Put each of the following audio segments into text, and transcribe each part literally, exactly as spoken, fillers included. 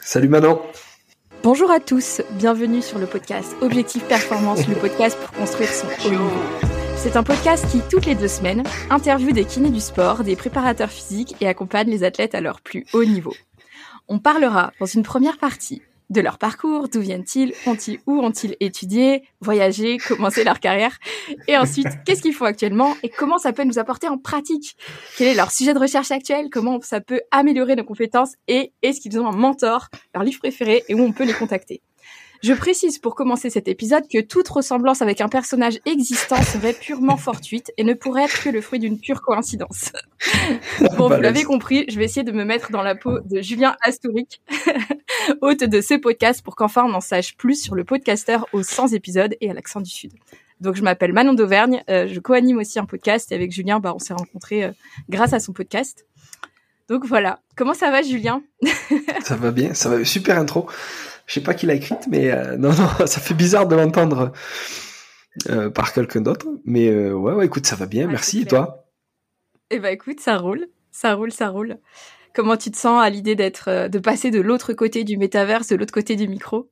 Salut Manon. Bonjour à tous, bienvenue sur le podcast Objectif Performance, le podcast pour construire son haut niveau. C'est un podcast qui, toutes les deux semaines, interviewe des kinés du sport, des préparateurs physiques et accompagne les athlètes à leur plus haut niveau. On parlera, dans une première partie, de leur parcours, d'où viennent-ils, ont-ils, où ont-ils étudié, voyagé, commencé leur carrière, et ensuite, qu'est-ce qu'ils font actuellement et comment ça peut nous apporter en pratique. Quel est leur sujet de recherche actuel, comment ça peut améliorer nos compétences et est-ce qu'ils ont un mentor, leur livre préféré et où on peut les contacter. Je précise pour commencer cet épisode que toute ressemblance avec un personnage existant serait purement fortuite et ne pourrait être que le fruit d'une pure coïncidence. Bon, vous l'avez compris, je vais essayer de me mettre dans la peau de Julien Astourik, hôte de ce podcast, pour qu'enfin on en sache plus sur le podcasteur aux cent épisodes et à l'accent du Sud. Donc je m'appelle Manon d'Auvergne, euh, je co-anime aussi un podcast et avec Julien, bah, on s'est rencontrés euh, grâce à son podcast. Donc voilà, comment ça va Julien? Ça va bien, ça va, super intro. Je sais pas qui l'a écrite, mais euh, non, non, ça fait bizarre de l'entendre euh, par quelqu'un d'autre. Mais euh, ouais, ouais, écoute, ça va bien, ouais, merci. Et toi? Eh ben, écoute, ça roule, ça roule, ça roule. Comment tu te sens à l'idée d'être, de passer de l'autre côté du métaverse, de l'autre côté du micro?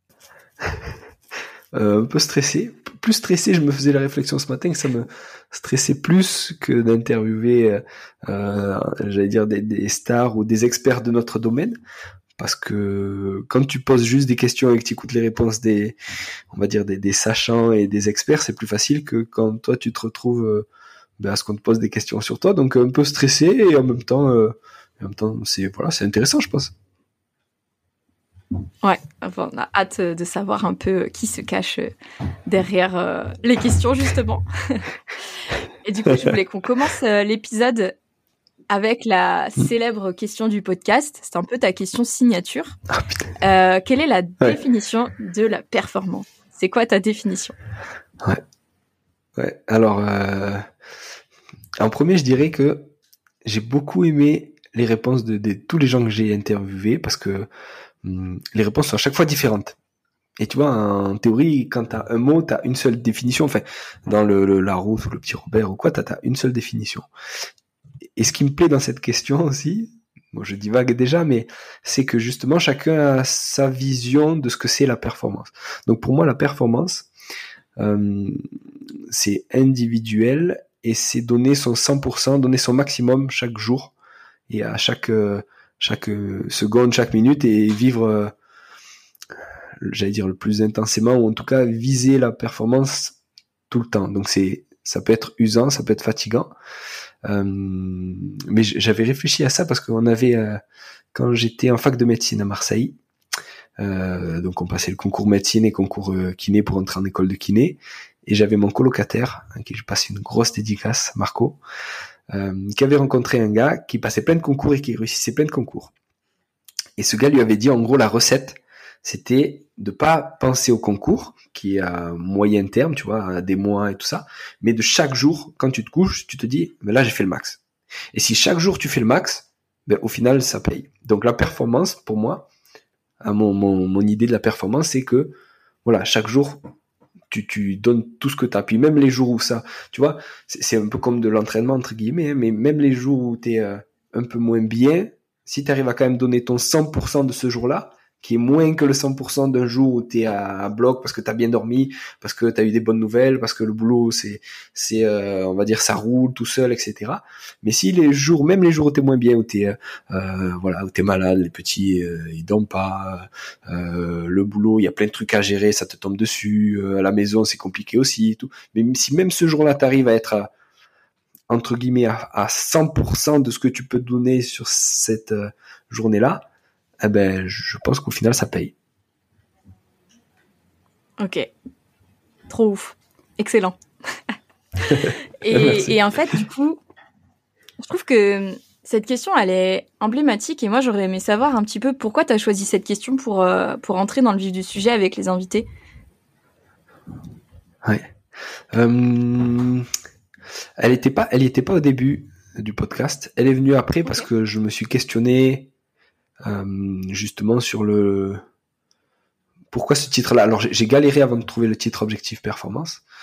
euh, Un peu stressé. Plus stressé, je me faisais la réflexion ce matin que ça me stressait plus que d'interviewer, euh, j'allais dire, des, des stars ou des experts de notre domaine. Parce que quand tu poses juste des questions et que tu écoutes les réponses des, on va dire des, des sachants et des experts, c'est plus facile que quand toi tu te retrouves euh, ben, à ce qu'on te pose des questions sur toi. Donc un peu stressé et en même temps, euh, en même temps, c'est voilà, c'est intéressant, je pense. Ouais, enfin, on a hâte de savoir un peu qui se cache derrière euh, les questions justement. Et du coup, je voulais qu'on commence euh, l'épisode avec la célèbre question du podcast. C'est un peu ta question signature. Oh, euh, quelle est la ouais. définition de la performance? C'est quoi ta définition? Ouais. Ouais. Alors, euh, en premier, je dirais que j'ai beaucoup aimé les réponses de, de tous les gens que j'ai interviewés parce que hum, les réponses sont à chaque fois différentes. Et tu vois, en théorie, quand t'as un mot, t'as une seule définition. Enfin, dans le, le Larousse ou le Petit Robert ou quoi, t'as, t'as une seule définition. Et ce qui me plaît dans cette question aussi, bon, je divague déjà, mais c'est que justement, chacun a sa vision de ce que c'est la performance. Donc pour moi, la performance, euh, c'est individuel et c'est donner son cent pour cent, donner son maximum chaque jour et à chaque, chaque seconde, chaque minute et vivre, euh, j'allais dire le plus intensément ou en tout cas viser la performance tout le temps. Donc c'est, ça peut être usant, ça peut être fatigant. Euh, mais j'avais réfléchi à ça parce qu'on avait, euh, quand j'étais en fac de médecine à Marseille, euh, donc on passait le concours médecine et concours euh, kiné pour entrer en école de kiné, et j'avais mon colocataire, à qui je passais une grosse dédicace, Marco, euh, qui avait rencontré un gars qui passait plein de concours et qui réussissait plein de concours. Et ce gars lui avait dit, en gros, la recette, c'était de pas penser au concours, qui est à moyen terme, tu vois, à des mois et tout ça, mais de chaque jour, quand tu te couches, tu te dis, mais là, j'ai fait le max. Et si chaque jour, tu fais le max, ben, au final, ça paye. Donc, la performance, pour moi, à mon, mon, mon idée de la performance, c'est que, voilà, chaque jour, tu, tu donnes tout ce que t'as. Puis même les jours où ça, tu vois, c'est, c'est un peu comme de l'entraînement, entre guillemets, hein, mais même les jours où t'es euh, un peu moins bien, si t'arrives à quand même donner ton cent pour cent de ce jour-là, qui est moins que le cent pour cent d'un jour où t'es à, à bloc parce que t'as bien dormi, parce que t'as eu des bonnes nouvelles, parce que le boulot, c'est, c'est, euh, on va dire, ça roule tout seul, et cetera. Mais si les jours, même les jours où t'es moins bien, où t'es, euh, voilà, où t'es malade, les petits, euh, ils dorment pas, euh, le boulot, il y a plein de trucs à gérer, ça te tombe dessus, euh, à la maison, c'est compliqué aussi, et tout. Mais si même ce jour-là, t'arrives à être à, entre guillemets, à, à cent pour cent de ce que tu peux donner sur cette euh, journée-là, eh ben, je pense qu'au final, ça paye. Ok. Trop ouf. Excellent. et, et en fait, du coup, je trouve que cette question, elle est emblématique et moi, j'aurais aimé savoir un petit peu pourquoi tu as choisi cette question pour, euh, pour entrer dans le vif du sujet avec les invités. Ouais. Euh, elle était pas, elle y était pas au début du podcast. Elle est venue après parce que je me suis questionné Euh, justement sur le pourquoi ce titre-là. Alors j'ai, j'ai galéré avant de trouver le titre Objectif Performance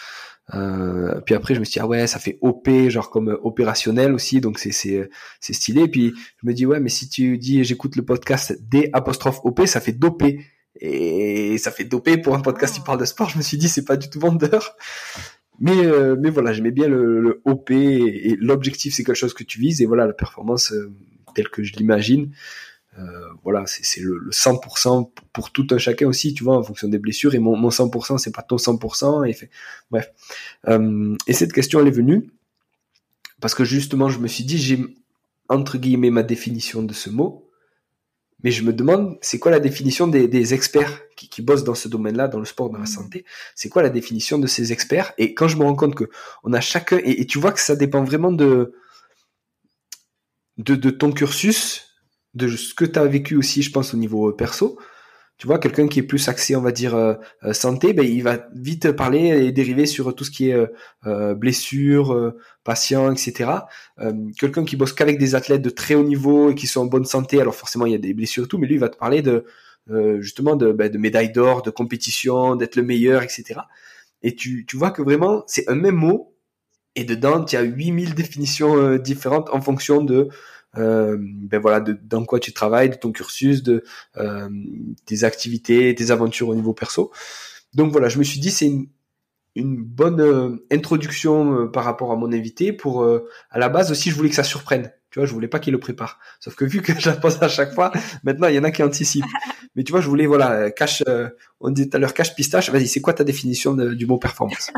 Euh, puis après, je me suis dit, ah ouais, ça fait O P, genre comme opérationnel aussi, donc c'est, c'est, c'est stylé. Puis je me dis, ouais, mais si tu dis, j'écoute le podcast D apostrophe O P, ça fait dopé. Et ça fait dopé pour un podcast qui parle de sport. Je me suis dit, c'est pas du tout vendeur. Mais, euh, mais voilà, j'aimais bien le, le O P et, et l'objectif, c'est quelque chose que tu vises. Et voilà, la performance, euh, telle que je l'imagine, Euh, voilà, c'est, c'est le, le cent pour cent pour tout un chacun aussi, tu vois, en fonction des blessures. Et mon, mon cent pour cent, c'est pas ton cent pour cent. Et fait, bref. Euh, et cette question, elle est venue parce que justement, je me suis dit, j'ai entre guillemets ma définition de ce mot, mais je me demande, c'est quoi la définition des, des experts qui, qui bossent dans ce domaine-là, dans le sport, dans la santé. C'est quoi la définition de ces experts? Et quand je me rends compte que on a chacun, et, et tu vois que ça dépend vraiment de de, de ton cursus, de ce que tu as vécu aussi, je pense, au niveau perso. Tu vois, quelqu'un qui est plus axé, on va dire, euh, santé, ben, il va vite parler et dériver sur tout ce qui est euh, blessures, euh, patients, et cetera. Euh, quelqu'un qui bosse qu'avec des athlètes de très haut niveau et qui sont en bonne santé, alors forcément, il y a des blessures et tout, mais lui, il va te parler de euh, justement de, ben, de médailles d'or, de compétition, d'être le meilleur, et cetera. Et tu, tu vois que vraiment, c'est un même mot, et dedans, tu as huit mille définitions euh, différentes en fonction de Euh, ben voilà, de, dans quoi tu travailles, de ton cursus, de euh, tes activités, tes aventures au niveau perso. Donc voilà, je me suis dit c'est une, une bonne euh, introduction euh, par rapport à mon invité. Pour euh, à la base aussi, je voulais que ça surprenne. Tu vois, je voulais pas qu'il le prépare. Sauf que vu que je la pose à chaque fois, maintenant il y en a qui anticipent. Mais tu vois, je voulais voilà, cache. Euh, on disait tout à l'heure cache pistache. Vas-y, c'est quoi ta définition de, du mot performance?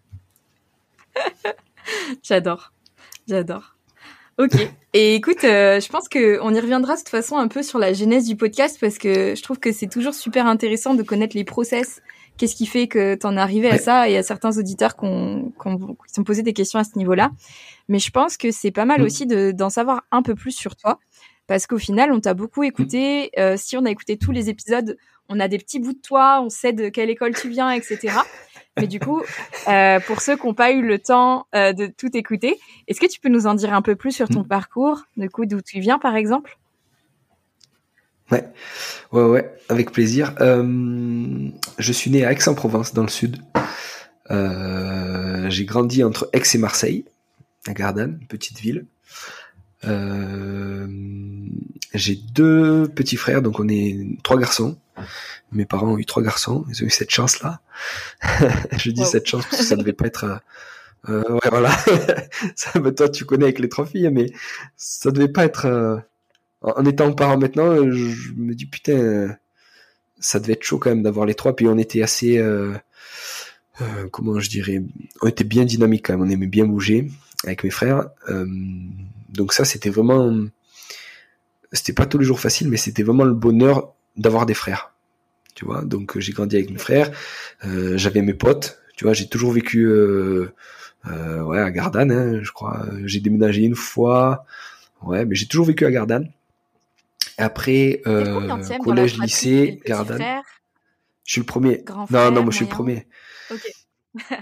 J'adore, j'adore. Ok. Et écoute, euh, je pense que on y reviendra de toute façon un peu sur la genèse du podcast parce que je trouve que c'est toujours super intéressant de connaître les process. Qu'est-ce qui fait que t'en es arrivé à ça? Et il y a certains auditeurs qui ont, qui ont, qui sont posés des questions à ce niveau-là. Mais je pense que c'est pas mal aussi de, d'en savoir un peu plus sur toi parce qu'au final, on t'a beaucoup écouté. Euh, si on a écouté tous les épisodes, on a des petits bouts de toi, on sait de quelle école tu viens, et cetera. Mais du coup, euh, pour ceux qui n'ont pas eu le temps euh, de tout écouter, est-ce que tu peux nous en dire un peu plus sur ton mmh. parcours, du coup, d'où tu viens, par exemple? Ouais, ouais, ouais, avec plaisir. Euh, je suis né à Aix-en-Provence, dans le sud. Euh, j'ai grandi entre Aix et Marseille, à Gardanne, une petite ville. Euh, j'ai deux petits frères, donc on est trois garçons. Mes parents ont eu trois garçons, ils ont eu cette chance-là. Je dis wow. cette chance parce que ça devait pas être... Euh, euh, ouais, voilà. Ça, toi, tu connais avec les trois filles, mais ça devait pas être... Euh, en étant parent maintenant, je me dis, putain, ça devait être chaud quand même d'avoir les trois. Puis on était assez... Euh, euh, comment je dirais... On était bien dynamique quand même, on aimait bien bouger avec mes frères. Euh, donc ça, c'était vraiment... C'était pas tous les jours facile, mais c'était vraiment le bonheur d'avoir des frères. Tu vois, donc euh, j'ai grandi avec mes frères, euh, j'avais mes potes, tu vois, j'ai toujours vécu euh, euh, ouais, à Gardanne, hein, je crois, j'ai déménagé une fois, ouais, mais j'ai toujours vécu à Gardanne. Après, euh, collège, lycée, Gardanne. Je suis le premier. Grand non, frère, non, moi je suis moyen. le premier.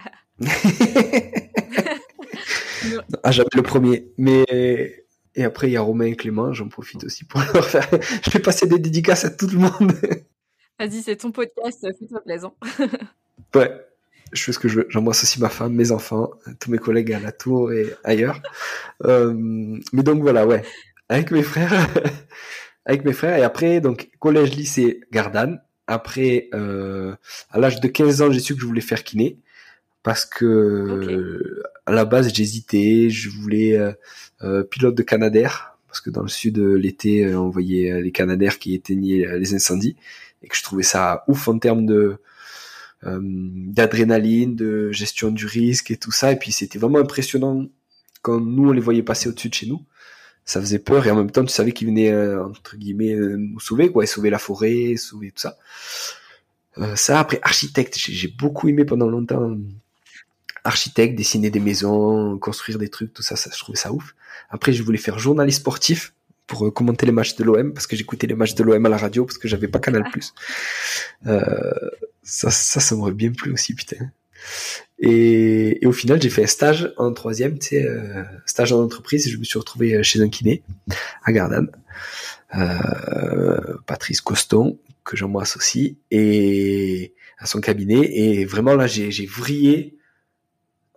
Ok. Ah, j'avais le premier, mais... Et après, il y a Romain et Clément, j'en profite aussi pour leur faire... Je vais passer des dédicaces à tout le monde. Vas-y, c'est ton podcast, fais-toi plaisir. Ouais, je fais ce que je veux. J'embrasse aussi ma femme, mes enfants, tous mes collègues à la tour et ailleurs. Euh, mais donc voilà, ouais, avec mes frères, avec mes frères. Et après, donc collège, lycée, Gardanne. Après, euh, à l'âge de quinze ans, j'ai su que je voulais faire kiné parce que okay. à la base, j'hésitais. Je voulais euh, euh, pilote de Canadair parce que dans le sud, l'été, on voyait les Canadair qui éteignaient les incendies. Et que je trouvais ça ouf en termes de euh, d'adrénaline, de gestion du risque et tout ça. Et puis c'était vraiment impressionnant quand nous on les voyait passer au-dessus de chez nous. Ça faisait peur et en même temps tu savais qu'ils venaient euh, entre guillemets euh, nous sauver, quoi, et sauver la forêt, sauver tout ça. Euh, ça après architecte, j'ai, j'ai beaucoup aimé pendant longtemps. Architecte, dessiner des maisons, construire des trucs, tout ça, ça je trouvais ça ouf. Après je voulais faire journaliste sportif pour commenter les matchs de l'O M parce que j'écoutais les matchs de l'O M à la radio parce que j'avais pas Canal plus. Euh, ça, ça, ça m'aurait bien plu aussi, putain. Et, et au final, j'ai fait un stage en troisième, tu sais, euh, stage en entreprise et je me suis retrouvé chez un kiné à Gardanne, euh, Patrice Coston, que j'embrasse aussi, et à son cabinet. Et vraiment là, j'ai, j'ai vrillé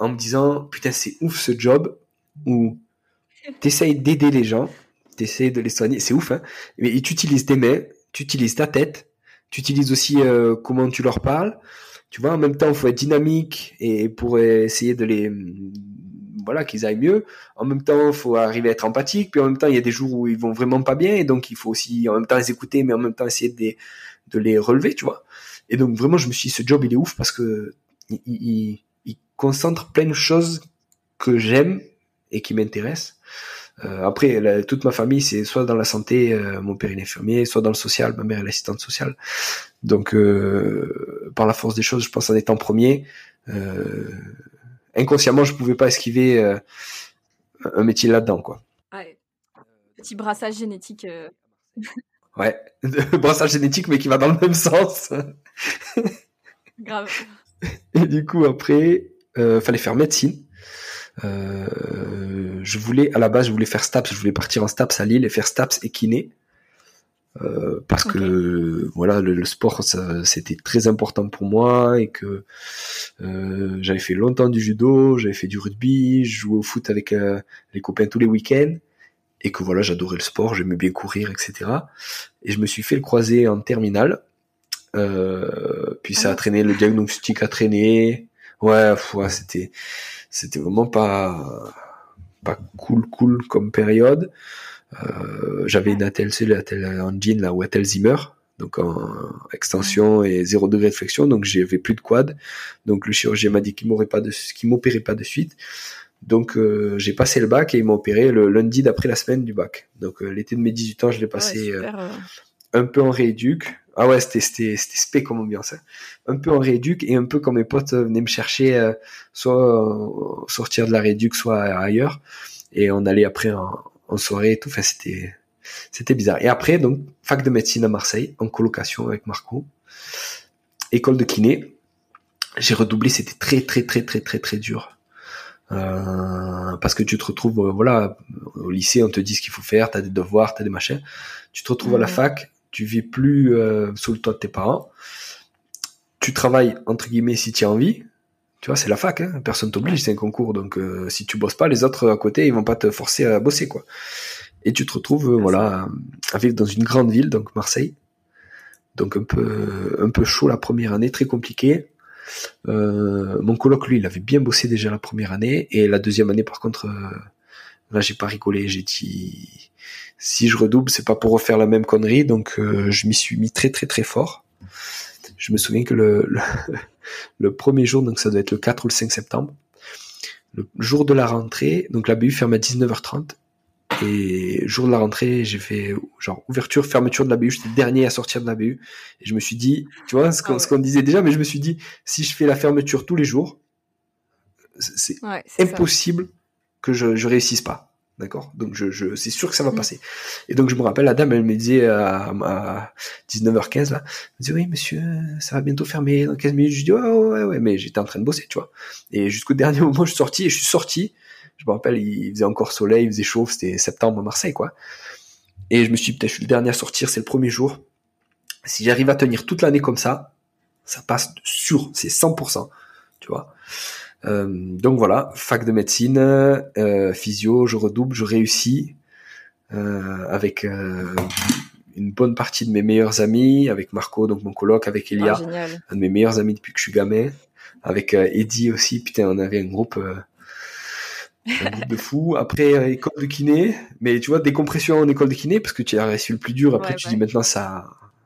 en me disant, putain, c'est ouf ce job où t'essayes d'aider les gens, t'essayes de les soigner, c'est ouf, hein, mais tu utilises tes mains, tu utilises ta tête, tu utilises aussi euh, comment tu leur parles, tu vois, en même temps, il faut être dynamique et pour essayer de les, voilà, qu'ils aillent mieux. En même temps, il faut arriver à être empathique, puis en même temps, il y a des jours où ils vont vraiment pas bien, et donc il faut aussi en même temps les écouter, mais en même temps essayer de les, de les relever, tu vois. Et donc vraiment, je me suis dit, ce job, il est ouf parce que il, il, il concentre plein de choses que j'aime et qui m'intéressent. Euh, après, la, toute ma famille, c'est soit dans la santé, euh, mon père est infirmier, soit dans le social, ma mère est l'assistante sociale. Donc, euh, par la force des choses, je pense en étant premier, euh, inconsciemment, je pouvais pas esquiver euh, un métier là-dedans, quoi. Ouais. Petit brassage génétique. Euh... Ouais, brassage génétique, mais qui va dans le même sens. Grave. Et du coup, après, euh, fallait faire médecine. Euh, je voulais, à la base, je voulais faire STAPS, je voulais partir en STAPS à Lille et faire STAPS et kiné. Euh, parce okay. que voilà, le, le sport, ça, c'était très important pour moi et que euh, j'avais fait longtemps du judo, j'avais fait du rugby, je jouais au foot avec euh, les copains tous les week-ends et que voilà, j'adorais le sport, j'aimais bien courir, et cetera. Et je me suis fait le croisé en terminale. Euh, puis ça a traîné, le diagnostic a traîné. Ouais, pff, ouais, c'était c'était vraiment pas pas cool cool comme période. Euh, j'avais une attelle, c'est l'attelle engine là, ou attelle Zimmer, donc en extension et zéro degré de flexion, donc j'avais plus de quad. Donc le chirurgien m'a dit qu'il m'aurait pas de, qu'il m'opérait pas de suite. Donc euh, j'ai passé le bac et il m'a opéré le lundi d'après la semaine du bac. Donc euh, l'été de mes dix-huit ans, je l'ai passé ouais, super, euh, un peu en rééduc. Ah ouais, c'était c'était c'était spé comme ambiance. Hein. Un peu en rééduc et un peu quand mes potes venaient me chercher, euh, soit euh, sortir de la rééduc, soit ailleurs. Et on allait après en, en soirée et tout. Enfin, c'était c'était bizarre. Et après, donc fac de médecine à Marseille, en colocation avec Marco. École de kiné. J'ai redoublé. C'était très très très très très très dur. Euh, parce que tu te retrouves, euh, voilà, au lycée, on te dit ce qu'il faut faire, t'as des devoirs, t'as des machins. Tu te retrouves mmh. à la fac, tu vis plus euh, sous le toit de tes parents. Tu travailles, entre guillemets, si tu as envie. Tu vois, c'est la fac, hein, personne t'oblige, c'est un concours. Donc, euh, si tu bosses pas, les autres à côté, ils vont pas te forcer à bosser, quoi. Et tu te retrouves, euh, voilà, à vivre dans une grande ville, donc Marseille. Donc, un peu, un peu chaud la première année, très compliqué. Euh, mon coloc, lui, il avait bien bossé déjà la première année, et la deuxième année, par contre, euh, là, j'ai pas rigolé, j'ai dit, si je redouble, c'est pas pour refaire la même connerie, donc euh, je m'y suis mis très très très fort. Je me souviens que le, le, le premier jour, donc ça doit être le quatre ou le cinq septembre, le jour de la rentrée, donc la B U ferme à dix-neuf heures trente, et jour de la rentrée, j'ai fait genre ouverture, fermeture de la B U, j'étais le dernier à sortir de la B U, et je me suis dit, tu vois, ce qu'on, ah ouais. ce qu'on disait déjà, mais je me suis dit, si je fais la fermeture tous les jours, c'est, ouais, c'est impossible ça. que je, je réussisse pas. D'accord, donc je, je, c'est sûr que ça va passer. Et donc je me rappelle, la dame, elle me disait à, à dix-neuf heures quinze là, elle me disait oui monsieur, ça va bientôt fermer dans quinze minutes. Je dis ouais ouais ouais, mais j'étais en train de bosser, tu vois. Et jusqu'au dernier moment, je suis sorti et je suis sorti. Je me rappelle, il faisait encore soleil, il faisait chaud, c'était septembre à Marseille quoi. Et je me suis dit, peut-être je suis le dernier à sortir, c'est le premier jour. Si j'arrive à tenir toute l'année comme ça, ça passe sûr, c'est cent pour cent, tu vois. Euh, donc voilà, fac de médecine, euh, physio, je redouble, je réussis euh, avec euh, une bonne partie de mes meilleurs amis, avec Marco, donc mon coloc, avec Elia, oh, un de mes meilleurs amis depuis que je suis gamin, avec euh, Eddie aussi, putain, on avait un groupe, euh, un groupe de fous. Après, euh, école de kiné, mais tu vois, décompression en école de kiné, parce que tu as reçu le plus dur, après ouais, tu ouais. dis maintenant ça,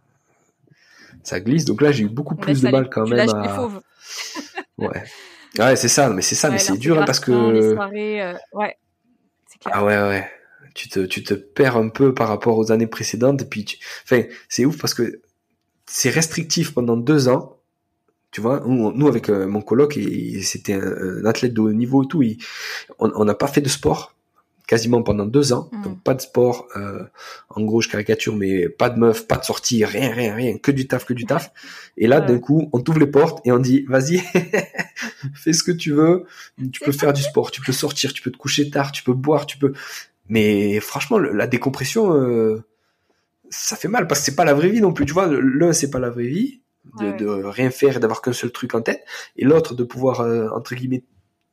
ça glisse, donc là j'ai eu beaucoup on plus de mal quand tu même à... à... ouais. Ouais, c'est ça, mais c'est ça, ouais, mais c'est dur hein, parce que les soirées, euh, ouais, c'est clair. Ah ouais, ouais, tu te, tu te perds un peu par rapport aux années précédentes. Et puis, tu... enfin, c'est ouf parce que c'est restrictif pendant deux ans. Tu vois, nous, nous avec euh, mon coloc, et, et c'était un, un athlète de haut niveau et tout. Il, on n'a pas fait de sport quasiment pendant deux ans, mmh. donc pas de sport. Euh, en gros, je caricature, mais pas de meuf, pas de sortie, rien, rien, rien, que du taf, que du taf. Et là, ouais. d'un coup, on t'ouvre les portes et on dit, vas-y, fais ce que tu veux. Tu peux faire du sport, tu peux sortir, tu peux te coucher tard, tu peux boire, tu peux. Mais franchement, la décompression, euh, ça fait mal parce que c'est pas la vraie vie non plus. Tu vois, l'un, c'est pas la vraie vie de, ouais. de rien faire et d'avoir qu'un seul truc en tête, et l'autre de pouvoir euh, entre guillemets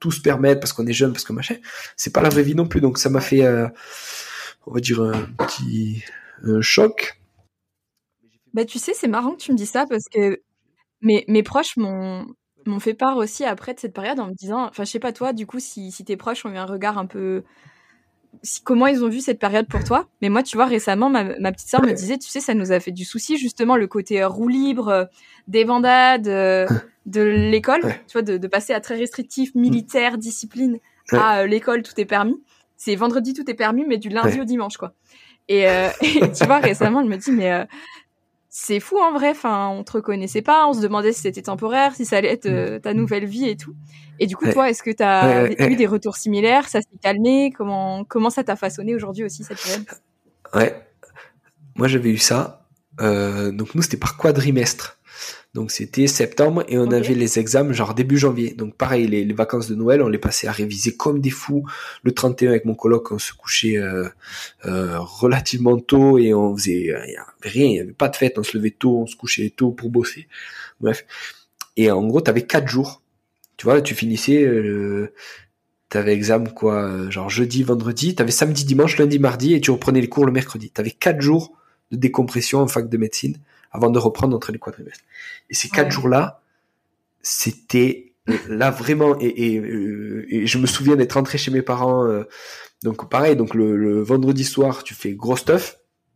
tout se permettre parce qu'on est jeune, parce que machin. C'est pas la vraie vie non plus. Donc ça m'a fait, euh, on va dire, un petit un choc. Bah, tu sais, c'est marrant que tu me dis ça parce que mes, mes proches m'ont, m'ont fait part aussi après de cette période en me disant, enfin, je sais pas toi, du coup, si, si tes proches ont eu un regard un peu, si, comment ils ont vu cette période pour toi. Mais moi, tu vois, récemment, ma, ma petite sœur me disait, tu sais, ça nous a fait du souci, justement, le côté euh, roue libre, euh, débandade, euh, de l'école, Ouais. tu vois, de, de passer à très restrictif, militaire, discipline, Ouais. à euh, l'école, tout est permis. C'est vendredi, tout est permis, mais du lundi Ouais. au dimanche, quoi. Et, euh, et tu vois, récemment, elle me dit, mais euh, c'est fou en vrai, enfin, on te reconnaissait pas, on se demandait si c'était temporaire, si ça allait être euh, ta nouvelle vie et tout. Et du coup, Ouais. toi, est-ce que tu as Ouais, ouais, eu ouais. des retours similaires? Ça s'est calmé? Comment, comment ça t'a façonné aujourd'hui aussi cette période? Ouais. Moi, j'avais eu ça. Euh, donc nous, c'était par quadrimestre. Donc c'était septembre et on Ok. avait les examens genre début janvier. Donc pareil, les, les vacances de Noël, on les passait à réviser comme des fous. Le trente et un avec mon coloc, on se couchait euh, euh, relativement tôt et on faisait euh, y avait rien, il y avait pas de fête, on se levait tôt, on se couchait tôt pour bosser. Bref. Et en gros, t'avais quatre jours. Tu vois, tu finissais, euh, t'avais examen quoi, euh, genre jeudi, vendredi, t'avais samedi, dimanche, lundi, mardi et tu reprenais les cours le mercredi. T'avais quatre jours de décompression en fac de médecine avant de reprendre entre les quadrimestres. Et ces quatre Ouais. jours-là, c'était euh, là vraiment, et, et, euh, et je me souviens d'être rentré chez mes parents, euh, donc pareil, donc le, le vendredi soir, tu fais gros stuff,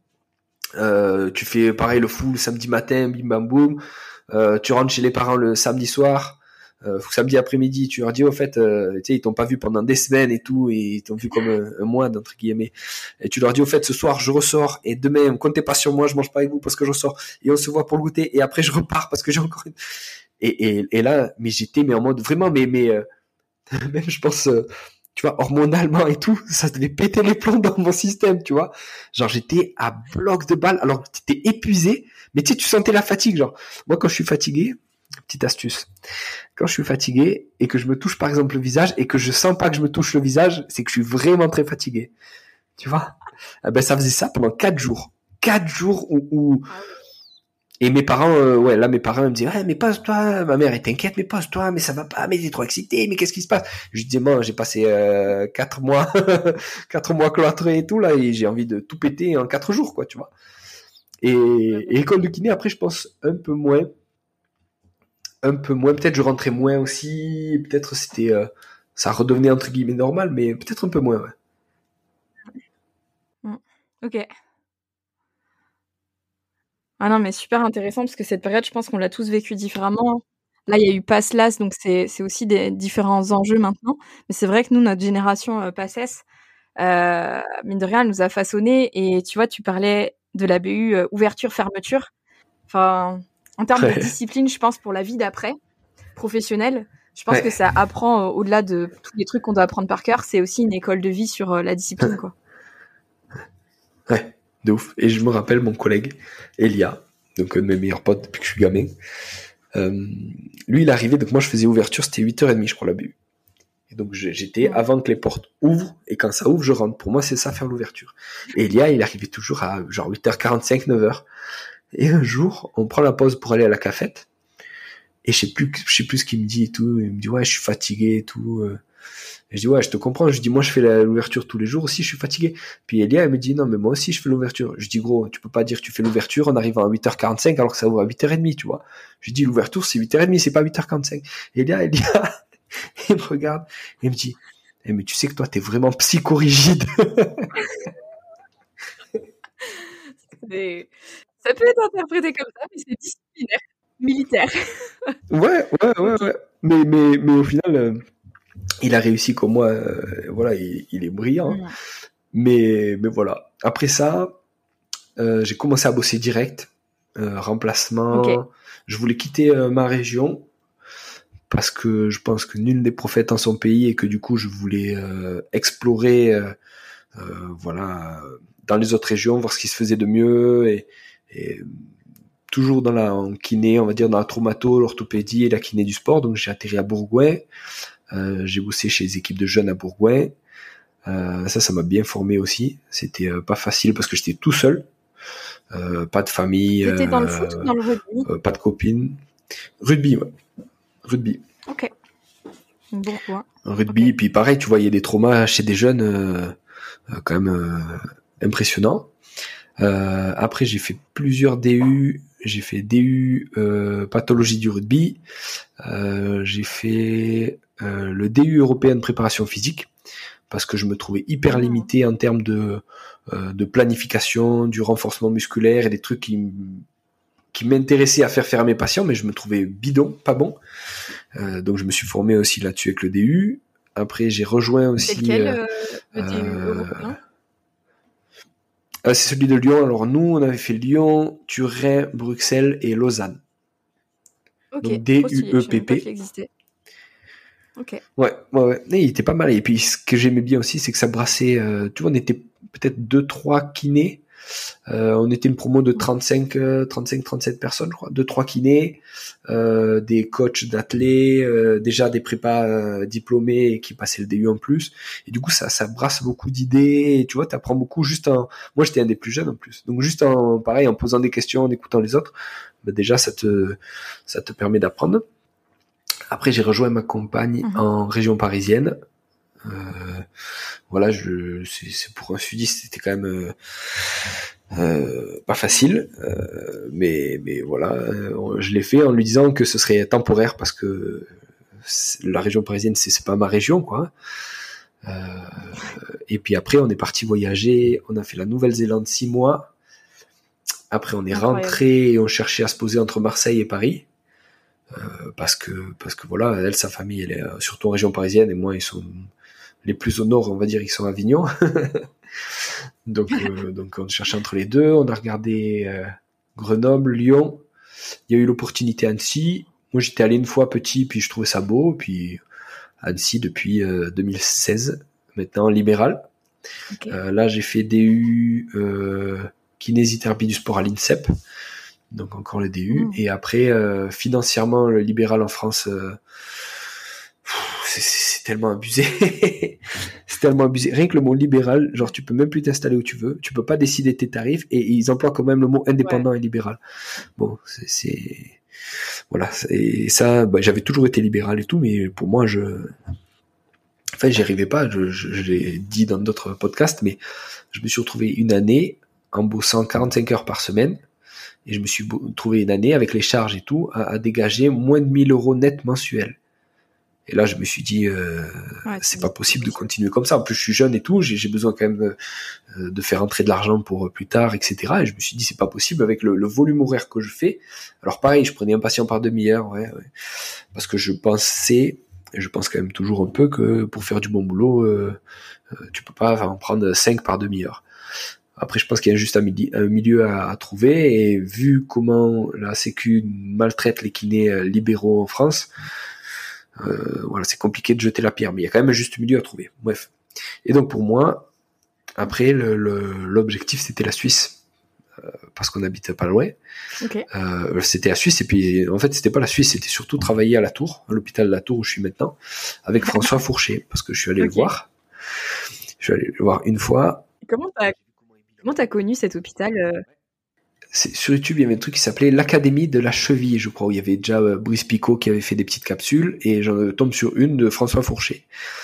euh, tu fais pareil le full samedi matin, bim bam boum, euh, tu rentres chez les parents le samedi soir, euh, samedi après-midi, tu leur dis au fait, euh, tu sais, ils t'ont pas vu pendant des semaines et tout, et ils t'ont vu comme un, un mois entre guillemets, et tu leur dis au fait, ce soir je ressors, et demain, comptez pas sur moi, je mange pas avec vous parce que je ressors, et on se voit pour le goûter, et après je repars parce que j'ai encore une... Et, et, et là, mais j'étais mais en mode vraiment, mais, mais euh, même je pense, euh, tu vois, hormonalement et tout, ça devait péter les plombs dans mon système, tu vois. Genre j'étais à bloc de balles, alors que t'étais épuisé, mais tu sais, tu sentais la fatigue, genre. Moi, quand je suis fatigué, petite astuce, quand je suis fatigué et que je me touche par exemple le visage et que je sens pas que je me touche le visage, c'est que je suis vraiment très fatigué, tu vois. Eh ben ça faisait ça pendant quatre jours, quatre jours où, où... Et mes parents, euh, ouais, là, mes parents ils me disaient, ouais, mais pose-toi, ma mère est inquiète, mais pose-toi, mais ça va pas, mais t'es trop excité, mais qu'est-ce qui se passe? Je dis, moi, j'ai passé euh, quatre mois, quatre mois cloîtré et tout, là, et j'ai envie de tout péter en quatre jours, quoi, tu vois. Et, et école de kiné, après, je pense un peu moins, un peu moins, peut-être je rentrais moins aussi, peut-être c'était, euh, ça redevenait entre guillemets normal, mais peut-être un peu moins, ouais. Mm. Ok. Ah non, mais super intéressant parce que cette période, je pense qu'on l'a tous vécu différemment. Là, il y a eu PASSLAS, donc c'est, c'est aussi des différents enjeux maintenant. Mais c'est vrai que nous, notre génération euh, PASSES, euh, mine de rien, elle nous a façonné. Et tu vois, tu parlais de la B U euh, ouverture-fermeture. Enfin, en termes de Ouais. discipline, je pense pour la vie d'après, professionnelle, je pense Ouais. que ça apprend, euh, au-delà de tous les trucs qu'on doit apprendre par cœur, c'est aussi une école de vie sur euh, la discipline, quoi. Ouais, de ouf. Et je me rappelle mon collègue, Elia, donc un de mes meilleurs potes depuis que je suis gamin. Euh, lui, il arrivait, donc moi je faisais ouverture, c'était huit heures trente, je crois, la B U. Et donc j'étais Mm. avant que les portes ouvrent, et quand ça ouvre, je rentre. Pour moi, c'est ça, faire l'ouverture. Et Elia, il arrivait toujours à genre huit heures quarante-cinq, neuf heures. Et un jour, on prend la pause pour aller à la cafette, et je sais plus, je sais plus ce qu'il me dit et tout. Il me dit, ouais, je suis fatigué et tout. Et je dis, ouais, je te comprends. Je dis, moi, je fais la, l'ouverture tous les jours aussi, je suis fatigué. Puis Elia, elle me dit, non, mais moi aussi, je fais l'ouverture. Je dis, gros, tu peux pas dire que tu fais l'ouverture en arrivant à huit heures quarante-cinq alors que ça ouvre à huit heures trente, tu vois. Je dis, l'ouverture, c'est huit heures trente, c'est pas huit heures quarante-cinq. Et Elia, elle dit, il me regarde, et il me dit, eh, mais tu sais que toi, t'es vraiment psychorigide. C'est... Ça peut être interprété comme ça, mais c'est disciplinaire, militaire. Ouais, ouais, ouais, Ok. ouais. Mais, mais, mais au final, euh, il a réussi comme moi, euh, voilà, il, il est brillant. Mm. Mais, mais voilà. Après ça, euh, j'ai commencé à bosser direct, euh, remplacement. Ok. Je voulais quitter euh, ma région parce que je pense que nul n'est prophète en son pays et que du coup, je voulais euh, explorer, euh, euh, voilà, dans les autres régions, voir ce qui se faisait de mieux et, et toujours dans la en kiné, on va dire dans la traumato, l'orthopédie et la kiné du sport. Donc j'ai atterri à Bourgoin. Euh, j'ai bossé chez les équipes de jeunes à Bourgoin. Euh, ça, ça m'a bien formé aussi. C'était euh, pas facile parce que j'étais tout seul, euh, pas de famille, T'étais dans le euh, foot ou dans le rugby? euh, pas de copine. Rugby, ouais. Rugby. Ok. Bon point. Rugby, okay. Puis pareil, tu vois, il y a des traumas chez des jeunes euh, euh, quand même euh, impressionnants. Euh, après, j'ai fait plusieurs D U. J'ai fait D U euh, pathologie du rugby. Euh, j'ai fait euh, le D U européen de préparation physique parce que je me trouvais hyper limité en termes de euh, de planification, du renforcement musculaire et des trucs qui qui m'intéressaient à faire faire à mes patients, mais je me trouvais bidon, pas bon. Euh, donc je me suis formé aussi là-dessus avec le D U. Après, j'ai rejoint aussi. C'est lequel euh, le D U euh, européen? C'est celui de Lyon. Alors nous, on avait fait Lyon, Turin, Bruxelles et Lausanne. Ok. Donc D U E P P. Je existait. Ok. Ouais, ouais, ouais. Et il était pas mal. Et puis ce que j'aimais bien aussi, c'est que ça brassait. Euh, tu vois, on était peut-être deux, trois kinés. Euh, on était une promo de trente-cinq, trente-cinq, trente-sept personnes, je crois. Deux, trois kinés, euh, des coachs d'athlètes, euh, déjà des prépas euh, diplômés qui passaient le D U en plus. Et du coup, ça, ça brasse beaucoup d'idées. Et tu vois, t'apprends beaucoup juste en. Moi, j'étais un des plus jeunes en plus. Donc juste en, pareil, en posant des questions, en écoutant les autres, bah déjà, ça te, ça te permet d'apprendre. Après, j'ai rejoint ma compagne mmh. en région parisienne. Euh, voilà, je, c'est, c'est pour un sudiste, c'était quand même euh, euh, pas facile, euh, mais mais voilà, euh, je l'ai fait en lui disant que ce serait temporaire parce que la région parisienne, c'est, c'est pas ma région, quoi. Euh, et puis après, on est parti voyager, on a fait la Nouvelle-Zélande six mois. Après, on est Incroyable. rentré et on cherchait à se poser entre Marseille et Paris. Euh, parce que parce que voilà, elle, sa famille, elle est surtout en région parisienne et moi, ils sont les plus au nord, on va dire, ils sont à Avignon. donc euh, donc on cherchait entre les deux, on a regardé euh, Grenoble, Lyon. Il y a eu l'opportunité à Annecy. Moi, j'étais allé une fois petit, puis je trouvais ça beau. Puis Annecy depuis euh, deux mille seize, maintenant libéral. Okay. Euh, là, j'ai fait D U euh, kinésithérapie du sport à l'INSEP. Donc encore le D U. Mmh. Et après, euh, financièrement, le libéral en France, euh, c'est, c'est tellement abusé. c'est tellement abusé. Rien que le mot libéral, genre tu peux même plus t'installer où tu veux, tu peux pas décider tes tarifs, et, et ils emploient quand même le mot indépendant ouais. et libéral. Bon, c'est... c'est... Voilà. Et ça, bah, j'avais toujours été libéral et tout, mais pour moi, je... Enfin, j'y arrivais pas, je, je, je l'ai dit dans d'autres podcasts, mais je me suis retrouvé une année en bossant quarante-cinq heures par semaine. Et je me suis trouvé une année avec les charges et tout à, à dégager moins de mille euros net mensuels. Et là, je me suis dit, euh, ouais, c'est, c'est pas possible de continuer comme ça. En plus, je suis jeune et tout, j'ai, j'ai besoin quand même de, de faire entrer de l'argent pour plus tard, et cetera. Et je me suis dit, c'est pas possible avec le, le volume horaire que je fais. Alors pareil, je prenais un patient par demi-heure, ouais, ouais, parce que je pensais, et je pense quand même toujours un peu que pour faire du bon boulot, euh, euh, tu peux pas en prendre cinq par demi-heure. Après, je pense qu'il y a juste un milieu, un milieu à, à trouver, et vu comment la Sécu maltraite les kinés libéraux en France, euh, voilà, c'est compliqué de jeter la pierre, mais il y a quand même un juste milieu à trouver. Bref. Et donc pour moi, après, le, le, l'objectif c'était la Suisse, euh, parce qu'on habite pas loin. Okay. Euh, c'était la Suisse, et puis en fait c'était pas la Suisse, c'était surtout travailler à la Tour, à l'hôpital de la Tour où je suis maintenant, avec François Fourchet, parce que je suis allé okay. le voir. Je suis allé le voir une fois. Comment t'as Comment t'as connu cet hôpital euh... C'est, sur YouTube, il y avait un truc qui s'appelait l'Académie de la Cheville, je crois, où il y avait déjà euh, Brice Picot qui avait fait des petites capsules, et j'en tombe sur une de François Fourchet.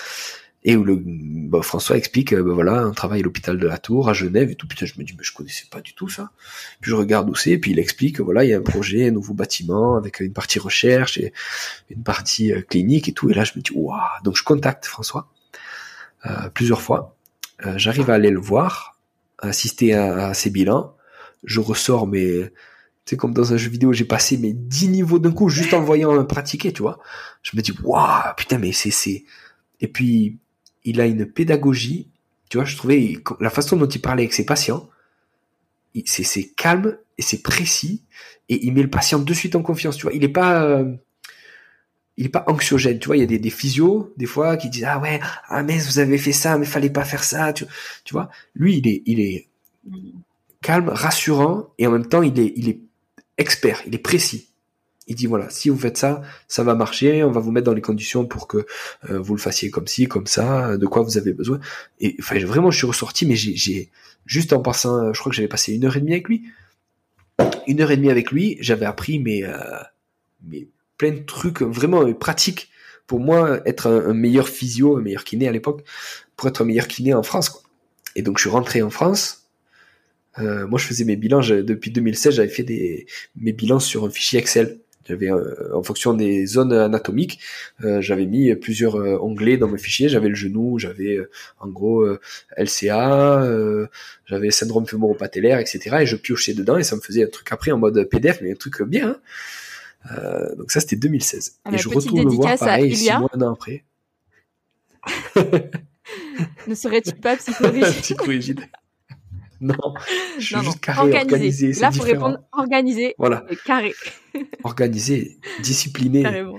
Et où le, bah, François explique, bah, voilà, on travaille à l'hôpital de la Tour, à Genève et tout. Putain, je me dis, mais je connaissais pas du tout ça. Puis je regarde où c'est, et puis il explique, voilà, il y a un projet, un nouveau bâtiment, avec une partie recherche et une partie euh, clinique et tout. Et là, je me dis, waouh! Donc je contacte François, euh, plusieurs fois. Euh, j'arrive à aller le voir, assister à, à ses bilans. Je ressors, mais tu sais, comme dans un jeu vidéo, j'ai passé mes dix niveaux d'un coup juste en le voyant pratiquer, tu vois. Je me dis, waouh, putain, mais c'est, c'est, et puis, il a une pédagogie, tu vois, je trouvais, la façon dont il parlait avec ses patients, c'est, c'est calme et c'est précis, et il met le patient de suite en confiance, tu vois. Il est pas, euh, il est pas anxiogène, tu vois. Il y a des, des physios, des fois, qui disent, ah ouais, ah mais vous avez fait ça, mais fallait pas faire ça, tu, tu vois. Lui, il est, il est, calme, rassurant, et en même temps, il est, il est expert, il est précis. Il dit, voilà, si vous faites ça, ça va marcher, on va vous mettre dans les conditions pour que euh, vous le fassiez comme ci, comme ça, de quoi vous avez besoin. Et enfin, vraiment, je suis ressorti, mais j'ai, j'ai juste en passant, je crois que j'avais passé une heure et demie avec lui. Une heure et demie avec lui, j'avais appris mes, euh, mes plein de trucs vraiment pratiques pour moi, être un, un meilleur physio, un meilleur kiné à l'époque, pour être un meilleur kiné en France, quoi. Et donc, je suis rentré en France. Euh, moi, je faisais mes bilans, je, depuis deux mille seize, j'avais fait des, mes bilans sur un fichier Excel. J'avais, euh, en fonction des zones anatomiques, euh, j'avais mis plusieurs euh, onglets dans mes fichiers. J'avais le genou, j'avais euh, en gros euh, L C A, euh, j'avais syndrome fémoro-patellaire, et cetera. Et je piochais dedans et ça me faisait un truc après en mode P D F, mais un truc bien. Hein. Euh, donc ça, c'était deux mille seize. Ah, et je retourne le voir pareil six mois, un an après. Ne serais-tu pas psychorigide? Psychorigide. Non, je suis non, juste non. carré, organisé. organisé. Là, il faut répondre organisé. Voilà. Et carré. Organisé, discipliné. Carrément.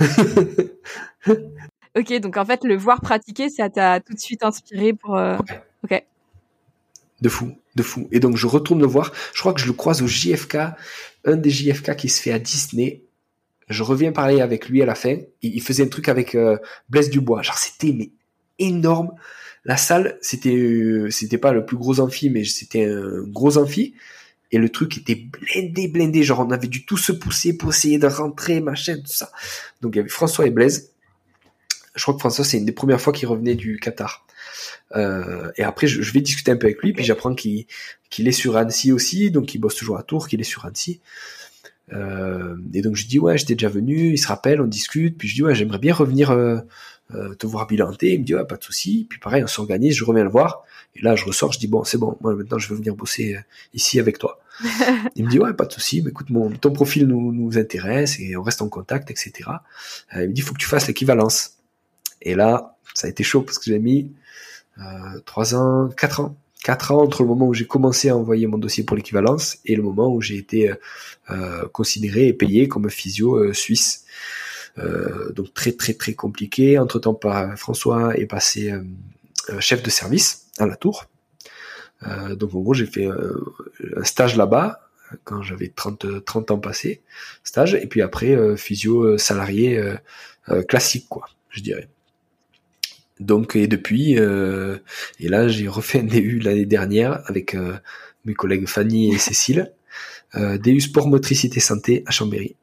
Ok, donc en fait, le voir pratiquer, ça t'a tout de suite inspiré pour... Euh... Ouais. Ok. De fou, de fou. Et donc, je retourne le voir. Je crois que je le croise au J F K, un des J F K qui se fait à Disney. Je reviens parler avec lui à la fin. Il faisait un truc avec euh, Blaise Dubois. Genre, c'était mais énorme. La salle, c'était euh, c'était pas le plus gros amphi, mais c'était un gros amphi. Et le truc était blindé, blindé. Genre, on avait dû tout se pousser pour essayer de rentrer, machin, tout ça. Donc, il y avait François et Blaise. Je crois que François, c'est une des premières fois qu'il revenait du Qatar. Euh, et après, je, je vais discuter un peu avec lui, okay. Puis j'apprends qu'il, qu'il est sur Annecy aussi, donc il bosse toujours à Tours, qu'il est sur Annecy. Euh, et donc, je dis, ouais, j'étais déjà venu, il se rappelle, on discute, puis je dis, ouais, j'aimerais bien revenir euh, euh, te voir bilanter. Il me dit, ouais, pas de souci. Puis pareil, on s'organise, je reviens le voir. Et là, je ressors, je dis, bon, c'est bon, moi maintenant, je veux venir bosser ici avec toi. Il me dit, ouais, pas de souci, mais écoute, mon, ton profil nous, nous intéresse et on reste en contact, et cetera. Euh, il me dit, il faut que tu fasses l'équivalence. Et là, ça a été chaud parce que j'ai mis euh, trois ans, quatre ans, quatre ans entre le moment où j'ai commencé à envoyer mon dossier pour l'équivalence et le moment où j'ai été euh, considéré et payé comme physio euh, suisse. Euh, donc très très très compliqué. Entre-temps, François est passé euh, chef de service à la Tour. Euh, donc en gros, j'ai fait euh, un stage là-bas quand j'avais trente, trente ans passés, stage, et puis après euh, physio salarié euh, euh, classique, quoi, je dirais. Donc, et depuis, euh, et là, j'ai refait un D U l'année dernière avec euh, mes collègues Fanny et Cécile, euh, D U sport motricité santé à Chambéry.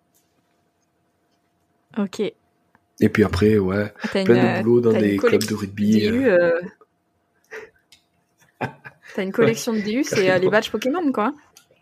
Ok. Et puis après, ouais, t'as plein une, de boulot dans des clubs de rugby. D U, euh... T'as une collection ouais, de D U, c'est euh, les badges Pokémon, quoi.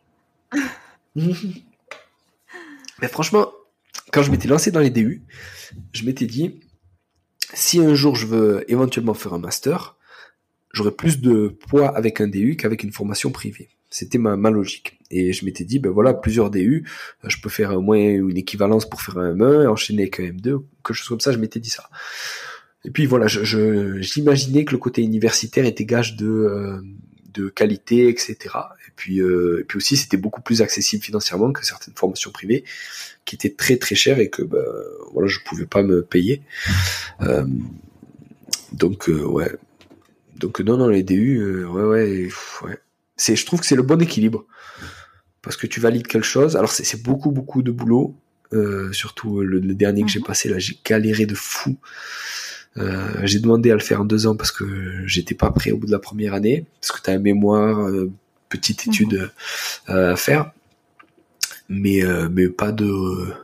Mais franchement, quand je m'étais lancé dans les D U, je m'étais dit, si un jour je veux éventuellement faire un master, j'aurais plus de poids avec un D U qu'avec une formation privée. C'était ma, ma logique. Et je m'étais dit, ben voilà, plusieurs D U, je peux faire au moins une équivalence pour faire un M un, enchaîner avec un M deux, quelque chose comme ça, je m'étais dit ça. Et puis voilà, je, je, j'imaginais que le côté universitaire était gage de, euh, de qualité, et cetera. Et puis, euh, et puis aussi, c'était beaucoup plus accessible financièrement que certaines formations privées qui étaient très très chères et que ben, voilà, je pouvais pas me payer. Euh, donc euh, ouais, donc non non les D U, euh, ouais ouais ouais. C'est, je trouve que c'est le bon équilibre parce que tu valides quelque chose. Alors c'est, c'est beaucoup beaucoup de boulot, euh, surtout le, le dernier que j'ai passé là, j'ai galéré de fou. Euh, j'ai demandé à le faire en deux ans parce que j'étais pas prêt au bout de la première année parce que t'as un mémoire, euh, petite étude euh, à faire, mais euh, mais pas de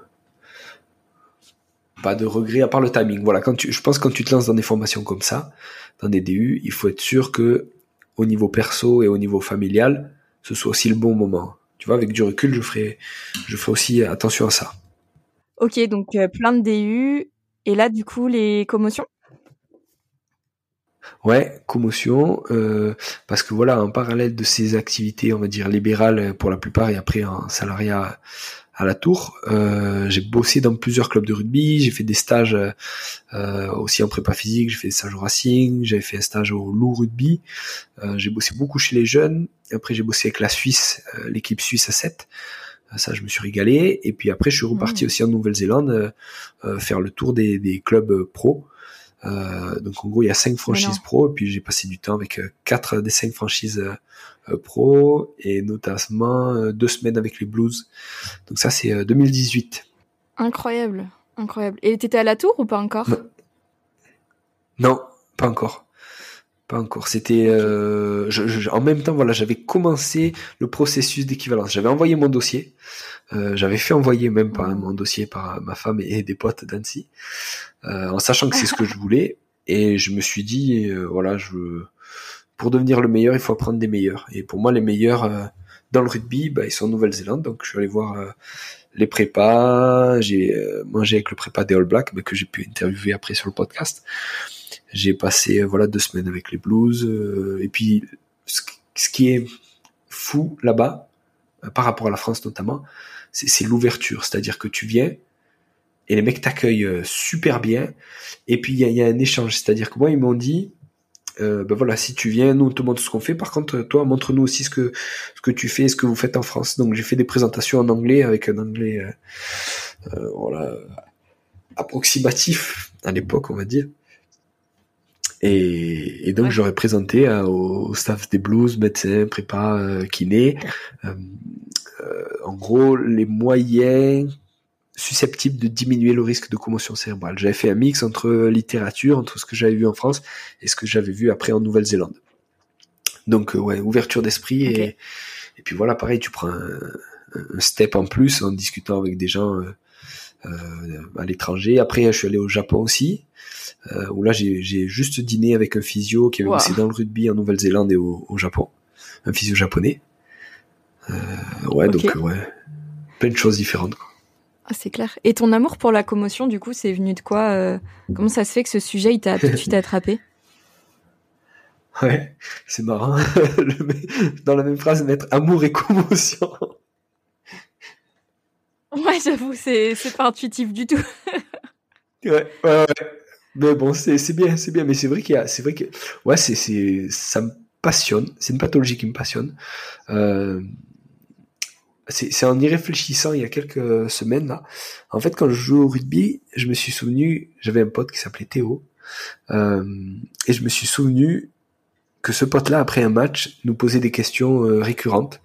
pas de regret à part le timing. Voilà, quand tu, je pense que quand tu te lances dans des formations comme ça, dans des D U, il faut être sûr que au niveau perso et au niveau familial, ce soit aussi le bon moment. Tu vois, avec du recul, je ferai, je ferai aussi attention à ça. Ok, donc euh, plein de D U, et là, du coup, les commotions ? Ouais, commotion, euh, parce que voilà, en parallèle de ces activités, on va dire libérales pour la plupart, et après en salariat à la Tour, euh, j'ai bossé dans plusieurs clubs de rugby, j'ai fait des stages euh, aussi en prépa physique, j'ai fait des stages au Racing, j'avais fait un stage au Loup Rugby, euh, j'ai bossé beaucoup chez les jeunes, après j'ai bossé avec la Suisse, euh, l'équipe suisse à sept, euh, ça je me suis régalé, et puis après je suis reparti mmh. aussi en Nouvelle-Zélande euh, euh, faire le tour des, des clubs pro. Euh, donc en gros il y a cinq franchises pro et puis j'ai passé du temps avec euh, quatre des cinq franchises euh, pro et notamment euh, deux semaines avec les Blues, donc ça c'est euh, deux mille dix-huit. Incroyable, incroyable. Et t'étais à la Tour ou pas encore ? Non, non, pas encore. Pas encore. C'était euh, je, je, en même temps, voilà, j'avais commencé le processus d'équivalence. J'avais envoyé mon dossier. Euh, j'avais fait envoyer même par mon dossier par ma femme et des potes d'Annecy, euh, en sachant que c'est ce que je voulais. Et je me suis dit, euh, voilà, je pour devenir le meilleur, il faut apprendre des meilleurs. Et pour moi, les meilleurs euh, dans le rugby, bah, ils sont en Nouvelle-Zélande. Donc, je suis allé voir euh, les prépas. J'ai euh, mangé avec le prépa des All Blacks, bah, que j'ai pu interviewer après sur le podcast. J'ai passé euh, voilà deux semaines avec les Blues. Euh, et puis, ce, ce qui est fou là-bas, euh, par rapport à la France notamment, c'est, c'est l'ouverture. C'est-à-dire que tu viens et les mecs t'accueillent euh, super bien. Et puis, il y, y a un échange. C'est-à-dire que moi, ils m'ont dit, euh, ben voilà, si tu viens, nous on te montre ce qu'on fait. Par contre, toi, montre-nous aussi ce que ce que tu fais, ce que vous faites en France. Donc, j'ai fait des présentations en anglais avec un anglais, euh, euh, voilà, approximatif à l'époque, on va dire. Et, et donc, ouais. J'aurais présenté à, au, au staff des Blues, médecins, prépa, euh, kiné, euh, euh, en gros, les moyens susceptible de diminuer le risque de commotion cérébrale. J'avais fait un mix entre littérature, entre ce que j'avais vu en France et ce que j'avais vu après en Nouvelle-Zélande. Donc, euh, ouais, ouverture d'esprit okay. et, et puis voilà, pareil, tu prends un, un step en plus en discutant avec des gens euh, euh, à l'étranger. Après, je suis allé au Japon aussi, euh, où là, j'ai, j'ai juste dîné avec un physio qui avait bossé wow. dans le rugby en Nouvelle-Zélande et au, au Japon. Un physio japonais. Euh, ouais, okay. donc, ouais, plein de choses différentes, quoi. Ah, c'est clair. Et ton amour pour la commotion, du coup, c'est venu de quoi euh, Comment ça se fait que ce sujet, il t'a tout de suite attrapé? Ouais, c'est marrant. Dans la même phrase, mettre amour et commotion. Ouais, j'avoue, c'est, c'est pas intuitif du tout. ouais, ouais, ouais. Mais bon, c'est, c'est bien, c'est bien. Mais c'est vrai qu'il y a, c'est vrai que, ouais, c'est, c'est, ça me passionne. C'est une pathologie qui me passionne. Euh, C'est, c'est en y réfléchissant il y a quelques semaines là. En fait, quand je jouais au rugby, je me suis souvenu, j'avais un pote qui s'appelait Théo, euh, et je me suis souvenu que ce pote-là, après un match, nous posait des questions euh, récurrentes,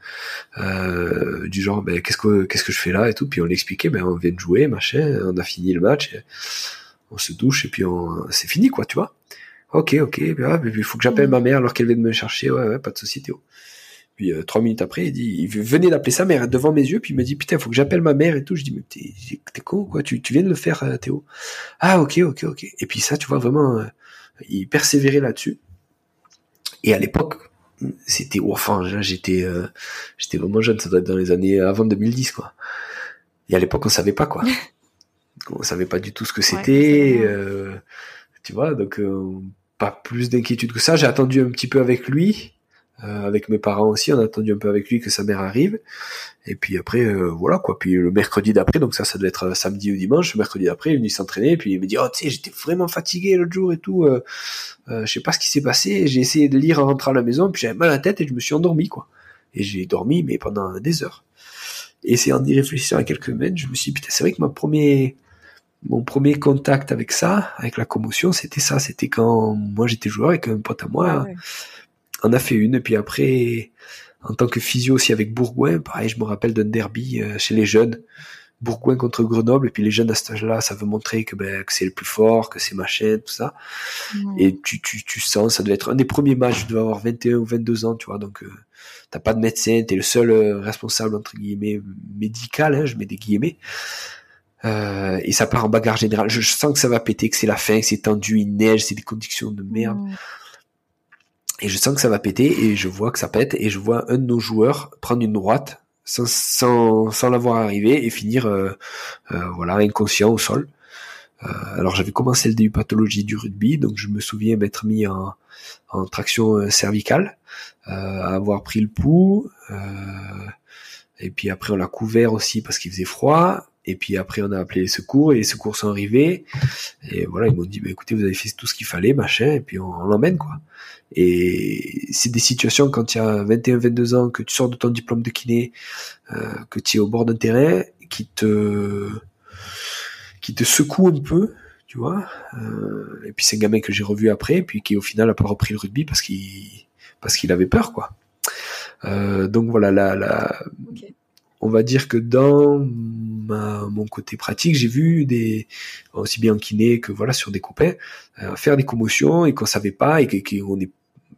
euh, du genre, ben qu'est-ce que qu'est-ce que je fais là et tout. Puis on l'expliquait, ben on vient de jouer, machin, on a fini le match, on se douche et puis on, c'est fini quoi, tu vois. Ok, ok, ben il faut que j'appelle mmh. ma mère alors qu'elle vient de me chercher. Ouais, ouais, pas de souci, Théo. Puis euh, trois minutes après, il dit, il venait d'appeler sa mère devant mes yeux, puis il me dit, putain, faut que j'appelle ma mère et tout. Je dis, mais t'es, t'es con, quoi, tu, tu viens de le faire, euh, Théo. Ah, ok, ok, ok. Et puis ça, tu vois, vraiment, euh, il persévérait là-dessus. Et à l'époque, c'était, enfin, j'étais, euh, j'étais vraiment jeune, ça doit être dans les années avant deux mille dix, quoi. Et à l'époque, on savait pas, quoi. On savait pas du tout ce que c'était, ouais, euh, tu vois, donc euh, pas plus d'inquiétude que ça. J'ai attendu un petit peu avec lui. Euh, avec mes parents aussi, on a attendu un peu avec lui que sa mère arrive, et puis après euh, voilà quoi. Puis le mercredi d'après, donc ça ça devait être samedi ou dimanche, le mercredi d'après il est venu s'entraîner, et puis il me dit oh tu sais j'étais vraiment fatigué l'autre jour et tout, euh, euh, je sais pas ce qui s'est passé, j'ai essayé de lire en rentrant à la maison, puis j'avais mal à la tête et je me suis endormi quoi, et j'ai dormi mais pendant des heures. Et c'est en y réfléchissant à quelques semaines, je me suis dit putain c'est vrai que mon premier mon premier contact avec ça, avec la commotion, c'était ça, c'était quand moi j'étais joueur avec un pote à moi. Ah ouais. On a fait une, et puis après, en tant que physio aussi avec Bourgoin, pareil, je me rappelle d'un derby euh, chez les jeunes, Bourgoin contre Grenoble, et puis les jeunes à cet âge-là, ça veut montrer que, ben, que c'est le plus fort, que c'est machin, tout ça. Mmh. Et tu, tu, tu sens, ça devait être un des premiers matchs, je devais avoir vingt et un ou vingt-deux ans, tu vois, donc euh, t'as pas de médecin, t'es le seul euh, responsable, entre guillemets, médical, hein, je mets des guillemets. Euh, et ça part en bagarre générale. Je, je sens que ça va péter, que c'est la fin, que c'est tendu, il neige, c'est des conditions de merde. Mmh. Et je sens que ça va péter, et je vois que ça pète, et je vois un de nos joueurs prendre une droite sans, sans, sans l'avoir arrivé et finir euh, euh, voilà inconscient au sol. Euh, alors j'avais commencé le début pathologie du rugby, donc je me souviens m'être mis en, en traction cervicale, euh, avoir pris le pouls, euh, et puis après on l'a couvert aussi parce qu'il faisait froid. Et puis après, on a appelé les secours, et les secours sont arrivés. Et voilà, ils m'ont dit, bah, écoutez, vous avez fait tout ce qu'il fallait, machin, et puis on, on l'emmène, quoi. Et c'est des situations quand il y a vingt et un, vingt-deux ans, que tu sors de ton diplôme de kiné, euh, que tu es au bord d'un terrain, qui te, qui te secoue un peu, tu vois. Euh, et puis c'est un gamin que j'ai revu après, puis qui au final a pas repris le rugby parce qu'il, parce qu'il avait peur, quoi. Euh, donc voilà, la, la, okay. On va dire que dans ma, mon côté pratique, j'ai vu des, aussi bien en kiné que voilà sur des copains, euh, faire des commotions et qu'on savait pas et qu'on est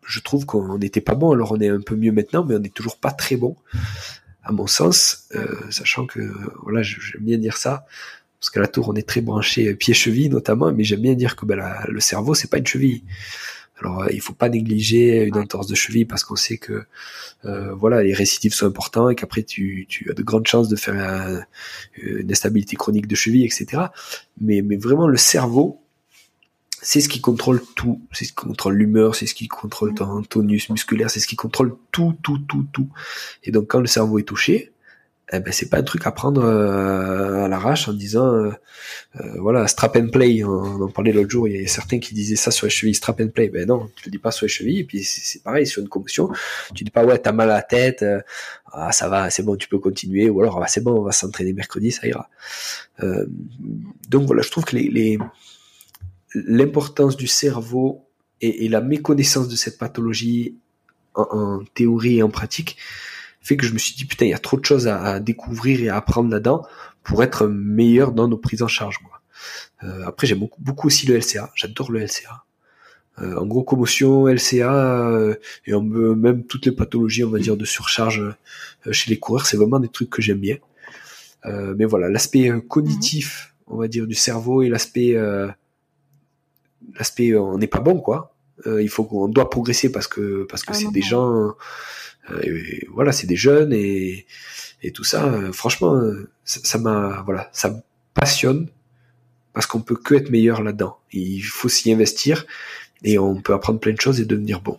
je trouve qu'on n'était pas bon. Alors on est un peu mieux maintenant, mais on n'est toujours pas très bon, à mon sens, euh, sachant que, voilà, j'aime bien dire ça, parce qu'à la tour, on est très branché pied-cheville notamment, mais j'aime bien dire que ben, la, le cerveau, c'est pas une cheville. Alors, euh, il faut pas négliger une entorse de cheville parce qu'on sait que euh, voilà, les récidives sont importants et qu'après, tu, tu as de grandes chances de faire un, une instabilité chronique de cheville, et cetera. Mais, mais vraiment, le cerveau, c'est ce qui contrôle tout. C'est ce qui contrôle l'humeur, c'est ce qui contrôle ton tonus musculaire, c'est ce qui contrôle tout, tout, tout, tout. Et donc, quand le cerveau est touché, eh ben, c'est pas un truc à prendre euh, à l'arrache en disant euh, euh, voilà, strap and play. On, on en parlait l'autre jour, il y a certains qui disaient ça sur les chevilles, strap and play. Ben non, tu le dis pas sur les chevilles. Et puis c'est, c'est pareil sur une commotion, tu dis pas ouais, t'as mal à la tête, euh, ah ça va, c'est bon, tu peux continuer, ou alors ah, c'est bon, on va s'entraîner mercredi, ça ira. Euh, donc voilà, je trouve que les, les l'importance du cerveau et, et la méconnaissance de cette pathologie en, en théorie et en pratique fait que je me suis dit putain, il y a trop de choses à, à découvrir et à apprendre là-dedans pour être meilleur dans nos prises en charge, moi. Euh, après, j'aime beaucoup, beaucoup aussi le L C A. J'adore le L C A. Euh, en gros, commotion, L C A euh, et on peut, même toutes les pathologies, on va dire, de surcharge euh, chez les coureurs, c'est vraiment des trucs que j'aime bien. Euh, mais voilà, l'aspect euh, cognitif, on va dire, du cerveau et l'aspect, euh, l'aspect, euh, on n'est pas bon, quoi. Euh, il faut qu'on doit progresser parce que parce que ah, c'est non, des non. gens. Euh, et voilà, c'est des jeunes et, et tout ça. Euh, franchement, euh, ça, ça m'a, voilà, ça me passionne parce qu'on peut que être meilleur là-dedans. Il faut s'y investir et on peut apprendre plein de choses et devenir bon.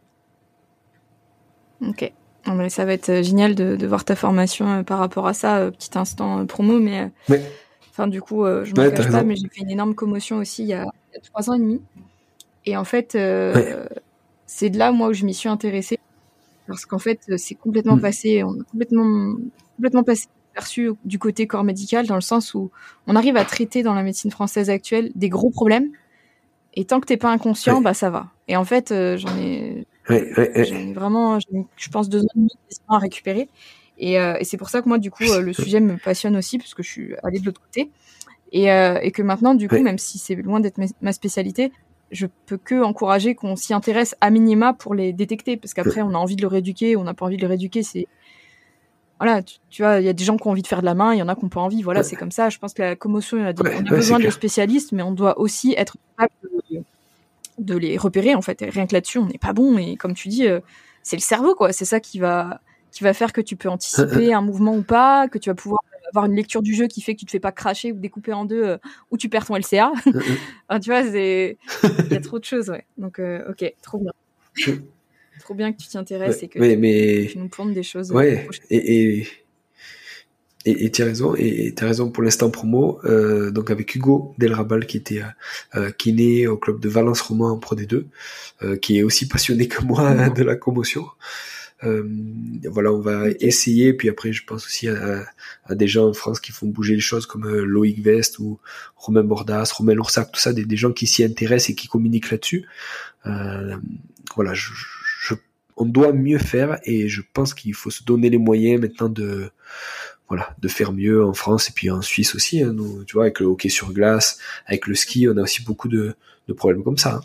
Ok, ça va être génial de, de voir ta formation par rapport à ça. Petit instant promo, mais ouais. Enfin, du coup, euh, je ne me cache pas, mais j'ai fait une énorme commotion aussi il y a, il y a trois ans et demi. Et en fait, euh, ouais. c'est de là moi où je m'y suis intéressée. Parce qu'en fait, c'est complètement mmh. passé, on a complètement, complètement passé perçu du côté corps médical, dans le sens où on arrive à traiter dans la médecine française actuelle des gros problèmes, et tant que t'es pas inconscient, ouais. bah ça va. Et en fait, euh, j'en ai, ouais, ouais, ouais. j'en ai vraiment, j'en ai, je pense, deux ans et demi à récupérer. Et, euh, et c'est pour ça que moi, du coup, euh, le sujet me passionne aussi, parce que je suis allée de l'autre côté. Et, euh, et que maintenant, du coup, ouais. même si c'est loin d'être ma spécialité, je peux que encourager qu'on s'y intéresse à minima pour les détecter, parce qu'après on a envie de le rééduquer, on n'a pas envie de le rééduquer, c'est voilà, tu, tu vois, il y a des gens qui ont envie de faire de la main, il y en a qui n'ont pas envie, voilà, ouais. c'est comme ça. Je pense que la commotion, il y a des, ouais, on a ouais, besoin de spécialistes, mais on doit aussi être capable de, de les repérer en fait. Et rien que là-dessus, on n'est pas bon, et comme tu dis, euh, c'est le cerveau quoi, c'est ça qui va qui va faire que tu peux anticiper un mouvement ou pas, que tu vas pouvoir avoir une lecture du jeu qui fait que tu te fais pas cracher ou découper en deux, euh, ou tu perds ton L C A. Enfin, tu vois, c'est, il y a trop de choses, ouais. Donc, euh, ok, trop bien. Trop bien que tu t'y intéresses ouais, et que ouais, tu, mais... tu nous pondes des choses. Ouais, et, et, et, et tu as raison, et tu as raison pour l'instant promo, euh, donc avec Hugo Delrabal qui était, euh, kiné au club de Valence Romain en Pro D deux, euh, qui est aussi passionné que moi mmh. de la commotion. Euh, voilà, on va okay. essayer, puis après je pense aussi à, à des gens en France qui font bouger les choses comme euh, Loïc Vest ou Romain Bordas, Romain Loursac, tout ça, des, des gens qui s'y intéressent et qui communiquent là-dessus. Euh, voilà, je, je, on doit mieux faire et je pense qu'il faut se donner les moyens maintenant de, voilà, de faire mieux en France et puis en Suisse aussi. Hein, nous, tu vois, avec le hockey sur glace, avec le ski, on a aussi beaucoup de, de problèmes comme ça. Hein.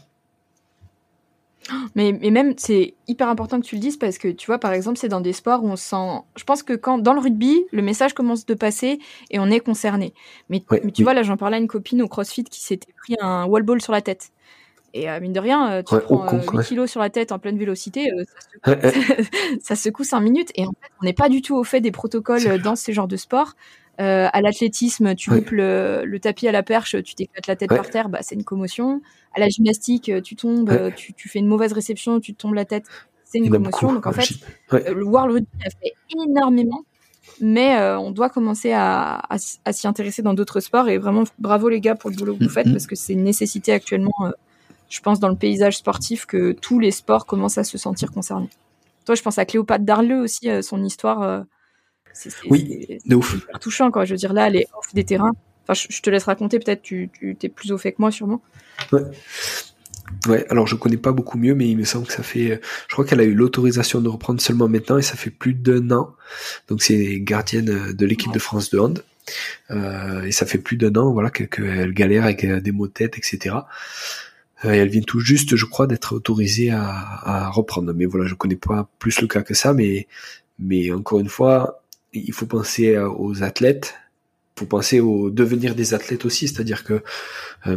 Mais, mais même, c'est hyper important que tu le dises parce que, tu vois, par exemple, c'est dans des sports où on sent... Je pense que quand, dans le rugby, le message commence de passer et on est concerné. Mais, ouais, mais tu oui. vois, là, j'en parlais à une copine au CrossFit qui s'était pris un wall ball sur la tête. Et euh, mine de rien, tu ouais, prends euh, huit kilos sur la tête en pleine vélocité, euh, ça, secoue, ouais, ça secoue cinq minutes. Et en fait, on n'est pas du tout au fait des protocoles dans ces genres de sports. Euh, à l'athlétisme, tu ouais. loupes le, le tapis à la perche, tu t'éclates la tête ouais. par terre, bah, c'est une commotion. À la gymnastique, tu tombes, ouais. tu, tu fais une mauvaise réception, tu te tombes la tête, c'est une commotion. Donc en fait, ouais. euh, le World Rugby a fait énormément, mais euh, on doit commencer à, à, à s'y intéresser dans d'autres sports. Et vraiment, bravo les gars pour le boulot que vous faites, mm-hmm. parce que c'est une nécessité actuellement, euh, je pense, dans le paysage sportif, que tous les sports commencent à se sentir concernés. Toi, je pense à Cléopâtre Darleux aussi, euh, son histoire... Euh, C'est, c'est, oui, c'est, de ouf. C'est super touchant, quoi. Je veux dire, là, elle est off des terrains. Enfin, je, je te laisse raconter, peut-être, tu, tu t'es plus au fait que moi, sûrement. Ouais. Ouais, alors je connais pas beaucoup mieux, mais il me semble que ça fait, je crois qu'elle a eu l'autorisation de reprendre seulement maintenant, et ça fait plus d'un an. Donc c'est gardienne de l'équipe ouais. de France de hand. Euh, et ça fait plus d'un an, voilà, qu'elle, qu'elle galère avec des maux de tête, et cetera. Euh, et elle vient tout juste, je crois, d'être autorisée à, à reprendre. Mais voilà, je connais pas plus le cas que ça, mais, mais encore une fois, il faut penser aux athlètes, il faut penser au devenir des athlètes aussi, c'est-à-dire que, euh,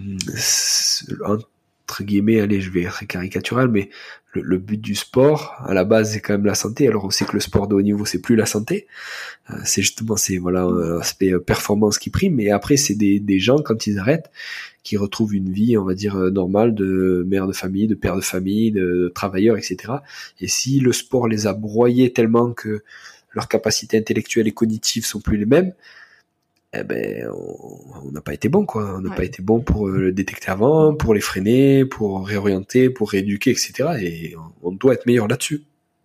entre guillemets, allez, je vais être caricatural, mais le, le but du sport, à la base, c'est quand même la santé. Alors on sait que le sport de haut niveau, c'est plus la santé, euh, c'est justement, c'est voilà, l'aspect performance qui prime, mais après, c'est des, des gens, quand ils arrêtent, qui retrouvent une vie, on va dire, normale de mère de famille, de père de famille, de travailleur, et cetera. Et si le sport les a broyés tellement que leurs capacités intellectuelles et cognitives sont plus les mêmes, eh ben, on n'a pas été bon, quoi. On n'a ouais. pas été bon pour le détecter avant, pour les freiner, pour réorienter, pour rééduquer, et cetera. Et on doit être meilleur là-dessus.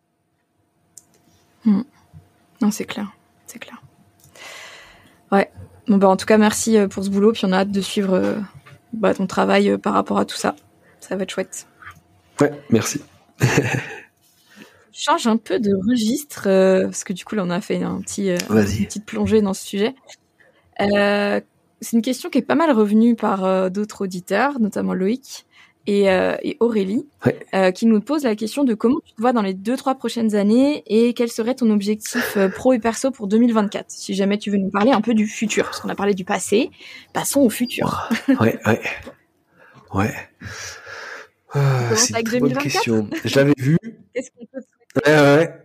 Mmh. Non, c'est clair. C'est clair. Ouais. Bon, bah, en tout cas, merci pour ce boulot. Puis on a hâte de suivre euh, bah, ton travail par rapport à tout ça. Ça va être chouette. Ouais, merci. Je change un peu de registre, euh, parce que du coup, là, on a fait un petit, euh, une petite plongée dans ce sujet. Euh, c'est une question qui est pas mal revenue par euh, d'autres auditeurs, notamment Loïc et, euh, et Aurélie, ouais. euh, qui nous posent la question de comment tu te vois dans les deux, trois prochaines années et quel serait ton objectif euh, pro et perso pour deux mille vingt-quatre. Si jamais tu veux nous parler un peu du futur, parce qu'on a parlé du passé, passons au futur. Ouais, ouais, ouais. Euh, c'est une très bonne question. Je l'avais vu. Qu'est-ce qu'on peut te souhaiter? Ouais, ouais.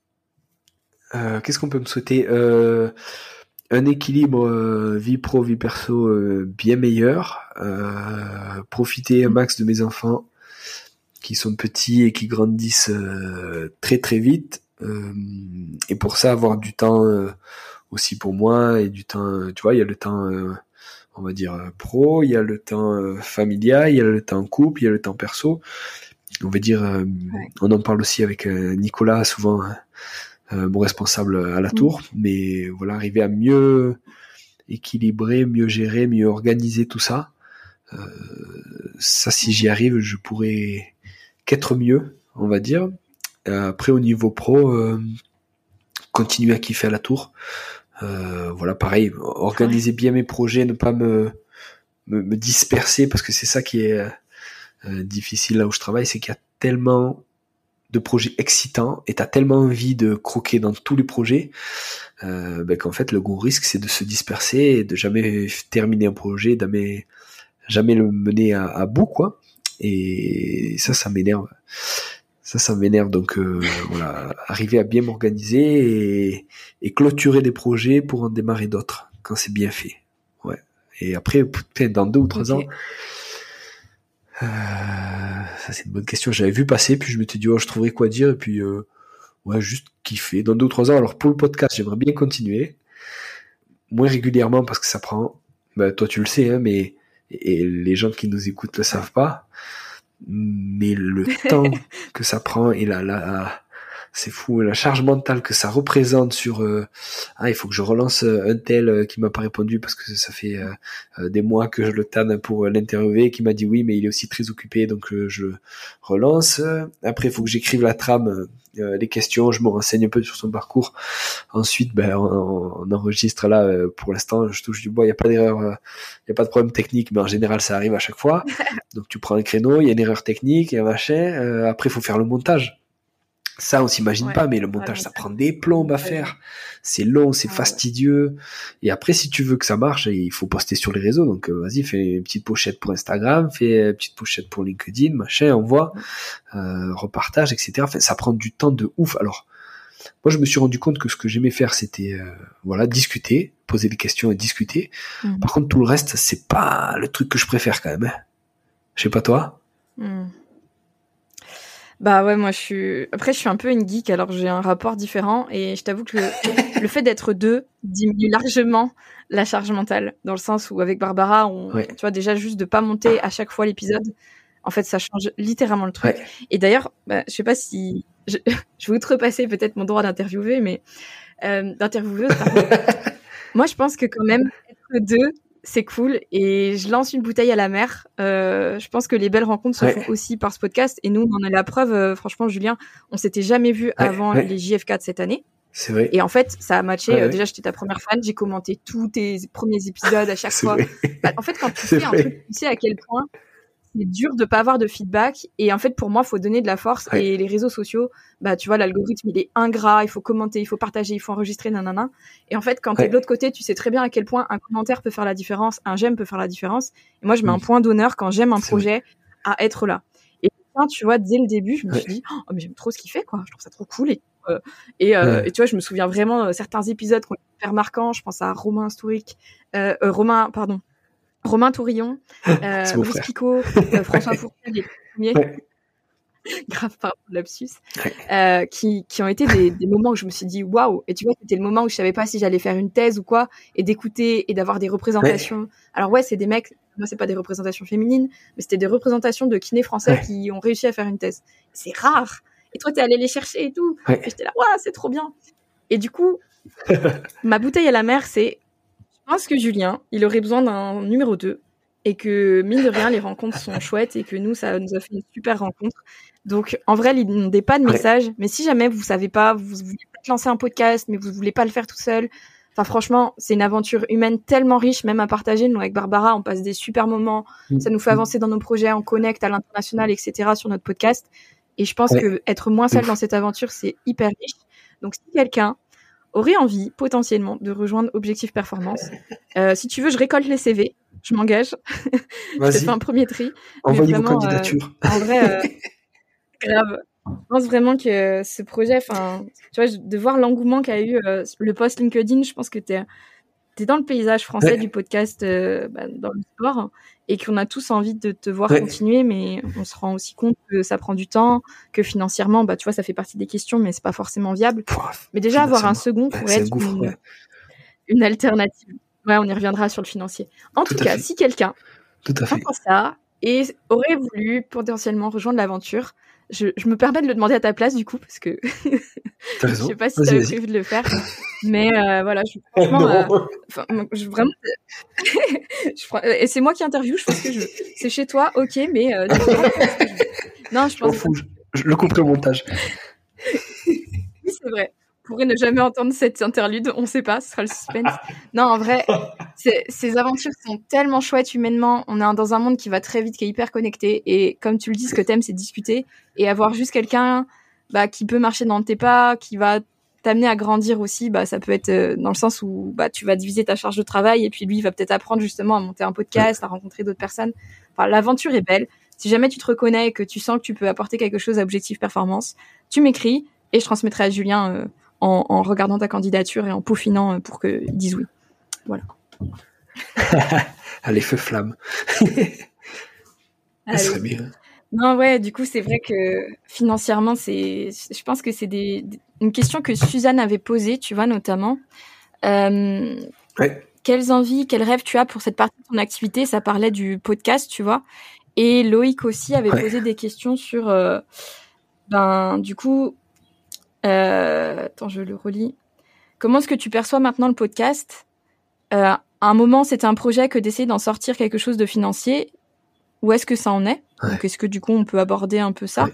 Euh, qu'est-ce qu'on peut me souhaiter euh, Un équilibre euh, vie pro, vie perso euh, bien meilleur. Euh, profiter un max de mes enfants qui sont petits et qui grandissent euh, très très vite. Euh, et pour ça, avoir du temps euh, aussi pour moi et du temps, tu vois, il y a le temps, euh, on va dire, pro, il y a le temps euh, familial, il y a le temps couple, il y a le temps perso. On va dire, euh, ouais. On en parle aussi avec euh, Nicolas souvent, hein, euh, mon responsable à la tour, mmh. mais voilà, arriver à mieux équilibrer, mieux gérer, mieux organiser tout ça. Euh, ça, si j'y arrive, je pourrais qu'être mieux, on va dire. Euh, après, au niveau pro, euh, continuer à kiffer à la tour. Euh, voilà, pareil, organiser bien mes projets, ne pas me, me, me disperser, parce que c'est ça qui est euh, difficile là où je travaille, c'est qu'il y a tellement de projets excitants et t'as tellement envie de croquer dans tous les projets euh, ben qu'en fait le gros risque c'est de se disperser et de jamais terminer un projet, jamais, jamais le mener à, à bout, quoi. Et ça, ça m'énerve. Ça, ça m'énerve. Donc euh, voilà, arriver à bien m'organiser et, et clôturer des projets pour en démarrer d'autres quand c'est bien fait. Ouais. Et après, peut-être dans deux ou trois okay. ans. Euh, ça c'est une bonne question. J'avais vu passer, puis je m'étais dit oh je trouverais quoi dire et puis euh, ouais juste kiffer. Dans deux ou trois ans. Alors pour le podcast, j'aimerais bien continuer, moins régulièrement parce que ça prend. Ben toi tu le sais, hein, mais et les gens qui nous écoutent le savent pas. Mais le temps que ça prend et la la c'est fou, la charge mentale que ça représente sur euh, ah il faut que je relance un tel euh, qui m'a pas répondu parce que ça fait euh, des mois que je le tanne pour l'interviewer, qui m'a dit oui mais il est aussi très occupé donc euh, je relance. Après il faut que j'écrive la trame, euh, les questions, je me renseigne un peu sur son parcours. Ensuite ben on, on enregistre là, euh, pour l'instant je touche du bois, il y a pas d'erreur, il euh, y a pas de problème technique, mais en général ça arrive à chaque fois. Donc tu prends un créneau, il y a une erreur technique et un machin, euh, après il faut faire le montage. Ça, on s'imagine ouais, pas, mais le montage, ouais, ça prend des plombes à faire. C'est long, c'est ouais, fastidieux. Ouais. Et après, si tu veux que ça marche, il faut poster sur les réseaux. Donc, euh, vas-y, fais une petite pochette pour Instagram, fais une petite pochette pour LinkedIn, machin, envoie, euh, repartage, et cetera. Enfin, ça prend du temps de ouf. Alors, moi, je me suis rendu compte que ce que j'aimais faire, c'était, euh, voilà, discuter, poser des questions et discuter. Mmh. Par contre, tout le reste, c'est pas le truc que je préfère quand même. Hein. Je sais pas toi. Mmh. Bah ouais, moi je suis. Après, je suis un peu une geek, alors j'ai un rapport différent et je t'avoue que le, le fait d'être deux diminue largement la charge mentale, dans le sens où avec Barbara, on, ouais. tu vois, déjà juste de pas monter à chaque fois l'épisode, en fait, ça change littéralement le truc. Ouais. Et d'ailleurs, bah, je sais pas si je, je vais outrepasser peut-être mon droit d'interviewer, mais euh, d'intervieweuse. Moi, je pense que quand même être deux, c'est cool et je lance une bouteille à la mer. Euh, je pense que les belles rencontres se ouais. font aussi par ce podcast et nous, on en a la preuve. Euh, franchement, Julien, on s'était jamais vu ouais, avant ouais. les J F K de cette année. C'est vrai. Et en fait, ça a matché. Ouais, euh, déjà, j'étais ta première fan. J'ai commenté tous tes premiers épisodes à chaque fois. Bah, en fait, quand tu c'est fais vrai. un truc, tu sais à quel point c'est dur de pas avoir de feedback. Et en fait, pour moi, il faut donner de la force. Ouais. Et les réseaux sociaux, bah, tu vois, l'algorithme, il est ingrat. Il faut commenter, il faut partager, il faut enregistrer, nanana. Et en fait, quand ouais. t'es de l'autre côté, tu sais très bien à quel point un commentaire peut faire la différence, un j'aime peut faire la différence. Et moi, je mets oui. un point d'honneur quand j'aime un c'est projet vrai. À être là. Et tu vois, dès le début, je me suis ouais. dit, oh, mais j'aime trop ce qu'il fait, quoi. Je trouve ça trop cool. Et, euh, et, euh, ouais. et tu vois, je me souviens vraiment euh, certains épisodes qui ont été hyper marquants. Je pense à Romain Stouric, euh, euh, Romain, pardon. Romain Tourillon, euh, Brice Picot, euh, François Fourcade, les premiers, ouais. grave par lapsus, ouais. euh, qui, qui ont été des, des moments où je me suis dit waouh. Et tu vois, c'était le moment où je savais pas si j'allais faire une thèse ou quoi, et d'écouter et d'avoir des représentations. Ouais. Alors ouais, c'est des mecs, moi c'est pas des représentations féminines, mais c'était des représentations de kinés français ouais. qui ont réussi à faire une thèse. C'est rare. Et toi, t'es allé les chercher et tout. Ouais. Et j'étais là, waouh, c'est trop bien. Et du coup, ma bouteille à la mer, c'est je pense que Julien, il aurait besoin d'un numéro deux et que, mine de rien, les rencontres sont chouettes et que nous, ça nous a fait une super rencontre. Donc, en vrai, n'inondez pas de messages. Ouais. Mais si jamais vous savez pas, vous voulez peut-être lancer un podcast, mais vous voulez pas le faire tout seul. Enfin, franchement, c'est une aventure humaine tellement riche, même à partager. Nous, avec Barbara, on passe des super moments. Mmh. Ça nous fait avancer dans nos projets, on connecte à l'international, et cetera sur notre podcast. Et je pense ouais. que être moins seul dans cette aventure, c'est hyper riche. Donc, si quelqu'un aurait envie, potentiellement, de rejoindre Objectif Performance. Euh, si tu veux, je récolte les C V. Je m'engage. Je te fais un premier tri. Envoyez vos candidatures. Euh, en vrai, euh, grave. Je pense vraiment que ce projet, enfin, tu vois, de voir l'engouement qu'a eu euh, le post LinkedIn, je pense que t'es, t'es dans le paysage français ouais. du podcast euh, bah, dans le sport et qu'on a tous envie de te voir ouais. continuer, mais on se rend aussi compte que ça prend du temps, que financièrement, bah, tu vois, ça fait partie des questions, mais c'est pas forcément viable. Pouah, mais déjà, avoir un second pourrait être gouffre, une, ouais. une alternative. Ouais, on y reviendra sur le financier. En tout, tout cas, fait. Si quelqu'un entend ça et aurait voulu potentiellement rejoindre l'aventure, je, je me permets de le demander à ta place, du coup, parce que je sais pas si tu avais prévu de le faire, mais euh, voilà, je, franchement, euh, je, vraiment, je, et c'est moi qui interviewe, je fais ce que je veux. C'est chez toi, ok, mais euh, non, je pense. Je fous, je, je le couperai au montage. Oui, c'est vrai. Vous pourrez ne jamais entendre cette interlude, on sait pas, ce sera le suspense. Non, en vrai, c'est, ces aventures sont tellement chouettes humainement. On est dans un monde qui va très vite, qui est hyper connecté. Et comme tu le dis, ce que t'aimes, c'est discuter. Et avoir juste quelqu'un bah, qui peut marcher dans tes pas, qui va t'amener à grandir aussi, bah, ça peut être euh, dans le sens où bah, tu vas diviser ta charge de travail et puis lui, il va peut-être apprendre justement à monter un podcast, à rencontrer d'autres personnes. Enfin, l'aventure est belle. Si jamais tu te reconnais et que tu sens que tu peux apporter quelque chose à Objectif Performance, tu m'écris et je transmettrai à Julien euh, En, en regardant ta candidature et en peaufinant pour qu'ils disent oui. Voilà. Allez, feu flamme. Ça serait bien. Non, ouais, du coup, c'est vrai que financièrement, c'est, je pense que c'est des, une question que Suzanne avait posée, tu vois, notamment. Euh, ouais. Quelles envies, quels rêves tu as pour cette partie de ton activité? Ça parlait du podcast, tu vois. Et Loïc aussi avait ouais. posé des questions sur, euh, ben, du coup, Euh, attends, je le relis. Comment est-ce que tu perçois maintenant le podcast? euh, À un moment, c'était un projet que d'essayer d'en sortir quelque chose de financier. Où est-ce que ça en est? Ouais. Donc, est-ce que du coup, on peut aborder un peu ça? Ouais.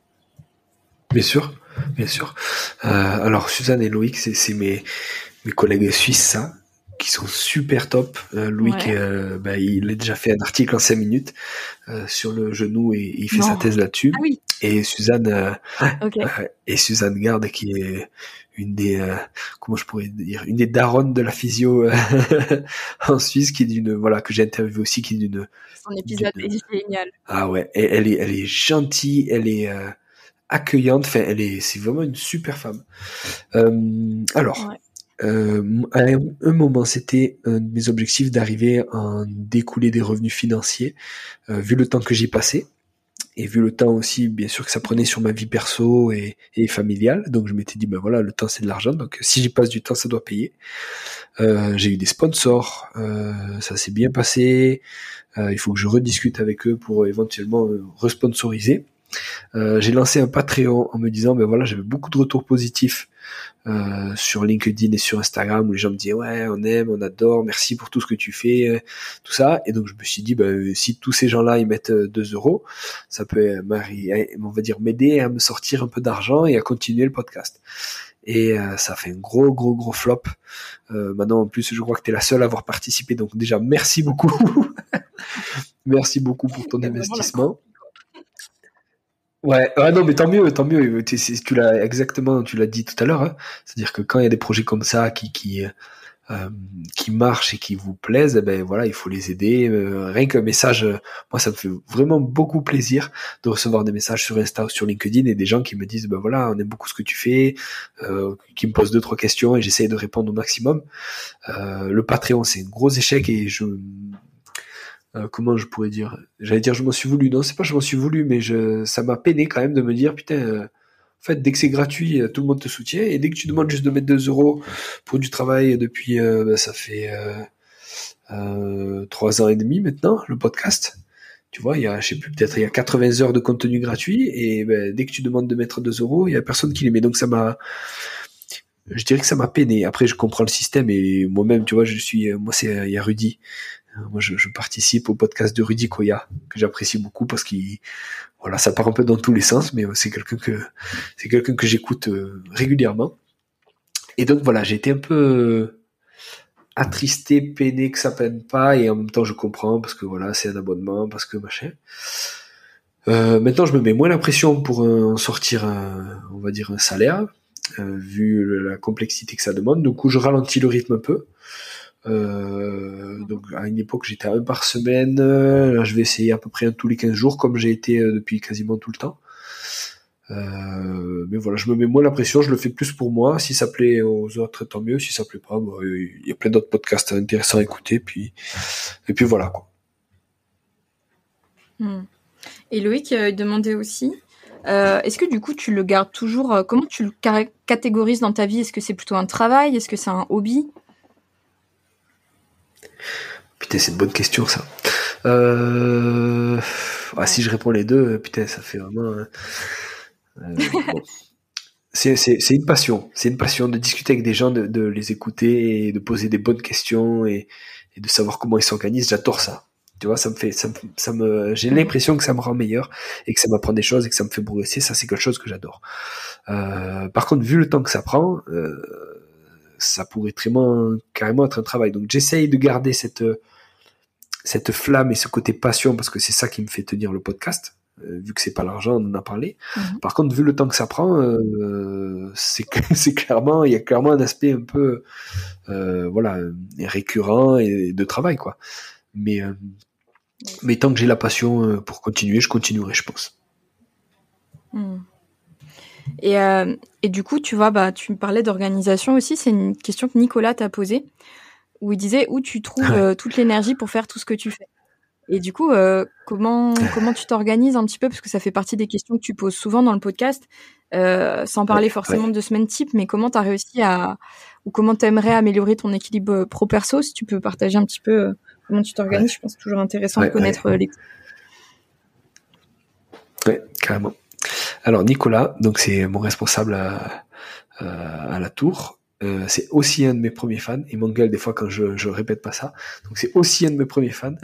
Bien sûr, bien sûr. Euh, alors, Suzanne et Loïc, c'est, c'est mes, mes collègues suisses, ça, qui sont super top. Euh, Loïc, ouais. euh, bah, il a déjà fait un article en cinq minutes euh, sur le genou et, et il fait non. sa thèse là-dessus. Ah oui. Et Suzanne, euh, okay. euh, et Suzanne Garde, qui est une des, euh, comment je pourrais dire, une des daronnes de la physio euh, en Suisse, qui est d'une, voilà, que j'ai interviewé aussi, qui est d'une. Son épisode d'une, est génial. Ah ouais, et elle est, elle est gentille, elle est euh, accueillante. Enfin, elle est, c'est vraiment une super femme. Euh, alors. Ouais. Euh, à un moment, c'était un de mes objectifs d'arriver à en découler des revenus financiers, euh, vu le temps que j'y passais. Et vu le temps aussi, bien sûr, que ça prenait sur ma vie perso et, et familiale. Donc, je m'étais dit, ben voilà, le temps, c'est de l'argent. Donc, si j'y passe du temps, ça doit payer. Euh, j'ai eu des sponsors. Euh, ça s'est bien passé. Euh, il faut que je rediscute avec eux pour éventuellement euh, responsoriser. Euh, j'ai lancé un Patreon en me disant, ben voilà, j'avais beaucoup de retours positifs euh, sur LinkedIn et sur Instagram où les gens me disaient ouais, on aime, on adore, merci pour tout ce que tu fais, euh, tout ça. Et donc je me suis dit, ben si tous ces gens-là ils mettent deux euros, ça peut, on va dire, m'aider à me sortir un peu d'argent et à continuer le podcast. Et euh, ça fait un gros gros gros flop. Euh, maintenant en plus je crois que t'es la seule à avoir participé, donc déjà merci beaucoup. Merci beaucoup pour ton investissement. Ouais, ah non, mais tant mieux, tant mieux. Tu, tu l'as exactement, tu l'as dit tout à l'heure. Hein. C'est-à-dire que quand il y a des projets comme ça qui qui euh, qui marchent et qui vous plaisent, eh ben voilà, il faut les aider. Euh, rien qu'un message, euh, moi, ça me fait vraiment beaucoup plaisir de recevoir des messages sur Insta ou sur LinkedIn et des gens qui me disent, ben voilà, on aime beaucoup ce que tu fais, euh, qui me posent deux trois questions et j'essaie de répondre au maximum. Euh, le Patreon, c'est un gros échec et je Euh, comment je pourrais dire, j'allais dire je m'en suis voulu, non c'est pas je m'en suis voulu, mais je, ça m'a peiné quand même de me dire putain, euh, en fait dès que c'est gratuit, tout le monde te soutient, et dès que tu demandes juste de mettre deux euros pour du travail depuis, euh, bah, ça fait euh, euh, trois ans et demi maintenant, le podcast, tu vois, il y a, je sais plus, peut-être il y a quatre-vingts heures de contenu gratuit, et bah, dès que tu demandes de mettre deux euros, il y a personne qui les met, donc ça m'a, je dirais que ça m'a peiné. Après je comprends le système, et moi-même, tu vois, je suis, moi c'est, il y a Rudy. Moi, je, je participe au podcast de Rudy Koya, que j'apprécie beaucoup parce qu'il, voilà, ça part un peu dans tous les sens, mais c'est quelqu'un que, c'est quelqu'un que j'écoute euh, régulièrement. Et donc voilà, j'ai été un peu attristé, peiné que ça peine pas, et en même temps je comprends parce que voilà, c'est un abonnement, parce que machin. Euh, maintenant, je me mets moins la pression pour en sortir un, on va dire un salaire, euh, vu la complexité que ça demande. Du coup, je ralentis le rythme un peu. Euh, donc à une époque j'étais à un par semaine, là je vais essayer à peu près un tous les quinze jours comme j'ai été depuis quasiment tout le temps. Euh, mais voilà, je me mets moins la pression, je le fais plus pour moi. Si ça plaît aux autres, tant mieux. Si ça plaît pas, bah, il y a plein d'autres podcasts intéressants à écouter. Puis et puis voilà quoi. Hmm. Et Loïc euh, demandait aussi, euh, est-ce que du coup tu le gardes toujours, euh, comment tu le catégorises dans ta vie? Est-ce que c'est plutôt un travail? Est-ce que c'est un hobby? Putain, c'est une bonne question ça. Euh... Ah, si je réponds les deux, putain, ça fait vraiment. Euh, bon. C'est, c'est, c'est une passion. C'est une passion de discuter avec des gens, de, de les écouter et de poser des bonnes questions et, et de savoir comment ils s'organisent. J'adore ça. Tu vois, ça me fait, ça me, ça me, j'ai l'impression que ça me rend meilleur et que ça m'apprend des choses et que ça me fait progresser. Ça, c'est quelque chose que j'adore. Euh, par contre, vu le temps que ça prend, euh, ça pourrait vraiment, carrément être un travail. Donc, j'essaye de garder cette, cette flamme et ce côté passion parce que c'est ça qui me fait tenir le podcast. Euh, vu que c'est pas l'argent, on en a parlé. Mmh. Par contre, vu le temps que ça prend, euh, c'est, c'est clairement, il y a clairement un aspect un peu, euh, voilà, récurrent et de travail, quoi. Mais, euh, mais tant que j'ai la passion pour continuer, je continuerai, je pense. Mmh. Et, euh, et du coup, tu vois, bah, tu me parlais d'organisation aussi. C'est une question que Nicolas t'a posée, où il disait où tu trouves ouais. euh, toute l'énergie pour faire tout ce que tu fais. Et du coup, euh, comment comment tu t'organises un petit peu, parce que ça fait partie des questions que tu poses souvent dans le podcast, euh, sans parler ouais, forcément ouais. de semaine type, mais comment tu as réussi à, ou comment tu aimerais améliorer ton équilibre pro-perso, si tu peux partager un petit peu euh, comment tu t'organises. Ouais. Je pense que c'est toujours intéressant ouais, de connaître ouais. les... Oui, carrément. Alors Nicolas, donc c'est mon responsable à, à, à la tour. Euh, c'est aussi un de mes premiers fans. Il m'engueule des fois quand je, je répète pas ça. Donc c'est aussi un de mes premiers fans.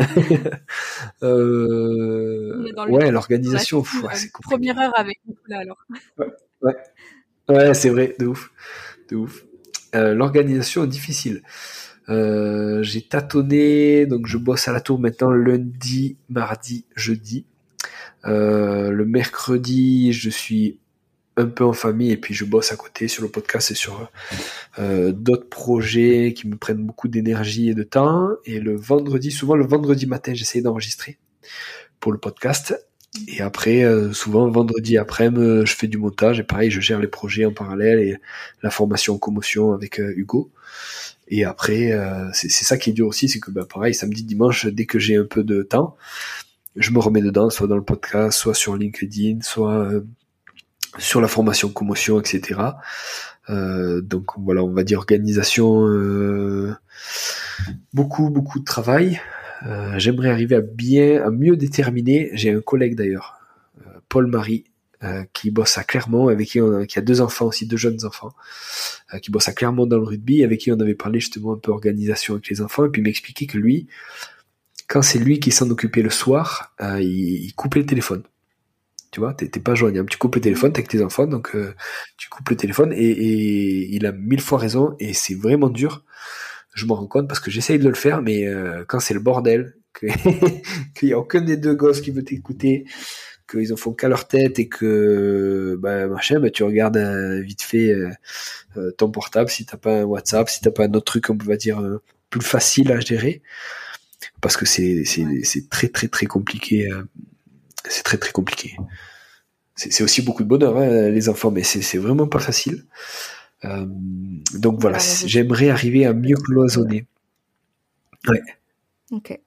euh, ouais, l'organisation, pff, ouais, c'est compliqué. Première heure avec Nicolas alors. Ouais, ouais. ouais c'est vrai, de ouf, de ouf. Euh, l'organisation est difficile. Euh, j'ai tâtonné, donc je bosse à la tour maintenant lundi, mardi, jeudi. Euh, le mercredi, je suis un peu en famille et puis je bosse à côté sur le podcast et sur euh, d'autres projets qui me prennent beaucoup d'énergie et de temps. Et le vendredi, souvent le vendredi matin, j'essaie d'enregistrer pour le podcast. Et après, euh, souvent vendredi après-midi, je fais du montage et pareil, je gère les projets en parallèle et la formation en commotion avec euh, Hugo. Et après, euh, c'est, c'est ça qui est dur aussi, c'est que bah, pareil, samedi, dimanche, dès que j'ai un peu de temps, je me remets dedans, soit dans le podcast, soit sur LinkedIn, soit euh, sur la formation commotion, et cetera. Euh, donc voilà, on va dire organisation, euh, beaucoup, beaucoup de travail. Euh, j'aimerais arriver à bien, à mieux déterminer. J'ai un collègue d'ailleurs, euh, Paul-Marie, euh, qui bosse à Clermont, avec qui on a, qui a deux enfants aussi, deux jeunes enfants, euh, qui bosse à Clermont dans le rugby, avec qui on avait parlé justement un peu organisation avec les enfants, et puis il m'expliquait que lui, quand c'est lui qui s'en occupait le soir, euh, il, il coupait le téléphone. Tu vois, t'es, t'es pas joignable. Tu coupes le téléphone, t'es avec tes enfants, donc euh, tu coupes le téléphone, et, et il a mille fois raison, et c'est vraiment dur. Je m'en rends compte parce que j'essaye de le faire, mais euh, quand c'est le bordel, qu'il y a aucun des deux gosses qui veut t'écouter, qu'ils en font qu'à leur tête et que bah machin, bah tu regardes euh, vite fait euh, euh, ton portable si t'as pas un WhatsApp, si t'as pas un autre truc on va dire euh, plus facile à gérer, parce que c'est c'est c'est très très très compliqué, euh, c'est très très compliqué. C'est, c'est aussi beaucoup de bonheur hein, les enfants, mais c'est c'est vraiment pas facile. Euh, donc voilà, Alors, j'aimerais arriver à mieux cloisonner. Ouais. Ok.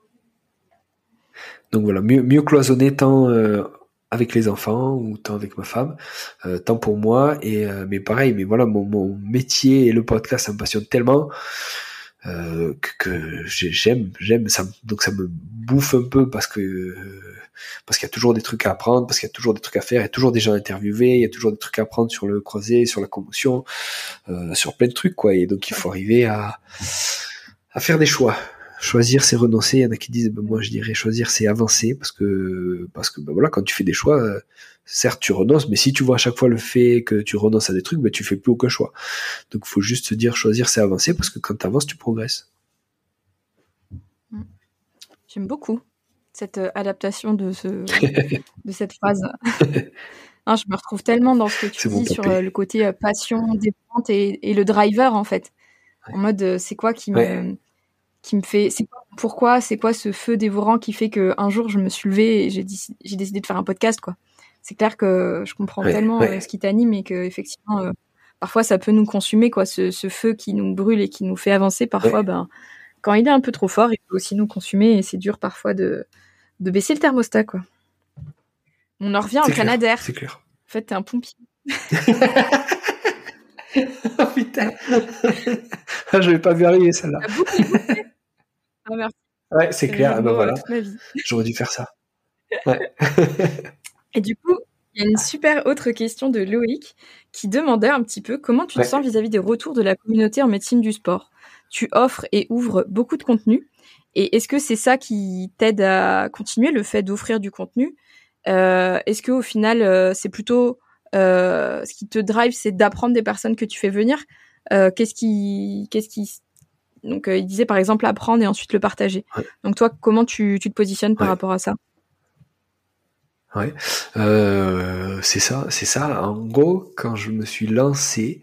Donc voilà, mieux, mieux cloisonner tant euh, avec les enfants ou tant avec ma femme, euh, tant pour moi. Et euh, mais pareil, mais voilà, mon, mon métier et le podcast, ça me passionne tellement euh, que, que j'aime, j'aime. Ça, donc ça me bouffe un peu parce que euh, parce qu'il y a toujours des trucs à apprendre, parce qu'il y a toujours des trucs à faire, il y a toujours des gens à interviewer, il y a toujours des trucs à apprendre sur le croisé, sur la commotion, euh, sur plein de trucs quoi. Et donc il faut arriver à à faire des choix. Choisir, c'est renoncer. Il y en a qui disent, ben moi je dirais choisir, c'est avancer, parce que parce que ben voilà, quand tu fais des choix, euh, certes tu renonces, mais si tu vois à chaque fois le fait que tu renonces à des trucs, ben tu fais plus aucun choix. Donc il faut juste se dire choisir, c'est avancer, parce que quand tu avances, tu progresses. J'aime beaucoup cette euh, adaptation de ce de cette phrase. Hein, je me retrouve tellement dans ce que tu C'est dis bon, sur euh, le côté euh, passion, détente et, et le driver en fait. Ouais. En mode euh, c'est quoi qui me ouais. qui me fait c'est quoi, pourquoi c'est quoi ce feu dévorant qui fait que un jour je me suis levée et j'ai dit, j'ai décidé de faire un podcast quoi. C'est clair que je comprends ouais, tellement ouais. Euh, ce qui t'anime et que effectivement euh, parfois ça peut nous consumer quoi, ce, ce feu qui nous brûle et qui nous fait avancer parfois ouais. ben quand il est un peu trop fort, il peut aussi nous consumer et c'est dur parfois de de baisser le thermostat quoi. On en revient c'est au Canadair. C'est clair. En fait, t'es un pompier. Oh putain. Je vais pas vérifier celle-là. Ah, merci. Ouais, c'est clair. Ah, ben voilà. Toute ma vie. J'aurais dû faire ça. Ouais. Et du coup, il y a une super autre question de Loïc qui demandait un petit peu comment tu te ouais. sens vis-à-vis des retours de la communauté en médecine du sport. Tu offres et ouvres beaucoup de contenu. Et est-ce que c'est ça qui t'aide à continuer, le fait d'offrir du contenu ? Euh, est-ce que au final euh, c'est plutôt euh, ce qui te drive, c'est d'apprendre des personnes que tu fais venir. Euh, qu'est-ce qui, qu'est-ce qui, donc euh, il disait par exemple apprendre et ensuite le partager. Ouais. Donc toi, comment tu, tu te positionnes par ouais. rapport à ça ? Ouais, euh, c'est ça, c'est ça. En gros, quand je me suis lancé,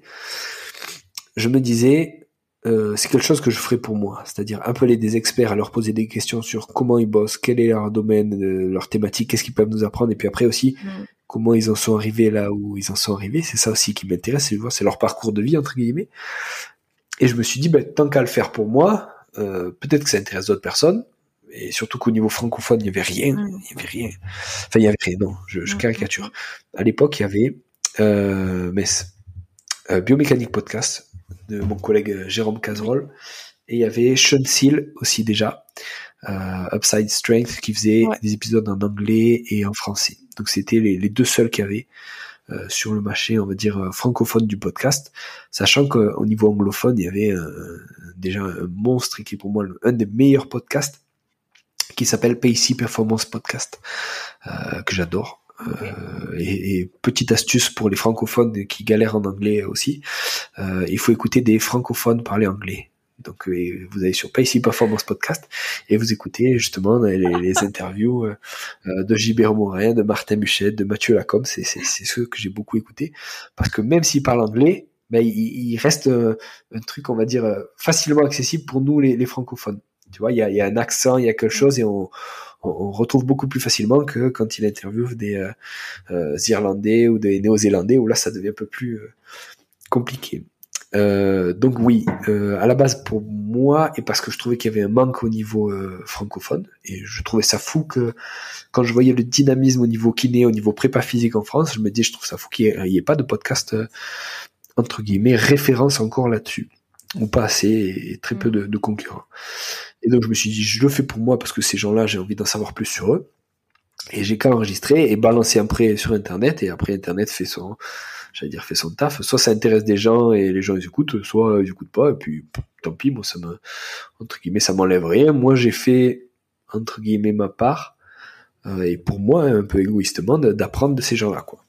je me disais. Euh, c'est quelque chose que je ferais pour moi, c'est-à-dire appeler des experts, à leur poser des questions sur comment ils bossent, quel est leur domaine, euh, leur thématique, qu'est-ce qu'ils peuvent nous apprendre, et puis après aussi mmh. comment ils en sont arrivés là où ils en sont arrivés. C'est ça aussi qui m'intéresse, c'est, c'est leur parcours de vie entre guillemets. Et je me suis dit, ben, tant qu'à le faire pour moi, euh, peut-être que ça intéresse d'autres personnes, et surtout qu'au niveau francophone, il n'y avait rien, mmh. il n'y avait rien. Enfin, il n'y avait rien, non, je, je caricature. À l'époque, il y avait euh, mais, euh, Biomécanique Podcast de mon collègue Jérôme Cazerolle, et il y avait Sean Seal aussi déjà, euh, Upside Strength, qui faisait ouais. des épisodes en anglais et en français. Donc c'était les, les deux seuls qu'il y avait euh, sur le marché, on va dire, euh, francophone du podcast, sachant qu'au niveau anglophone, il y avait euh, déjà un monstre qui est pour moi un des meilleurs podcasts, qui s'appelle Pacey Performance Podcast, euh, que j'adore. Euh, et, et petite astuce pour les francophones qui galèrent en anglais aussi, euh, il faut écouter des francophones parler anglais. Donc euh, vous allez sur Pacey Performance Podcast et vous écoutez justement les, les interviews euh, de Gilbert Morin, de Martin Buchette, de Mathieu Lacombe. C'est, c'est, c'est ceux que j'ai beaucoup écouté, parce que même s'ils parlent anglais, ben, il, il reste euh, un truc, on va dire, euh, facilement accessible pour nous les, les francophones. Tu vois, il y a, il y a un accent, il y a quelque chose, et on on retrouve beaucoup plus facilement que quand il interviewe des euh, euh, Irlandais ou des Néo-Zélandais, où là ça devient un peu plus euh, compliqué. Euh, donc oui, euh, à la base pour moi, et parce que je trouvais qu'il y avait un manque au niveau euh, francophone, et je trouvais ça fou que quand je voyais le dynamisme au niveau kiné, au niveau prépa physique en France, je me dis je trouve ça fou qu'il n'y ait, ait pas de podcast euh, entre guillemets référence encore là-dessus, ou pas assez, et très peu de, de concurrents. Et donc je me suis dit, je le fais pour moi parce que ces gens-là, j'ai envie d'en savoir plus sur eux. Et j'ai qu'à enregistrer et balancer après sur Internet, et après Internet fait son, j'allais dire, fait son taf. Soit ça intéresse des gens et les gens ils écoutent, soit ils écoutent pas, et puis tant pis, moi ça me, entre guillemets, ça m'enlève rien. Moi j'ai fait, entre guillemets, ma part, euh, et pour moi, un peu égoïstement, d'apprendre de ces gens-là, quoi.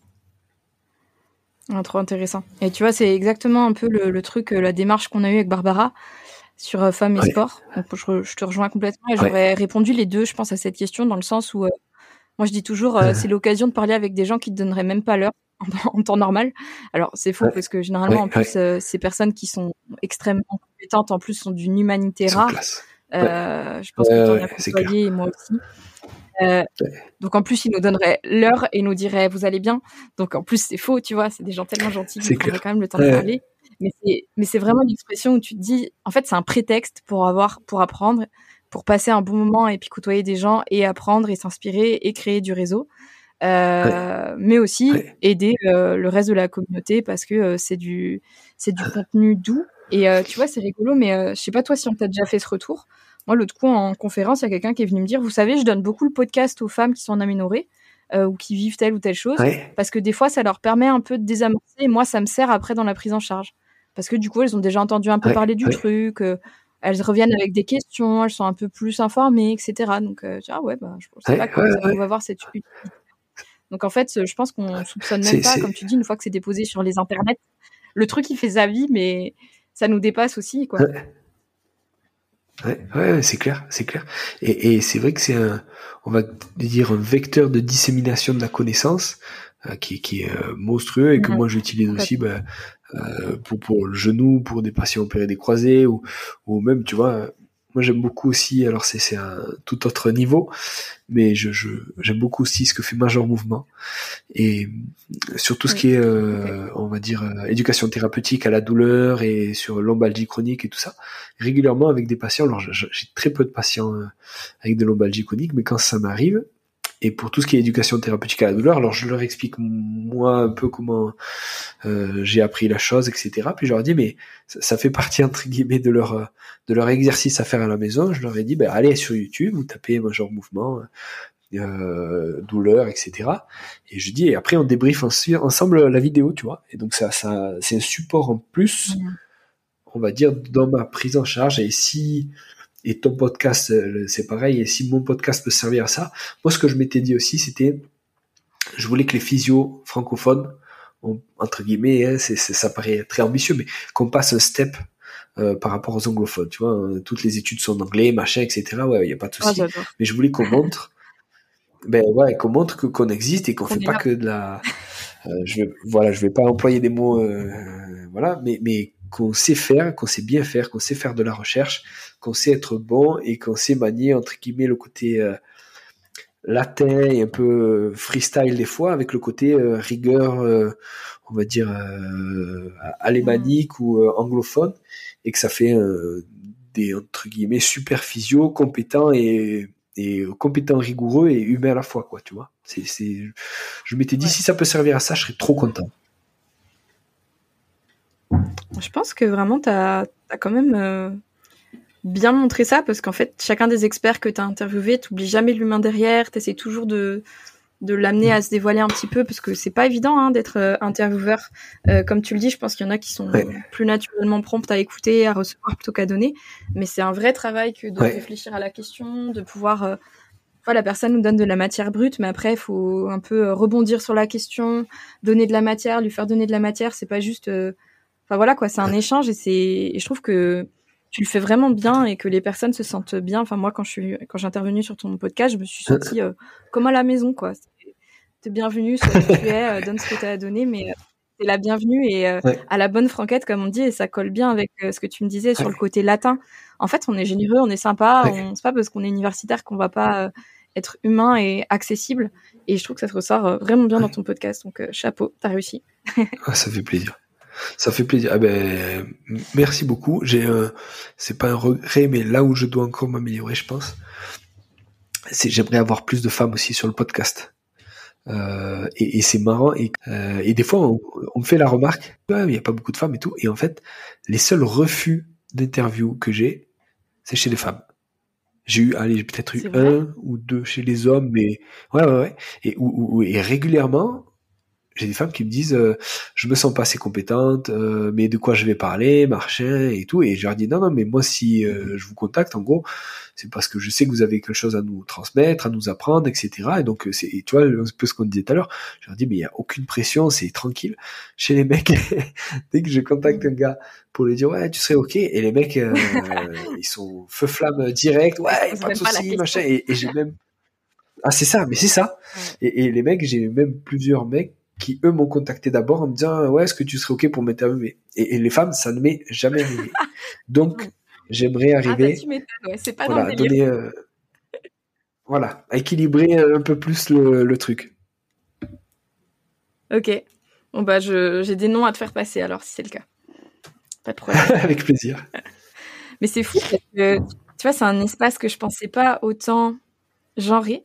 Ah, trop intéressant. Et tu vois, c'est exactement un peu le, le truc, la démarche qu'on a eue avec Barbara. sur euh, femmes et Ouais. sport. Donc je, je te rejoins complètement et j'aurais Ouais. répondu les deux, je pense, à cette question dans le sens où euh, moi je dis toujours euh, Euh, c'est l'occasion de parler avec des gens qui te donneraient même pas l'heure en, en temps normal. Alors c'est faux ouais. parce que généralement en Ouais. plus Ouais. euh, ces personnes qui sont extrêmement compétentes en plus sont d'une humanité Ils sont rare. classe. Ouais. Euh, je pense Ouais, que tu en ouais, as c'est clair. côtoyé et moi aussi. Euh, Ouais. donc en plus ils nous donneraient l'heure et ils nous diraient vous allez bien. Donc en plus c'est faux, tu vois, c'est des gens tellement gentils qui C'est prendraient clair. quand même le temps de Ouais. parler. Mais c'est mais c'est vraiment une expression où tu te dis en fait c'est un prétexte pour avoir pour apprendre, pour passer un bon moment et puis côtoyer des gens et apprendre et s'inspirer et créer du réseau. Euh, Ouais. mais aussi Ouais. aider euh, le reste de la communauté parce que euh, c'est du c'est du contenu doux et euh, tu vois c'est rigolo mais euh, je sais pas toi si on t'a déjà fait ce retour. Moi l'autre coup en conférence il y a quelqu'un qui est venu me dire vous savez je donne beaucoup le podcast aux femmes qui sont en aménorrhée euh, ou qui vivent telle ou telle chose Ouais. parce que des fois ça leur permet un peu de désamorcer et moi ça me sert après dans la prise en charge parce que du coup elles ont déjà entendu un peu Ouais. parler du Ouais. truc euh, elles reviennent avec des questions elles sont un peu plus informées etc donc euh, ah ouais bah je sais Ouais. pas que Ouais. ça Ouais. pouvait avoir cette utilité. Donc en fait, je pense qu'on soupçonne même C'est, pas, c'est... comme tu dis, une fois que c'est déposé sur les internets, le truc il fait sa vie, mais ça nous dépasse aussi, quoi. Ouais. Ouais, ouais, c'est clair, c'est clair. Et, et c'est vrai que c'est un, on va dire un vecteur de dissémination de la connaissance euh, qui, qui est euh, monstrueux et que Mmh. moi j'utilise aussi Complètement. bah, euh, pour pour le genou, pour des patients opérés des croisés ou ou même tu vois, euh, moi j'aime beaucoup aussi. Alors c'est c'est un tout autre niveau, mais je je j'aime beaucoup aussi ce que fait Major Mouvement et sur tout ce Oui. qui est, Ok. euh, on va dire, euh, éducation thérapeutique à la douleur et sur lombalgie chronique et tout ça, régulièrement avec des patients. Alors, je- je- j'ai très peu de patients euh, avec de lombalgie chronique, mais quand ça m'arrive, et pour tout ce qui est éducation thérapeutique à la douleur, alors je leur explique moi un peu comment euh, j'ai appris la chose, et cetera. Puis je leur dis, mais ça, ça fait partie entre guillemets de leur euh, de leur exercice à faire à la maison. Je leur ai dit, ben allez sur YouTube, vous tapez Major Mouvement. Euh, douleur, et cetera. Et je dis, et après on débriefe ensemble la vidéo, tu vois. Et donc ça, ça, c'est un support en plus, Mmh. on va dire, dans ma prise en charge. Et si, et ton podcast, c'est pareil. Et si mon podcast peut servir à ça, moi ce que je m'étais dit aussi, c'était, je voulais que les physios francophones, on, entre guillemets, hein, c'est, c'est, ça paraît très ambitieux, mais qu'on passe un step euh, par rapport aux anglophones, tu vois. Hein, toutes les études sont en anglais, machin, et cetera. Ouais, il y a pas de Ah, souci. j'adore. Mais je voulais qu'on montre ben ouais, qu'on montre que qu'on existe et qu'on Qu'on fait est pas là. que de la euh, je vais voilà, je vais pas employer des mots euh, voilà, mais mais qu'on sait faire, qu'on sait bien faire, qu'on sait faire de la recherche, qu'on sait être bon et qu'on sait manier entre guillemets le côté euh, latin et un peu freestyle des fois avec le côté euh, rigueur euh, on va dire euh, alémanique mmh. ou euh, anglophone et que ça fait euh, des entre guillemets super physio compétents et et compétent, rigoureux et humain à la fois, quoi, tu vois. C'est, c'est... Je m'étais dit, ouais. Si ça peut servir à ça, je serais trop content. Je pense que vraiment, tu as quand même euh, bien montré ça, parce qu'en fait, chacun des experts que tu as interviewé, tu n'oublies jamais l'humain derrière, tu essaies toujours de, de l'amener à se dévoiler un petit peu, parce que c'est pas évident hein, d'être euh, intervieweur. Euh, comme tu le dis, je pense qu'il y en a qui sont ouais. plus naturellement promptes à écouter, à recevoir plutôt qu'à donner. Mais c'est un vrai travail que de ouais. réfléchir à la question, de pouvoir... Euh, la personne nous donne de la matière brute, mais après, il faut un peu rebondir sur la question, donner de la matière, lui faire donner de la matière. C'est pas juste... Euh... Enfin voilà, quoi, c'est un échange et, c'est... et je trouve que tu le fais vraiment bien et que les personnes se sentent bien. Enfin, moi, quand, je suis... quand j'ai intervenu sur ton podcast, je me suis sentie euh, comme à la maison, quoi. T'es bienvenue, sois qui tu es, euh, donne ce que tu as à donner, mais euh, t'es la bienvenue et euh, ouais. à la bonne franquette, comme on dit, et ça colle bien avec euh, ce que tu me disais sur ouais. le côté latin. En fait, on est généreux, on est sympa, ouais. on... c'est pas parce qu'on est universitaire qu'on va pas... Euh, être humain et accessible, et je trouve que ça se ressort vraiment bien dans ton podcast, donc euh, chapeau, t'as réussi. Ah, ça fait plaisir, ça fait plaisir. Ah ben, merci beaucoup. J'ai un, c'est pas un regret, mais là où je dois encore m'améliorer, je pense, c'est j'aimerais avoir plus de femmes aussi sur le podcast. Euh, et, et c'est marrant, et, euh, et des fois on, on me fait la remarque, il n'y a pas beaucoup de femmes et tout, et en fait, les seuls refus d'interview que j'ai, c'est chez les femmes. J'ai eu, allez, j'ai peut-être eu un ou deux chez les hommes, mais ouais, ouais, ouais. Et, ou, ou, et régulièrement, j'ai des femmes qui me disent euh, je me sens pas assez compétente, euh, mais de quoi je vais parler, machin et tout, et je leur dis non non mais moi si euh, je vous contacte en gros c'est parce que je sais que vous avez quelque chose à nous transmettre, à nous apprendre, et cetera. Et donc c'est, tu vois, un peu ce qu'on disait tout à l'heure, je leur dis mais il y a aucune pression, c'est tranquille. Chez les mecs, dès que je contacte un gars pour lui dire ouais tu serais ok, et les mecs euh, ils sont feu flamme direct, ouais pas de souci machin, et, et j'ai même ah c'est ça, mais c'est ça. Ouais. Et, et les mecs, j'ai même plusieurs mecs qui eux m'ont contacté d'abord en me disant ouais est-ce que tu serais ok pour m'interviewer, et, et les femmes ça ne m'est jamais arrivé. Donc j'aimerais arriver, ah bah tu m'étonnes, ouais, c'est pas voilà, dans le délire. donner euh, voilà, à équilibrer un peu plus le, le truc. Ok, bon bah je, j'ai des noms à te faire passer alors si c'est le cas, pas de problème. Avec plaisir. Mais c'est fou parce que tu vois c'est un espace que je pensais pas autant genré,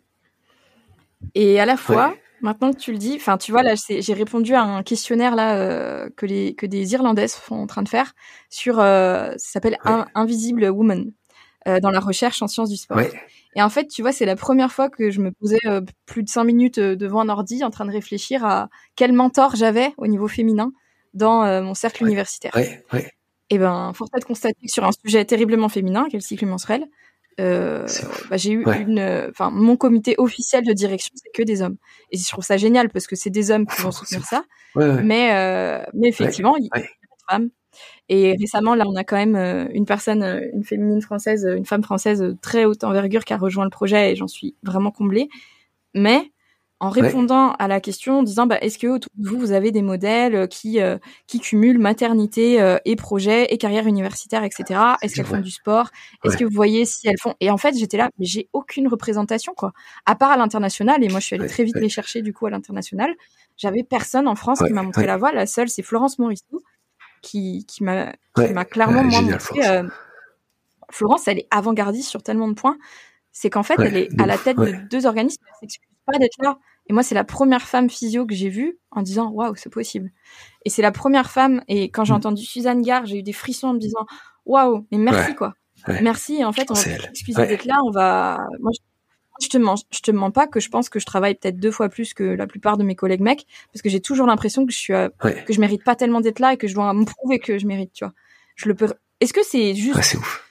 et à la fois ouais. Maintenant que tu le dis, enfin tu vois là c'est, j'ai répondu à un questionnaire là euh, que les que des Irlandaises sont en train de faire sur euh, ça s'appelle ouais. Un, Invisible Woman euh, dans la recherche en sciences du sport. Ouais. Et en fait tu vois c'est la première fois que je me posais euh, plus de cinq minutes euh, devant un ordi en train de réfléchir à quel mentor j'avais au niveau féminin dans euh, mon cercle ouais. universitaire. Ouais. Ouais. Et ben force est de constater que sur un sujet terriblement féminin qu'est le cycle menstruel, Euh, bah, j'ai eu ouais. une, enfin, euh, mon comité officiel de direction, c'est que des hommes. Et je trouve ça génial parce que c'est des hommes qui vont soutenir ça. Ouais, ouais. Mais, euh, mais effectivement, il ouais. y a pas de femmes. Et récemment, là, on a quand même euh, une personne, euh, une féminine française, une femme française euh, très haute envergure qui a rejoint le projet et j'en suis vraiment comblée. Mais, en répondant ouais. à la question, en disant, bah, est-ce que autour de vous, vous avez des modèles qui, euh, qui cumulent maternité euh, et projet et carrière universitaire, et cetera. Est-ce qu'elles ouais. font du sport? Est-ce ouais. que vous voyez si elles font... Et en fait, j'étais là, mais j'ai aucune représentation, quoi. À part à l'international, et moi, je suis allée ouais. très vite ouais. les chercher, du coup, à l'international. J'avais personne en France ouais. qui m'a montré ouais. la voie. La seule, c'est Florence Morisseau, qui, qui m'a, qui ouais. m'a clairement, ouais, moi, montré... Euh... Florence, elle est avant-gardiste sur tellement de points. C'est qu'en fait, ouais. elle est à la tête ouais. de deux organismes. Elle s'excuse pas d'être là. Et moi, c'est la première femme physio que j'ai vue en disant « Waouh, c'est possible ». Et c'est la première femme, et quand j'ai mmh. entendu Suzanne Gare, j'ai eu des frissons en me disant « Waouh, mais merci ouais. quoi ouais. ». Merci, et en fait, on va s'excuser ouais. d'être là, on va... Moi, je, je, te mens, je te mens pas que je pense que je travaille peut-être deux fois plus que la plupart de mes collègues mecs, parce que j'ai toujours l'impression que je suis, euh, ouais. que je mérite pas tellement d'être là et que je dois me prouver que je mérite, tu vois. Je le peux... Est-ce que c'est juste... Ouais, c'est ouf.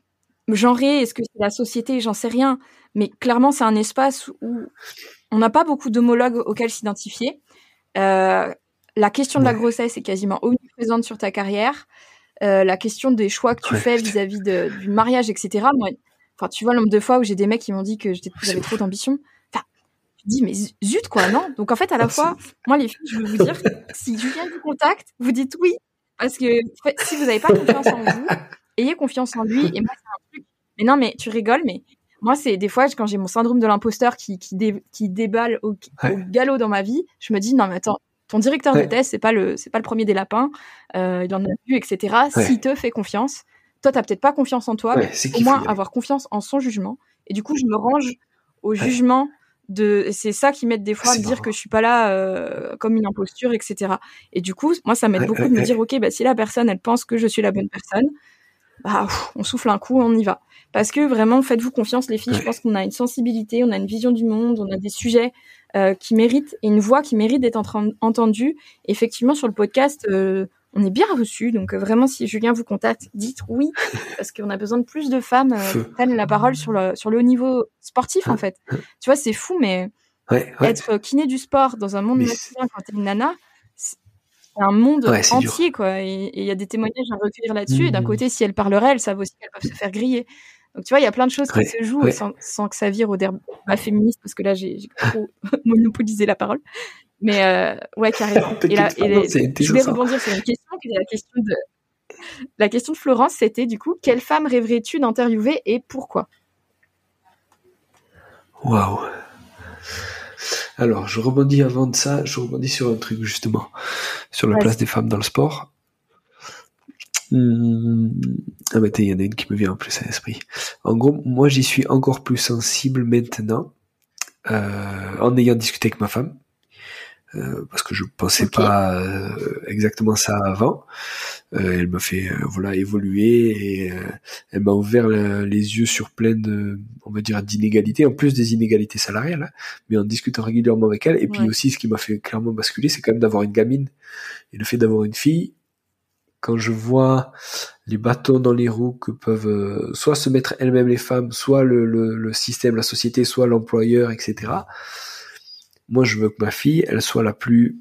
Genré, est-ce que c'est la société, j'en sais rien, mais clairement, c'est un espace où on n'a pas beaucoup d'homologues auxquels s'identifier. Euh, la question de la grossesse est quasiment omniprésente sur ta carrière. Euh, la question des choix que tu ouais, fais putain. vis-à-vis de, du mariage, et cetera. Moi, enfin, tu vois le nombre de fois où j'ai des mecs qui m'ont dit que j'étais, j'avais trop d'ambition. Enfin, tu te dis, mais zut, quoi, non? Donc, en fait, à la ah, fois, moi, les filles, je veux vous dire, si Julien vous contacte, vous dites oui. Parce que si vous n'avez pas confiance en vous, ayez confiance en lui. Et moi, c'est un truc. Mais non, mais tu rigoles, mais moi, c'est des fois, quand j'ai mon syndrome de l'imposteur qui, qui, dé, qui déballe au, ouais. au galop dans ma vie, je me dis, non, mais attends, ton directeur ouais. de thèse, c'est pas le, c'est pas le premier des lapins, euh, il en a vu, et cetera. Ouais. S'il te fait confiance, toi, t'as peut-être pas confiance en toi, ouais, mais au moins avoir confiance en son jugement. Et du coup, je me range au ouais. jugement de, c'est ça qui m'aide des fois à me dire marrant. que je suis pas là, euh, comme une imposture, et cetera. Et du coup, moi, ça m'aide ouais, beaucoup ouais, de me ouais. dire, ok, bah, si la personne, elle pense que je suis la bonne personne, bah, pff, on souffle un coup, on y va. Parce que vraiment, faites-vous confiance, les filles. Ouais. Je pense qu'on a une sensibilité, on a une vision du monde, on a des sujets euh, qui méritent, et une voix qui mérite d'être ent- entendue. Et effectivement, sur le podcast, euh, on est bien reçus. Donc euh, vraiment, si Julien vous contacte, dites oui, parce qu'on a besoin de plus de femmes euh, qui prennent la parole sur le, sur le haut niveau sportif, en fait. Tu vois, c'est fou, mais ouais, ouais. être kiné du sport dans un monde mais masculin quand t'es une nana, c'est un monde ouais, entier, dur. quoi. Et il y a des témoignages à recueillir là-dessus. Mmh. Et d'un côté, si elles parleraient, elles savent aussi qu'elles peuvent se faire griller. Donc, tu vois, il y a plein de choses qui ouais, se jouent ouais. sans, sans que ça vire au débat féministe, parce que là, j'ai, j'ai trop monopolisé la parole. Mais, euh, ouais, carrément. et là, et les, je voulais rebondir sur une question, qui était la question de, la question de Florence, c'était, du coup, quelle femme rêverais-tu d'interviewer et pourquoi? Waouh. Alors, je rebondis avant de ça, je rebondis sur un truc, justement, sur la ouais. place des femmes dans le sport. Hum, ah bah il y en a une qui me vient en plus à l'esprit. En gros, moi j'y suis encore plus sensible maintenant, euh, en ayant discuté avec ma femme. euh, parce que je pensais Ok. pas euh, exactement ça avant. Euh, elle m'a fait euh, voilà évoluer et euh, elle m'a ouvert le- les yeux sur plein de, on va dire, d'inégalités, en plus des inégalités salariales, hein, mais en discutant régulièrement avec elle. Et puis Ouais. aussi, ce qui m'a fait clairement basculer, c'est quand même d'avoir une gamine et le fait d'avoir une fille. Quand je vois les bâtons dans les roues que peuvent euh, soit se mettre elles-mêmes les femmes, soit le, le, le système, la société, soit l'employeur, et cetera. Moi, je veux que ma fille, elle soit la plus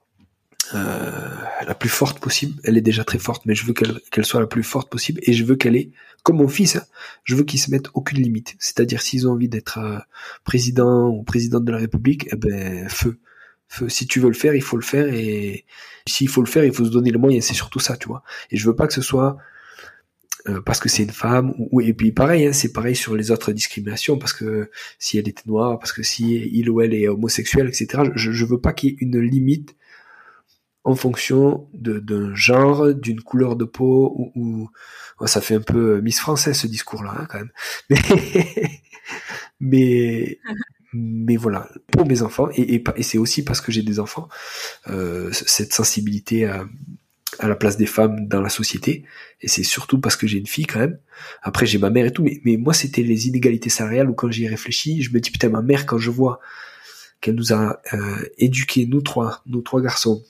euh, la plus forte possible. Elle est déjà très forte, mais je veux qu'elle qu'elle soit la plus forte possible et je veux qu'elle ait, comme mon fils, hein, je veux qu'ils se mettent aucune limite. C'est-à-dire s'ils ont envie d'être euh, président ou présidente de la République, eh ben feu. Feu. Si tu veux le faire, il faut le faire et s'il faut le faire, il faut se donner les moyens. C'est surtout ça, tu vois. Et je veux pas que ce soit euh, parce que c'est une femme ou et puis pareil, hein, c'est pareil sur les autres discriminations parce que si elle était noire, parce que si il ou elle est homosexuel, et cetera. Je, je veux pas qu'il y ait une limite en fonction de, d'un genre, d'une couleur de peau, ou, ou oh, ça fait un peu Miss Française ce discours-là, hein, quand même. Mais, mais, mais voilà, pour mes enfants, et, et, et c'est aussi parce que j'ai des enfants, euh, cette sensibilité à, à la place des femmes dans la société, et c'est surtout parce que j'ai une fille quand même. Après j'ai ma mère et tout, mais, mais moi c'était les inégalités salariales où quand j'y ai réfléchi, je me dis putain ma mère quand je vois qu'elle nous a euh, éduqués, nous trois, nous trois garçons,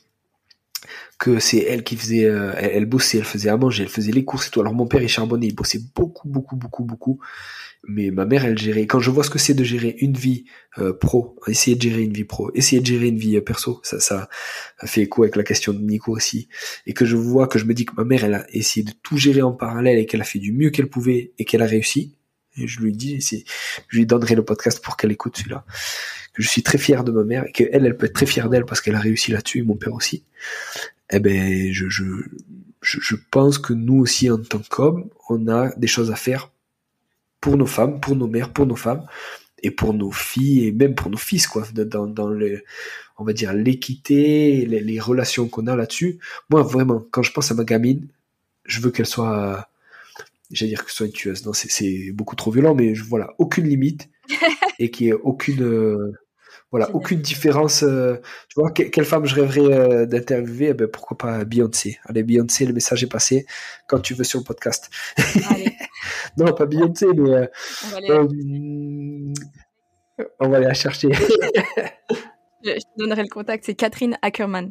que c'est elle qui faisait, euh, elle, elle bossait, elle faisait à manger, elle faisait les courses et tout. Alors mon père il charbonnait, il bossait beaucoup, beaucoup, beaucoup, beaucoup. Mais ma mère elle gérait. Quand je vois ce que c'est de gérer une vie euh, pro, essayer de gérer une vie pro, essayer de gérer une vie euh, perso, ça, ça fait écho avec la question de Nico aussi. Et que je vois, que je me dis que ma mère elle a essayé de tout gérer en parallèle et qu'elle a fait du mieux qu'elle pouvait et qu'elle a réussi. Et je lui dis, c'est, je lui donnerai le podcast pour qu'elle écoute celui-là. Que je suis très fier de ma mère et qu'elle, elle peut être très fière d'elle parce qu'elle a réussi là-dessus et mon père aussi. Eh ben, je, je, je, je pense que nous aussi, en tant qu'hommes, on a des choses à faire pour nos femmes, pour nos mères, pour nos femmes, et pour nos filles, et même pour nos fils, quoi, dans, dans le, on va dire, l'équité, les, les relations qu'on a là-dessus. Moi, vraiment, quand je pense à ma gamine, je veux qu'elle soit, j'allais dire que ce soit une tueuse. Non, c'est, c'est beaucoup trop violent, mais je, voilà, aucune limite, et qu'il n'y ait aucune, euh, voilà, Génial. aucune différence. Euh, tu vois, que, quelle femme je rêverais euh, d'interviewer? Eh ben, pourquoi pas Beyoncé? Allez, Beyoncé, le message est passé. Quand tu veux sur le podcast. Allez. Non, pas Beyoncé, mais euh, On va aller, euh, on va aller la chercher. je, je te donnerai le contact, c'est Catherine Ackerman.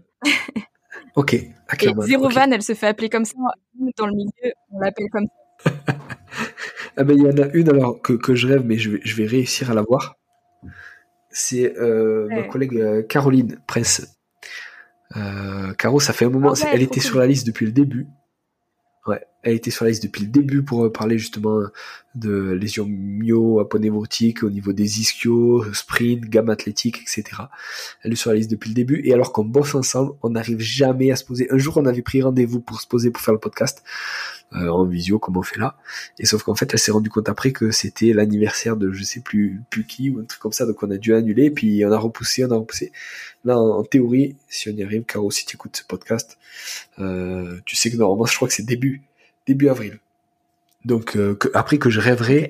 Ok, Et Ackerman. Zéro Ok. Van, elle se fait appeler comme ça. Dans le milieu, on l'appelle comme ça. Ah ben, il y en a une alors que, que je rêve, mais je vais, je vais réussir à la voir. C'est euh, ma Ouais. collègue euh, Caroline Prince. Euh, Caro, ça fait un moment, Ah ouais, elle trop était cool. sur la liste depuis le début. Ouais, elle était sur la liste depuis le début pour parler justement de lésions myo-aponévrotiques au niveau des ischios, sprint, gamme athlétique, et cetera. Elle est sur la liste depuis le début. Et alors qu'on bosse ensemble, on n'arrive jamais à se poser. Un jour, on avait pris rendez-vous pour se poser pour faire le podcast euh, en visio, comme on fait là. Et sauf qu'en fait, elle s'est rendue compte après que c'était l'anniversaire de je sais plus, plus qui ou un truc comme ça. Donc on a dû annuler. Puis on a repoussé, on a repoussé. Là, en, en théorie, si on y arrive, Caro, si tu écoutes ce podcast, euh, tu sais que normalement, je crois que c'est début, début avril. Donc, euh, que, après que je rêverais,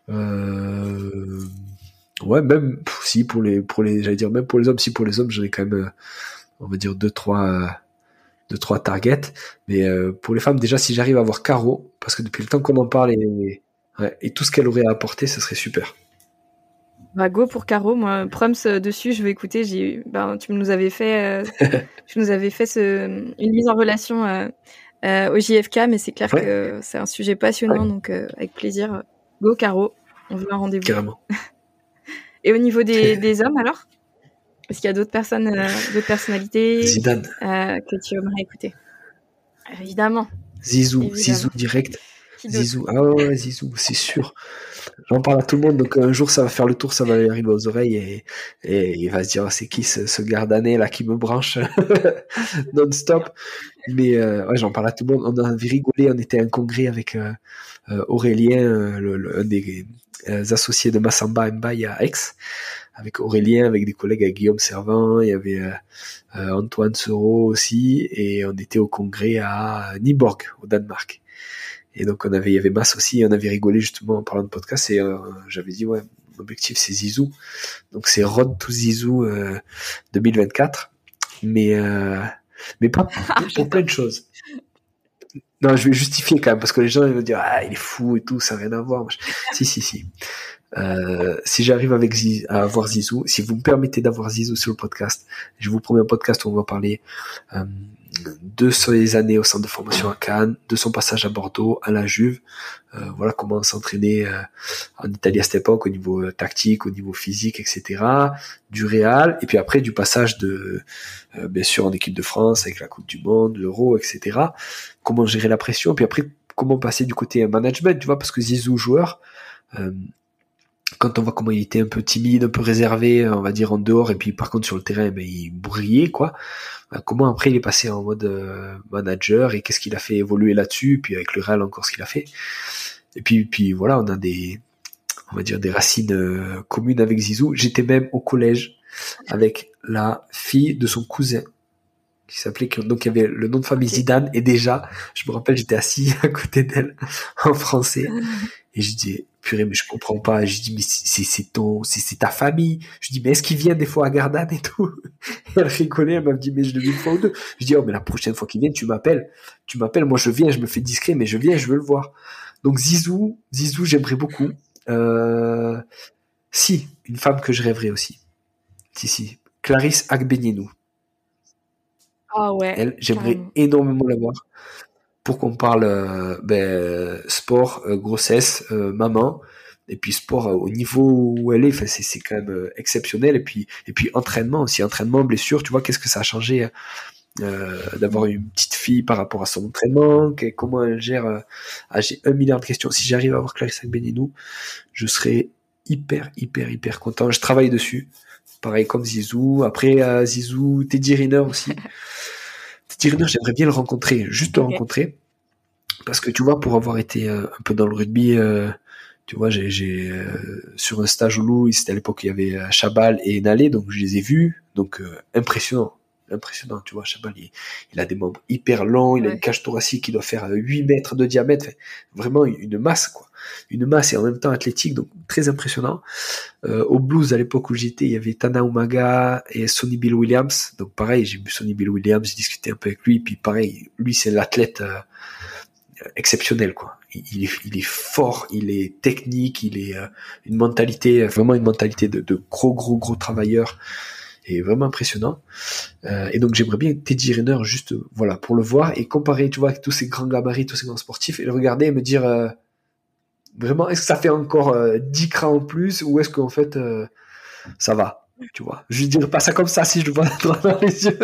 euh, ouais, même pff, si pour les, pour les, j'allais dire même pour les hommes, si pour les hommes, j'en ai quand même, euh, on va dire deux trois, euh, deux trois targets. Mais euh, pour les femmes, déjà, si j'arrive à avoir Caro, parce que depuis le temps qu'on en parle et, ouais, et tout ce qu'elle aurait à apporter, ça serait super. Bah, go pour Caro, moi, Proms euh, dessus, je vais écouter. J'ai, ben, tu nous avais fait, euh, tu nous avais fait ce, une mise en relation euh, euh, au J F K, mais c'est clair Ouais. que c'est un sujet passionnant, Ouais. donc euh, avec plaisir. Go Caro, on veut un rendez-vous. Carrément. Et au niveau des, des hommes, alors, est-ce qu'il y a d'autres personnes, euh, d'autres personnalités Zidane. euh, que tu aimerais écouter? Évidemment. Zizou, Évidemment. Zizou direct. Qui d'autre? Zizou, ah ouais, Zizou, c'est sûr. J'en parle à tout le monde, donc un jour ça va faire le tour, ça va lui arriver aux oreilles et, et il va se dire, oh, c'est qui ce, ce gardané là qui me branche non-stop. Mais euh, ouais, j'en parle à tout le monde. On a rigolé, on était à un congrès avec euh, euh, Aurélien, euh, le, le, un des euh, associés de Massamba Mbaye à Aix, avec Aurélien, avec des collègues, avec Guillaume Servant, il y avait euh, euh, Antoine Sereau aussi, et on était au congrès à Nyborg, au Danemark. Et donc on avait, il y avait Mass aussi, et on avait rigolé justement en parlant de podcast, et euh, j'avais dit ouais, mon objectif c'est Zizou, donc c'est Road to Zizou euh, deux mille vingt-quatre, mais euh, mais pas pour, Ah, pour j'adore. plein de choses. Non, je vais justifier quand même parce que les gens ils vont dire ah il est fou et tout, ça n'a rien à voir. Si si si. Euh, si j'arrive avec Ziz, à avoir Zizou, si vous me permettez d'avoir Zizou sur le podcast, je vous promets un podcast où on va parler euh, de ses années au centre de formation à Cannes, de son passage à Bordeaux, à la Juve, euh, voilà comment s'entraîner euh, en Italie à cette époque au niveau euh, tactique, au niveau physique, et cetera. Du Real, et puis après du passage de, euh, bien sûr en équipe de France avec la Coupe du Monde, l'Euro, et cetera. Comment gérer la pression, puis après comment passer du côté management, tu vois, parce que Zizou joueur. Euh, Quand on voit comment il était un peu timide, un peu réservé, on va dire en dehors, et puis par contre sur le terrain, ben, il brillait, quoi. Comment après il est passé en mode euh, manager et qu'est-ce qu'il a fait évoluer là-dessus, puis avec le Real encore ce qu'il a fait. Et puis, puis voilà, on a des, on va dire des racines euh, communes avec Zizou. J'étais même au collège avec la fille de son cousin qui s'appelait, donc il y avait le nom de famille Ok. Zidane, et déjà, je me rappelle, j'étais assis à côté d'elle en français. Et je dis, purée, mais je comprends pas. Je dis, mais c'est, c'est ton, c'est, c'est ta famille. Je dis, mais est-ce qu'il vient des fois à Gardanne et tout? Et elle rigolait, elle m'a dit, mais je l'ai vu une fois ou deux. Je dis, oh, mais la prochaine fois qu'il vient, tu m'appelles. Tu m'appelles, moi je viens, je me fais discret, mais je viens, je veux le voir. Donc Zizou, Zizou, j'aimerais beaucoup. Euh, si, une femme que je rêverais aussi. Si, si. Clarisse Agbenienou. Ah ouais. Elle, j'aimerais carrément. énormément la voir. Pour qu'on parle euh, ben, sport, euh, grossesse, euh, maman, et puis sport euh, au niveau où elle est, enfin, c'est, c'est quand même euh, exceptionnel. Et puis, et puis entraînement aussi, entraînement, blessure, tu vois, qu'est-ce que ça a changé euh, d'avoir une petite fille par rapport à son entraînement, que, comment elle gère. Euh, ah, j'ai un milliard de questions. Si j'arrive à avoir Clarisse Agbenienou, je serais hyper, hyper, hyper content. Je travaille dessus. Pareil comme Zizou. Après, euh, Zizou, Teddy Riner aussi. Teddy Riner, j'aimerais bien le rencontrer, juste le Ok. rencontrer. Parce que tu vois, pour avoir été euh, un peu dans le rugby, euh, tu vois, j'ai, j'ai euh, sur un stage au Loup, c'était à l'époque où il y avait euh, Chabal et Nalé, donc je les ai vus, donc euh, impressionnant, impressionnant, tu vois, Chabal, il, il a des membres hyper longs, il Ouais. a une cage thoracique qui doit faire euh, huit mètres de diamètre, enfin, vraiment une masse, quoi, une masse et en même temps athlétique, donc très impressionnant. Euh, au Blues, à l'époque où j'étais, il y avait Tana Umaga et Sonny Bill Williams, donc pareil, j'ai vu Sonny Bill Williams, j'ai discuté un peu avec lui, puis pareil, lui c'est l'athlète euh, exceptionnel, quoi. Il, il, est, il est fort, il est technique, il est euh, une mentalité, vraiment une mentalité de, de gros, gros, gros travailleur, et vraiment impressionnant. Euh, et donc j'aimerais bien Teddy Riner juste, voilà, pour le voir et comparer, tu vois, avec tous ces grands gabarits, tous ces grands sportifs, et le regarder et me dire, euh, vraiment, est-ce que ça fait encore euh, dix crans en plus, ou est-ce qu'en fait, euh, ça va, tu vois. Je dirais pas ça comme ça si je le vois droit dans les yeux.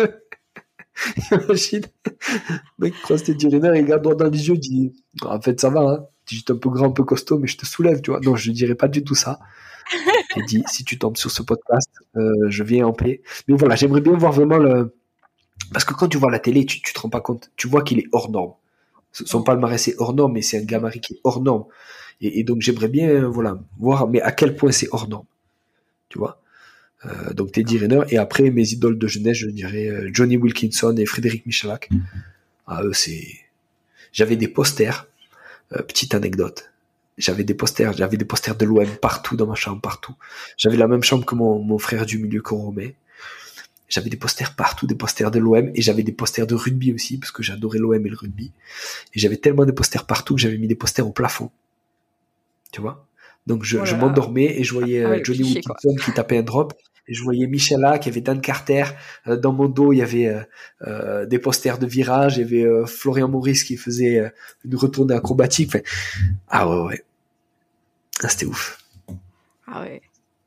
Imagine, le mec croise Teddy Riner et regarde droit dans les yeux, dit en fait ça va, hein. Tu es un peu grand, un peu costaud, mais je te soulève, tu vois. Non, je dirais pas du tout ça. Et dit si tu tombes sur ce podcast, euh, je viens en paix. Mais voilà, j'aimerais bien voir vraiment le, parce que quand tu vois la télé, tu, tu te rends pas compte, tu vois qu'il est hors norme. Son palmarès est hors norme, mais c'est un gabarit qui est hors norme. Et, et donc j'aimerais bien, voilà, voir, mais à quel point c'est hors norme, tu vois. Euh, donc Teddy Riner, et après mes idoles de jeunesse, je dirais euh, Johnny Wilkinson et Frédéric Michalak. Ah, eux, c'est, j'avais des posters, euh, petite anecdote. J'avais des posters, j'avais des posters de l'O M partout dans ma chambre, partout. J'avais la même chambre que mon, mon frère du milieu Coromé. J'avais des posters partout, des posters de l'O M, et j'avais des posters de rugby aussi, parce que j'adorais l'O M et le rugby. Et j'avais tellement de posters partout que j'avais mis des posters au plafond. Tu vois? Donc je, Oh je là là. m'endormais et je voyais Ah ouais, euh, le Johnny cliché, quoi. Wilkinson qui tapait un drop. Et je voyais Michalak, il y avait Dan Carter. Euh, dans mon dos, il y avait euh, euh, des posters de virage. Il y avait euh, Florian Maurice qui faisait euh, une retournée acrobatique. Enfin, ah ouais, ouais. Ah, c'était ouf. Ah ouais.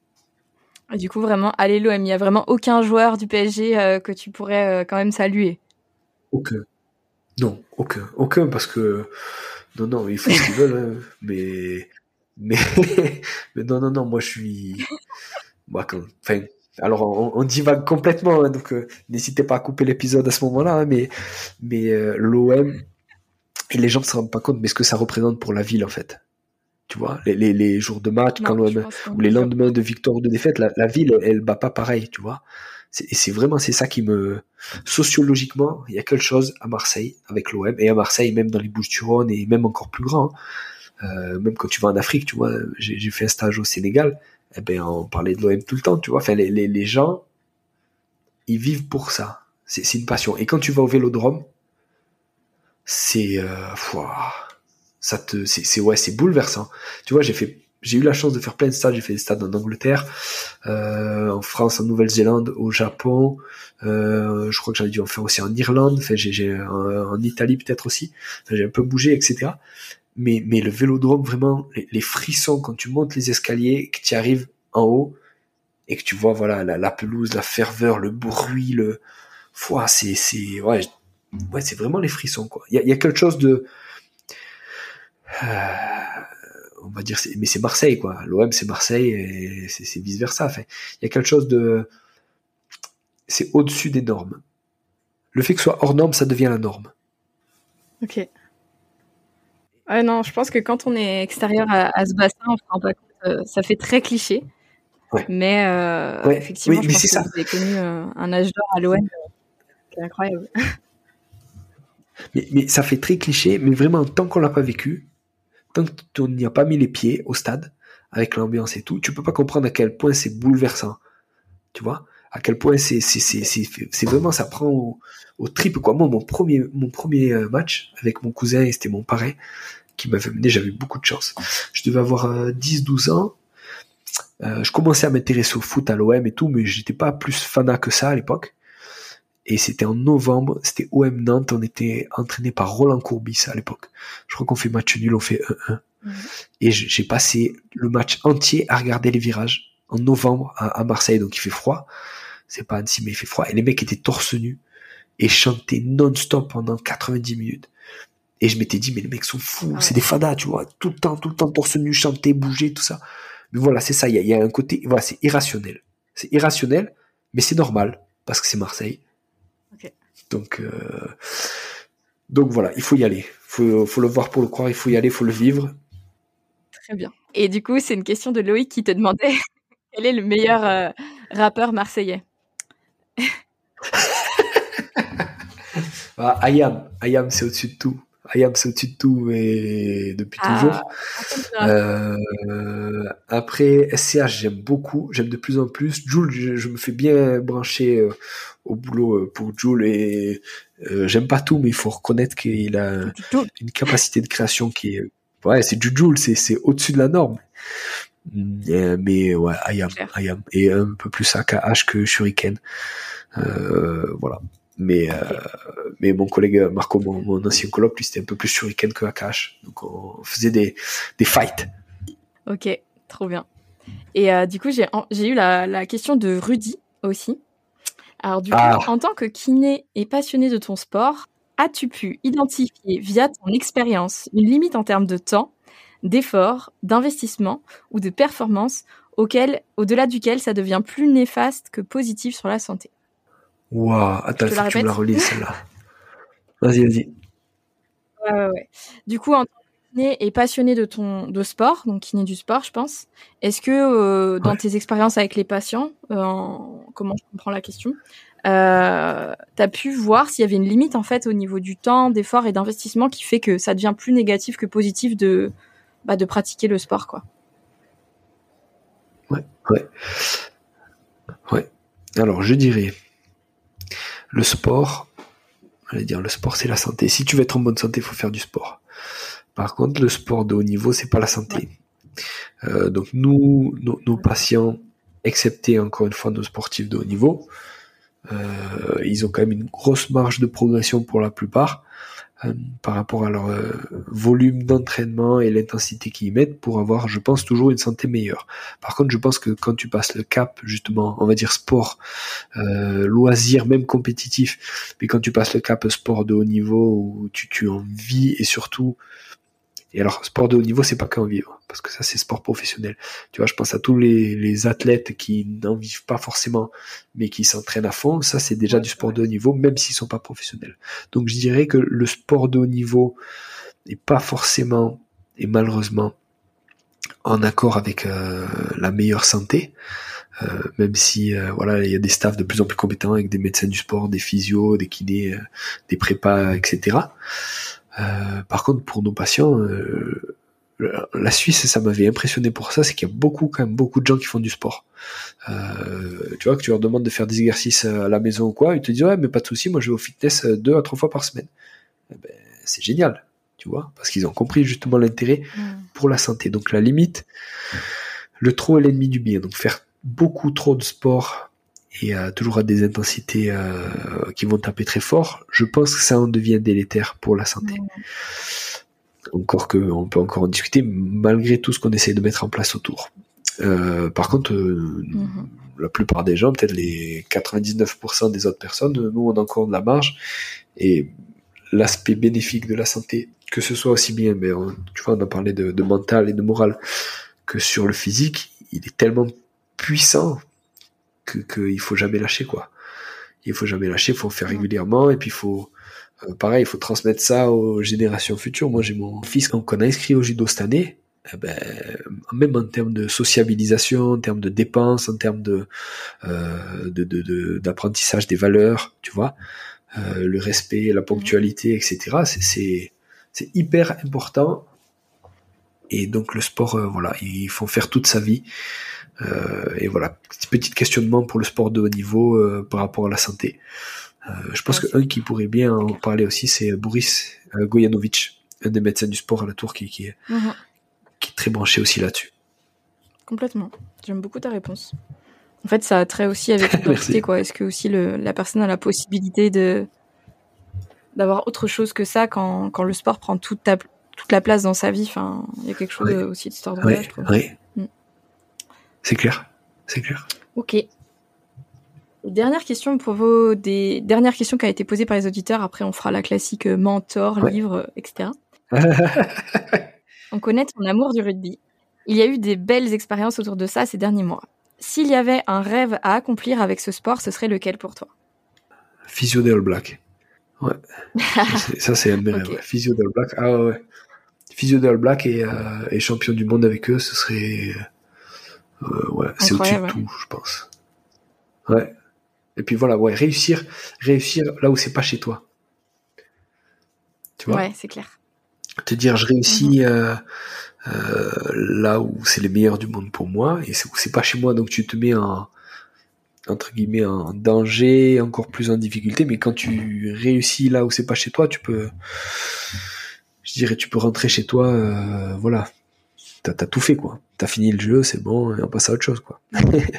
Et du coup, vraiment, allez l'O M, il n'y a vraiment aucun joueur du P S G euh, que tu pourrais euh, quand même saluer. Aucun. Non, aucun. Aucun parce que... Non, non, ils font ce qu'ils veulent. Hein. Mais... Mais... mais non, non, non, moi je suis... Moi, quand... Enfin... Alors, on, on divague complètement, hein, donc euh, n'hésitez pas à couper l'épisode à ce moment-là, hein, mais, mais euh, l'O M, et les gens ne se rendent pas compte, mais ce que ça représente pour la ville, en fait. Tu vois, les, les, les jours de match, quand Non, je l'O M, pense ou les que... lendemains de victoire ou de défaite, la, la ville, elle, elle bat pas pareil, tu vois. C'est, et c'est vraiment, c'est ça qui me... Sociologiquement, il y a quelque chose à Marseille, avec l'O M, et à Marseille, même dans les Bouches-du-Rhône, et même encore plus grand, hein, euh, même quand tu vas en Afrique, tu vois, j'ai, j'ai fait un stage au Sénégal, eh ben, on parlait de l'O M tout le temps, tu vois. Enfin, les, les, les gens, ils vivent pour ça. C'est, c'est une passion. Et quand tu vas au Vélodrome, c'est, euh, ouah, ça te, c'est, c'est, ouais, c'est bouleversant. Tu vois, j'ai fait, j'ai eu la chance de faire plein de stades. J'ai fait des stades en Angleterre, euh, en France, en Nouvelle-Zélande, au Japon. Euh, je crois que j'avais dû en faire aussi en Irlande. Enfin, j'ai, j'ai en, en Italie peut-être aussi. Enfin, j'ai un peu bougé, et cetera. Mais, mais le Vélodrome, vraiment, les, les frissons quand tu montes les escaliers, que tu arrives en haut et que tu vois, voilà, la, la pelouse, la ferveur, le bruit, le, Ouah, c'est, c'est, ouais, ouais, c'est vraiment les frissons, quoi. Il y a, il y a quelque chose de, euh, on va dire, c'est, mais c'est Marseille, quoi. L'O M, c'est Marseille et c'est, c'est vice versa. Enfin, il y a quelque chose de, c'est au-dessus des normes. Le fait que ce soit hors norme, ça devient la norme. Ok. Ouais, non, je pense que quand on est extérieur à, à ce bassin, on se rend pas compte, euh, ça fait très cliché. Ouais. Mais euh, ouais. effectivement, oui, je mais pense c'est que ça. vous avez connu euh, un âge d'or à l'O M euh, qui est incroyable. Mais, mais ça fait très cliché, mais vraiment, tant qu'on l'a pas vécu, tant qu'on n'y a pas mis les pieds au stade, avec l'ambiance et tout, tu peux pas comprendre à quel point c'est bouleversant. Tu vois, à quel point c'est, c'est, c'est, c'est, c'est vraiment, ça prend au, au triple, quoi. Moi, mon premier, mon premier match avec mon cousin, et c'était mon parrain, qui m'avait mené, j'avais beaucoup de chance. Je devais avoir euh, dix douze ans. Euh, je commençais à m'intéresser au foot à l'O M et tout, mais j'étais pas plus fanat que ça à l'époque. Et c'était en novembre, c'était O M Nantes, on était entraîné par Roland Courbis à l'époque. Je crois qu'on fait match nul, on fait un un. Mmh. Et j'ai passé le match entier à regarder les virages en novembre à, à Marseille, donc il fait froid. C'est pas Annecy, mais il fait froid. Et les mecs étaient torse nus et chantaient non-stop pendant quatre-vingt-dix minutes. Et je m'étais dit, mais les mecs sont fous, c'est des fadas, tu vois, tout le temps, tout le temps torse nu, chanter, bouger, tout ça. Mais voilà, c'est ça, il y a, y a un côté, voilà, c'est irrationnel. C'est irrationnel, mais c'est normal, parce que c'est Marseille. Okay. Donc, euh, donc voilà, il faut y aller. Faut, faut le voir pour le croire, il faut y aller, il faut le vivre. Très bien. Et du coup, c'est une question de Loïc qui te demandait quel est le meilleur euh, rappeur marseillais. ah, Ayam, Ayam, c'est au-dessus de tout. Ayam, c'est au-dessus de tout, et depuis ah, toujours. Euh, après, S C H, j'aime beaucoup, j'aime de plus en plus. Jul, je, je me fais bien brancher euh, au boulot euh, pour Jul, et euh, j'aime pas tout, mais il faut reconnaître qu'il a une capacité de création qui est, ouais, c'est du Jul, c'est, c'est au-dessus de la norme. Euh, mais ouais, Ayam, Ayam, et un peu plus A K H que Shuriken. Euh, voilà. Mais, okay. euh, mais mon collègue Marco, mon, mon ancien coloc, lui, c'était un peu plus Shuriken que A K H. Donc, on faisait des, des fights. Ok, trop bien. Et euh, du coup, j'ai, j'ai eu la, la question de Rudy aussi. Alors, du ah. coup, en tant que kiné et passionné de ton sport, as-tu pu identifier via ton expérience une limite en termes de temps, d'effort, d'investissement ou de performance auquel, au-delà duquel ça devient plus néfaste que positif sur la santé? Waouh, attends, il faut que tu me la relises celle-là. Vas-y, vas-y. Ouais, ouais, ouais. Du coup, en tant que kiné et passionné de ton de sport, donc kiné du sport, je pense, est-ce que euh, dans ouais. tes expériences avec les patients, euh, en, comment je comprends la question, euh, tu as pu voir s'il y avait une limite en fait au niveau du temps, d'effort et d'investissement qui fait que ça devient plus négatif que positif de, bah, de pratiquer le sport, quoi. Ouais, ouais. Ouais. Alors, je dirais, le sport, j'allais dire, le sport, c'est la santé. Si tu veux être en bonne santé, il faut faire du sport. Par contre, le sport de haut niveau, c'est pas la santé. Ouais. Euh, donc, nous, nos, nos patients, excepté encore une fois nos sportifs de haut niveau, euh, ils ont quand même une grosse marge de progression pour la plupart euh, par rapport à leur euh, volume d'entraînement et l'intensité qu'ils y mettent pour avoir, je pense, toujours une santé meilleure. Par contre, je pense que quand tu passes le cap, justement, on va dire sport, euh, loisir, même compétitif, mais quand tu passes le cap sport de haut niveau où tu, tu en vis et surtout, et alors sport de haut niveau, c'est pas qu'en vivre, parce que ça c'est sport professionnel. Tu vois, je pense à tous les, les athlètes qui n'en vivent pas forcément, mais qui s'entraînent à fond. Ça c'est déjà ouais, du sport ouais. de haut niveau, même s'ils sont pas professionnels. Donc je dirais que le sport de haut niveau n'est pas forcément et malheureusement en accord avec euh, la meilleure santé. Euh, même si euh, voilà, il y a des staffs de plus en plus compétents avec des médecins du sport, des physios, des kinés, euh, des prépas, et cetera. Euh, par contre, pour nos patients, euh, la Suisse, ça m'avait impressionné pour ça, c'est qu'il y a beaucoup, quand même, beaucoup de gens qui font du sport. Euh, tu vois, que tu leur demandes de faire des exercices à la maison ou quoi, ils te disent, ouais, mais pas de souci, moi je vais au fitness deux à trois fois par semaine. Eh ben, c'est génial, tu vois, parce qu'ils ont compris justement l'intérêt mmh. pour la santé. Donc la limite, le trop est l'ennemi du bien. Donc faire beaucoup trop de sport et euh, toujours à des intensités euh, qui vont taper très fort, je pense que ça en devient délétère pour la santé. Mmh. Encore que on peut encore en discuter malgré tout ce qu'on essaie de mettre en place autour. Euh, par contre, euh, mmh. la plupart des gens, peut-être les quatre-vingt-dix-neuf pour cent des autres personnes, nous on a encore de la marge et l'aspect bénéfique de la santé, que ce soit aussi bien, mais on, tu vois, on a parlé de, de mental et de moral, que sur le physique, il est tellement puissant que qu'il faut jamais lâcher, quoi. Il faut jamais lâcher, il faut en faire régulièrement et puis il faut Euh, pareil, il faut transmettre ça aux générations futures. Moi, j'ai mon fils qu'on a inscrit au judo cette année. Eh ben, même en termes de sociabilisation, en termes de dépenses, en termes de, euh, de, de, de d'apprentissage des valeurs, tu vois, euh, le respect, la ponctualité, et cetera. C'est, c'est, c'est hyper important. Et donc le sport, euh, voilà, il faut faire toute sa vie. Euh, et voilà, petit questionnement pour le sport de haut niveau euh, par rapport à la santé. Euh, je pense qu'un qui pourrait bien en parler aussi, c'est Boris euh, Gojanovic, un des médecins du sport à la Tour qui, qui, est, mmh. qui est très branché aussi là-dessus. Complètement. J'aime beaucoup ta réponse. En fait, ça a trait aussi avec l'identité, quoi. Est-ce que aussi le, la personne a la possibilité de d'avoir autre chose que ça quand, quand le sport prend toute, ta, toute la place dans sa vie. Enfin, il y a quelque chose ouais. aussi de cet ordre-là, ouais. je trouve. Oui, mmh. C'est clair. C'est clair. Ok. Dernière question pour vos des dernières questions qui a été posée par les auditeurs. Après, on fera la classique mentor, ouais. livre, et cetera. On connaît ton amour du rugby. Il y a eu des belles expériences autour de ça ces derniers mois. S'il y avait un rêve à accomplir avec ce sport, ce serait lequel pour toi ? Physio des All Blacks. Ouais. ça, c'est, ça, c'est un de mes rêves. Okay. Physio des All Blacks. Ah ouais. Physio des All Blacks et, euh, et champion du monde avec eux, ce serait. Euh, ouais, c'est au-dessus de tout, je pense. Ouais. Et puis voilà, ouais, réussir, réussir là où c'est pas chez toi. Tu vois ? Ouais, c'est clair. Te dire, je réussis mmh. euh, euh, là où c'est les meilleurs du monde pour moi, et c'est où c'est pas chez moi, donc tu te mets en, entre guillemets, en danger, encore plus en difficulté, mais quand tu réussis là où c'est pas chez toi, tu peux, je dirais, tu peux rentrer chez toi, euh, voilà. T'as, t'as tout fait, quoi. T'as fini le jeu, c'est bon, et on passe à autre chose, quoi.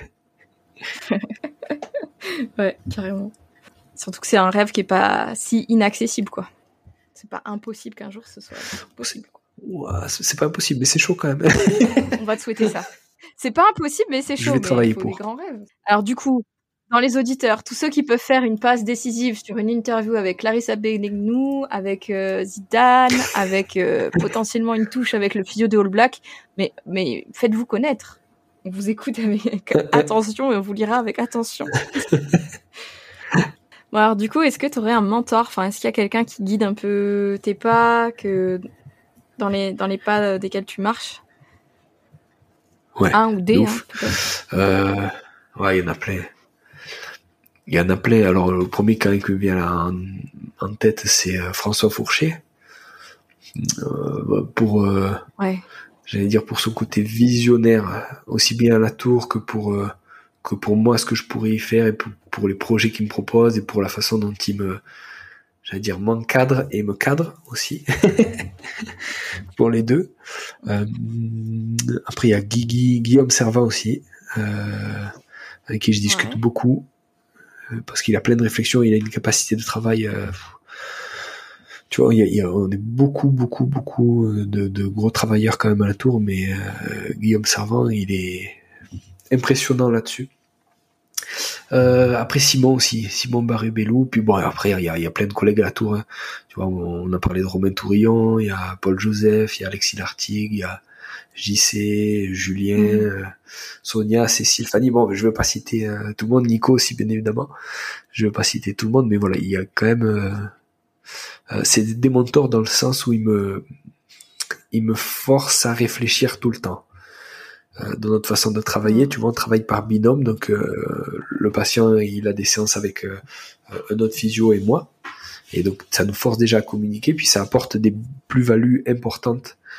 Ouais, carrément. Surtout que c'est un rêve qui est pas si inaccessible, quoi. C'est pas impossible qu'un jour ce soit possible, quoi. Ouais, c'est pas impossible, mais c'est chaud quand même. On va te souhaiter ça. C'est pas impossible, mais c'est chaud. Je vais travailler pour. Des grands rêves. Alors du coup, dans les auditeurs, tous ceux qui peuvent faire une passe décisive sur une interview avec Clarissa Benegnou, avec euh, Zidane, avec euh, potentiellement une touche avec le physio de All Black, mais mais faites-vous connaître. On vous écoute avec attention et on vous lira avec attention. Bon, alors du coup, est-ce que tu aurais un mentor ? Enfin, est-ce qu'il y a quelqu'un qui guide un peu tes pas, que dans les dans les pas desquels tu marches ? Ouais. Un ou des, hein, euh, ouais, il y en a plein. Il y en a plein. Alors le premier quand même qui me vient en, en tête, c'est François Fourchet. Euh, pour euh, ouais. J'allais dire pour son côté visionnaire, aussi bien à la Tour que pour euh, que pour moi ce que je pourrais y faire et pour, pour les projets qu'il me propose et pour la façon dont il me, j'allais dire, m'encadre et me cadre aussi. Pour les deux. Euh, après il y a Guy, Guillaume Servan aussi, euh, avec qui je discute ouais. beaucoup euh, parce qu'il a plein de réflexions, il a une capacité de travail. Euh, Tu vois, il y a, il y a, on est beaucoup, beaucoup, beaucoup de, de gros travailleurs quand même à la Tour, mais euh, Guillaume Servan, il est impressionnant là-dessus. Euh, après Simon aussi, Simon Barubelou, puis bon, après il y a, il y a plein de collègues à la Tour. Hein. Tu vois, on a parlé de Romain Tourillon, il y a Paul Joseph, il y a Alexis Lartigue, il y a J C, Julien, mmh. euh, Sonia, Cécile, Fanny. Bon, je veux pas citer euh, tout le monde, Nico aussi bien évidemment. Je veux pas citer tout le monde, mais voilà, il y a quand même. Euh, Euh, c'est des mentors dans le sens où ils me, ils me forcent à réfléchir tout le temps. Euh, dans notre façon de travailler, tu vois, on travaille par binôme, donc euh, le patient, il a des séances avec euh, un autre physio et moi, et donc ça nous force déjà à communiquer, puis ça apporte des plus-values importantes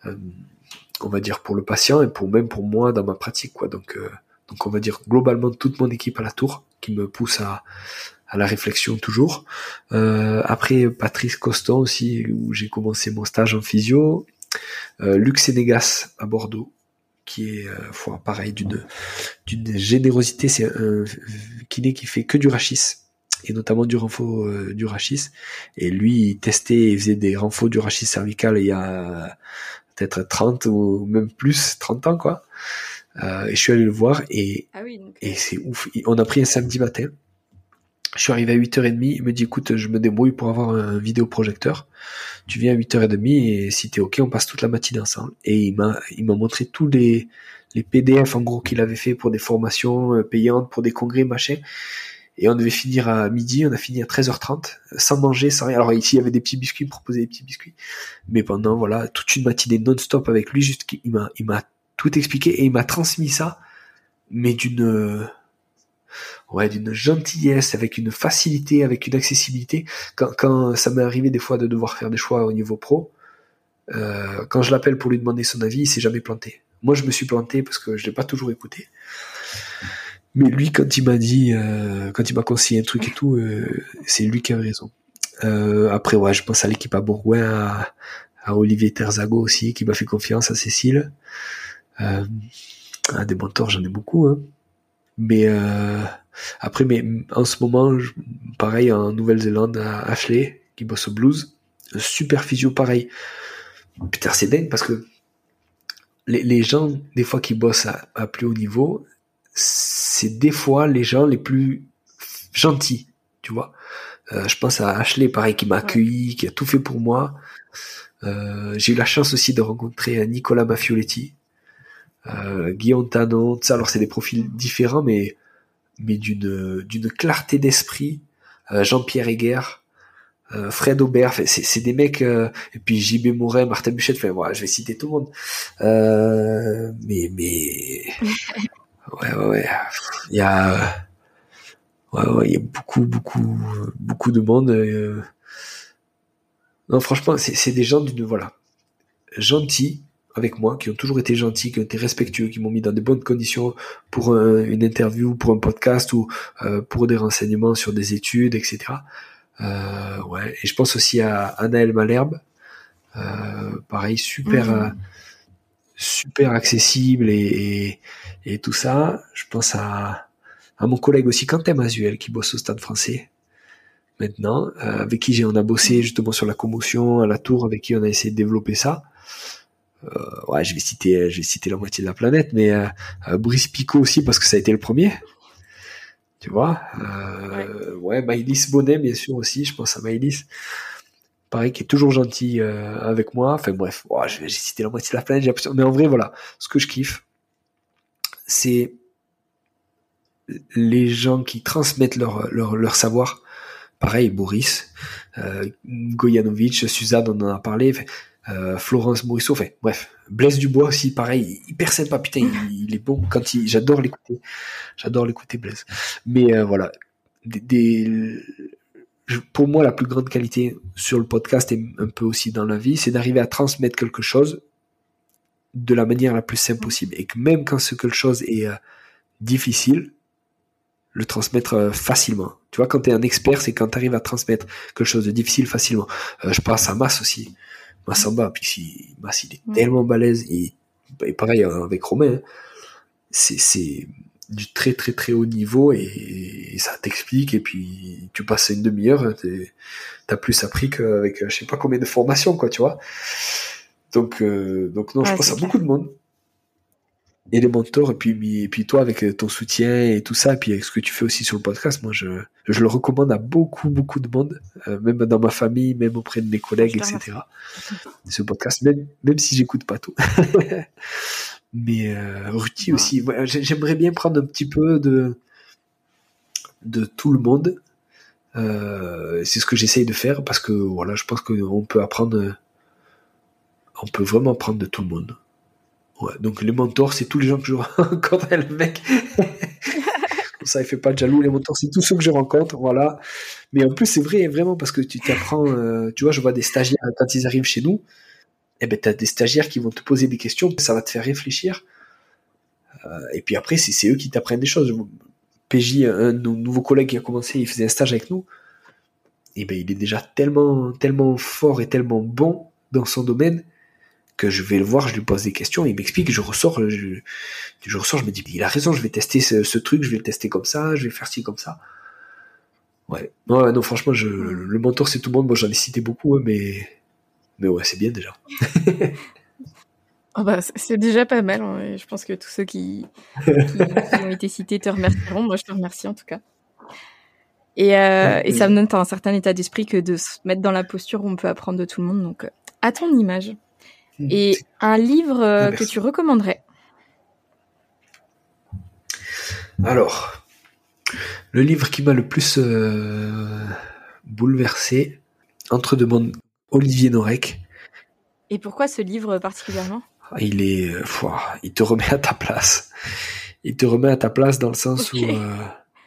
euh, on va dire pour le patient et pour même pour moi dans ma pratique, quoi. Donc, euh, donc on va dire globalement toute mon équipe à la tour qui me pousse à, à la réflexion toujours. Euh, après Patrice Coston aussi, où j'ai commencé mon stage en physio. Euh, Luc Sénégas à Bordeaux, qui est euh, pareil d'une d'une générosité. C'est un kiné qui fait que du rachis et notamment du renfort euh, du rachis. Et lui, il testait, il faisait des renforts du rachis cervical il y a peut-être trente ou même plus, trente ans, quoi. Euh, et je suis allé le voir et, ah oui, donc... et c'est ouf. On a pris un samedi matin. Je suis arrivé à huit heures trente, il me dit écoute, je me débrouille pour avoir un vidéoprojecteur. Tu viens à huit heures trente et si t'es ok, on passe toute la matinée ensemble. Et il m'a, il m'a montré tous les, les P D F en gros qu'il avait fait pour des formations payantes, pour des congrès, machin. Et on devait finir à midi, on a fini à treize heures trente, sans manger, sans rien. Alors ici, il y avait des petits biscuits, il me proposait des petits biscuits. Mais pendant, voilà, toute une matinée non-stop avec lui, juste qu'il m'a, il m'a tout expliqué et il m'a transmis ça, mais d'une, ouais, d'une gentillesse, avec une facilité, avec une accessibilité. Quand, quand ça m'est arrivé des fois de devoir faire des choix au niveau pro, euh, quand je l'appelle pour lui demander son avis, il s'est jamais planté. Moi, je me suis planté parce que je l'ai pas toujours écouté. Mais lui, quand il m'a dit, euh, quand il m'a conseillé un truc et tout, euh, c'est lui qui a raison. Euh, après, ouais, je pense à l'équipe à Bourgoin, à, à Olivier Terzago aussi, qui m'a fait confiance, à Cécile. Euh, à des mentors, j'en ai beaucoup, hein. Mais euh, après, mais en ce moment, je, pareil en Nouvelle-Zélande, à Ashley, qui bosse au blues, un super physio, pareil. Putain, c'est dingue parce que les, les gens, des fois, qui bossent à, à plus haut niveau, c'est des fois les gens les plus gentils, tu vois. Euh, je pense à Ashley, pareil, qui m'a accueilli, qui a tout fait pour moi. Euh, j'ai eu la chance aussi de rencontrer Nicolas Maffioletti, euh, Guillaume Tanon, ça. Alors c'est des profils différents, mais mais d'une d'une clarté d'esprit. Euh, Jean-Pierre Heger, euh, Fred Aubert, c'est c'est des mecs. Euh, et puis J B Morin, Martin Buchette. Enfin voilà, je vais citer tout le monde. Euh, mais mais ouais ouais ouais. Il y a ouais ouais il y a beaucoup beaucoup beaucoup de monde. Euh, non franchement c'est c'est des gens d'une voilà gentils avec moi, qui ont toujours été gentils, qui ont été respectueux, qui m'ont mis dans de bonnes conditions pour un, une interview, pour un podcast ou euh, pour des renseignements sur des études, et cetera. Euh, ouais. Et je pense aussi à Anaël Malherbe, euh, pareil, super, mmh. euh, super accessible et, et, et tout ça. Je pense à, à mon collègue aussi, Quentin Mazuel, qui bosse au Stade Français maintenant, euh, avec qui j'ai, on a bossé justement sur la commotion à la Tour, avec qui on a essayé de développer ça. Euh, ouais, je vais citer, je vais citer la moitié de la planète, mais euh, euh, Brice Picot aussi parce que ça a été le premier, tu vois. Euh, ouais, ouais Maëlys Bonnet bien sûr aussi, je pense à Maëlys, pareil qui est toujours gentil euh, avec moi. Enfin bref, ouais, j'ai cité la moitié de la planète, j'ai l'impression. Mais en vrai voilà, ce que je kiffe, c'est les gens qui transmettent leur leur leur savoir. Pareil, Boris, euh, Gojanovic, Suzanne, on en a parlé. Enfin, Euh, Florence Morisseau, enfin bref, Blaise Dubois aussi, pareil, hyper sympa, putain, il, il est bon quand il, j'adore l'écouter, j'adore l'écouter Blaise. Mais euh, voilà, des, des, pour moi la plus grande qualité sur le podcast et un peu aussi dans la vie, c'est d'arriver à transmettre quelque chose de la manière la plus simple possible, et que même quand ce quelque chose est euh, difficile, le transmettre euh, facilement. Tu vois, quand t'es un expert, c'est quand t'arrives à transmettre quelque chose de difficile facilement. Euh, je pense à Mas aussi. Massamba, puis si, Mass, il est ouais. tellement balèze, et, et pareil avec Romain, c'est, c'est du très très très haut niveau, et, et ça t'explique, et puis tu passes une demi-heure, t'es, t'as plus appris qu'avec je sais pas combien de formations, quoi, tu vois. Donc, euh, donc non, ouais, je pense à clair. Beaucoup de monde. Et les mentors, et puis, et puis toi avec ton soutien et tout ça, et puis avec ce que tu fais aussi sur le podcast, moi je, je le recommande à beaucoup, beaucoup de monde, euh, même dans ma famille, même auprès de mes collègues, et cetera. Ce podcast, même, même si j'écoute pas tout. Mais euh, Ruti ouais. aussi, ouais, j'aimerais bien prendre un petit peu de, de tout le monde. Euh, c'est ce que j'essaye de faire, parce que voilà, je pense qu'on peut apprendre, on peut vraiment apprendre de tout le monde. Ouais, donc les mentors, c'est tous les gens que je rencontre. Le mec, comme ça, il fait pas de jaloux. Les mentors, c'est tous ceux que je rencontre, voilà. Mais en plus, c'est vrai, vraiment, parce que tu t'apprends. Euh, tu vois, je vois des stagiaires quand ils arrivent chez nous. eh ben, t'as des stagiaires qui vont te poser des questions, ça va te faire réfléchir. Euh, et puis après, c'est, c'est eux qui t'apprennent des choses. P J, un de nos nouveaux collègues qui a commencé, il faisait un stage avec nous. Et ben, il est déjà tellement, tellement fort et tellement bon dans son domaine que je vais le voir, je lui pose des questions, il m'explique, je ressors, je, je ressors, je me dis, il a raison, je vais tester ce, ce truc, je vais le tester comme ça, je vais faire ci comme ça. Ouais. Non, non, franchement, je, le mentor, c'est tout le monde. Moi, j'en ai cité beaucoup, hein, mais, mais ouais, c'est bien déjà. Oh bah, c'est déjà pas mal. Hein. Je pense que tous ceux qui, qui, qui ont été cités te remercieront. Moi, je te remercie en tout cas. Et, euh, et ça me donne un certain état d'esprit que de se mettre dans la posture où on peut apprendre de tout le monde. Donc, à ton image. Et un livre euh, que tu recommanderais? Alors, le livre qui m'a le plus euh, bouleversé, Entre deux mondes, Olivier Norek. Et pourquoi ce livre particulièrement? Il est, euh, pfouah, il te remet à ta place. Il te remet à ta place dans le sens okay. où, euh,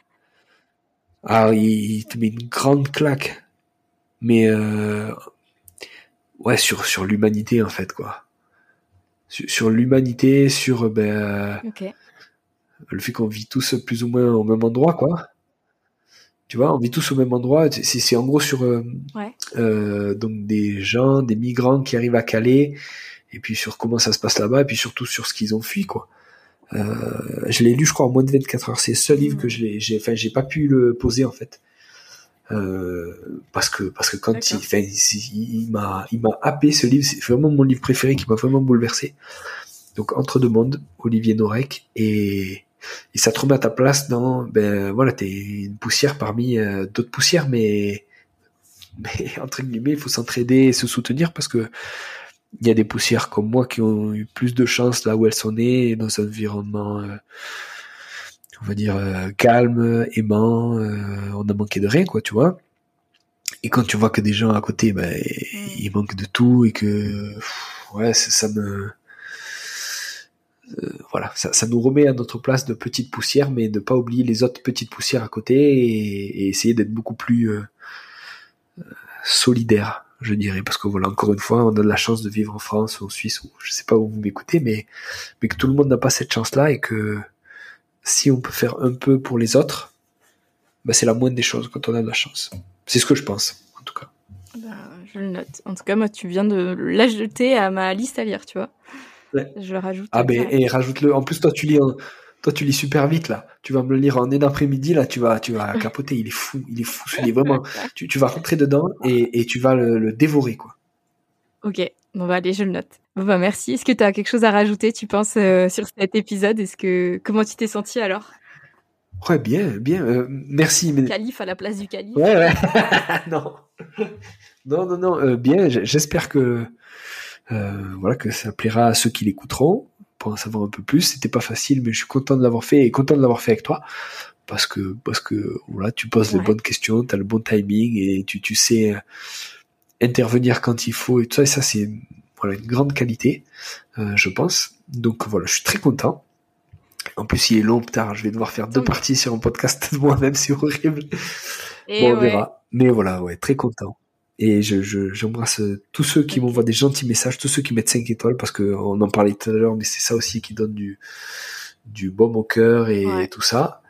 ah, il, il te met une grande claque, mais euh, ouais, sur sur l'humanité en fait quoi. Sur, sur l'humanité, sur ben okay. le fait qu'on vit tous plus ou moins au même endroit quoi. Tu vois, on vit tous au même endroit. C'est, c'est en gros sur euh, ouais. euh, donc des gens, des migrants qui arrivent à Calais, et puis sur comment ça se passe là-bas, et puis surtout sur ce qu'ils ont fui quoi. Euh, je l'ai lu, je crois, en moins de vingt-quatre heures. C'est le seul mmh. livre que je l'ai, j'ai, enfin, j'ai pas pu le poser en fait, euh, parce que parce que quand il, enfin, il, il m'a, il m'a happé ce livre. C'est vraiment mon livre préféré qui m'a vraiment bouleversé. Donc Entre deux mondes, Olivier Norek, et, et ça te remet à ta place dans, ben voilà, t'es une poussière parmi euh, d'autres poussières, mais mais entre guillemets, il faut s'entraider et se soutenir parce que il y a des poussières comme moi qui ont eu plus de chance là où elles sont nées, dans un environnement, euh, on va dire, euh, calme, aimant, euh, on a manqué de rien, quoi, tu vois. Et quand tu vois que des gens à côté, ben, mmh. ils manquent de tout et que, pff, ouais, ça, ça me... Euh, voilà, ça, ça nous remet à notre place de petites poussières, mais ne pas oublier les autres petites poussières à côté et, et essayer d'être beaucoup plus euh, euh, solidaire, je dirais, parce que voilà, encore une fois, on a de la chance de vivre en France ou en Suisse, ou je sais pas où vous m'écoutez, mais, mais que tout le monde n'a pas cette chance-là et que si on peut faire un peu pour les autres, bah c'est la moindre des choses quand on a de la chance. C'est ce que je pense, en tout cas. Ben, je le note. En tout cas, moi, tu viens de l'ajouter à ma liste à lire, tu vois. Ouais. Je le rajoute. Ah ben, et rajoute-le. En plus, toi, tu lis en... Toi, tu lis super vite, là. Tu vas me le lire en une après-midi, là, tu vas, tu vas capoter. Il est fou, il est fou. Il est vraiment, tu, tu vas rentrer dedans et, et tu vas le, le dévorer, quoi. Ok. Bon, bah, allez, je le note. Bon, bah, merci. Est-ce que tu as quelque chose à rajouter, tu penses, euh, sur cet épisode? Est-ce que, comment tu t'es senti alors? Ouais, bien, bien. Euh, merci. Mais... Calife à la place du calife. Ouais, ouais. non. Non, non, non. Euh, bien. J'espère que, euh, voilà, que ça plaira à ceux qui l'écouteront. Pour en savoir un peu plus, c'était pas facile, mais je suis content de l'avoir fait et content de l'avoir fait avec toi, parce que parce que voilà, tu poses ouais. les bonnes questions, t'as le bon timing et tu tu sais intervenir quand il faut et tout ça. Et ça c'est voilà une grande qualité, euh, je pense. Donc voilà, je suis très content. En plus, il est long, tard. Je vais devoir faire deux parties sur un podcast de moi-même, c'est horrible. Et bon, on ouais. verra. Mais voilà, ouais, très content. Et je, je, j'embrasse tous ceux qui okay. m'envoient des gentils messages, tous ceux qui mettent cinq étoiles, parce que on en parlait tout à l'heure, mais c'est ça aussi qui donne du, du baume au cœur et ouais. tout ça.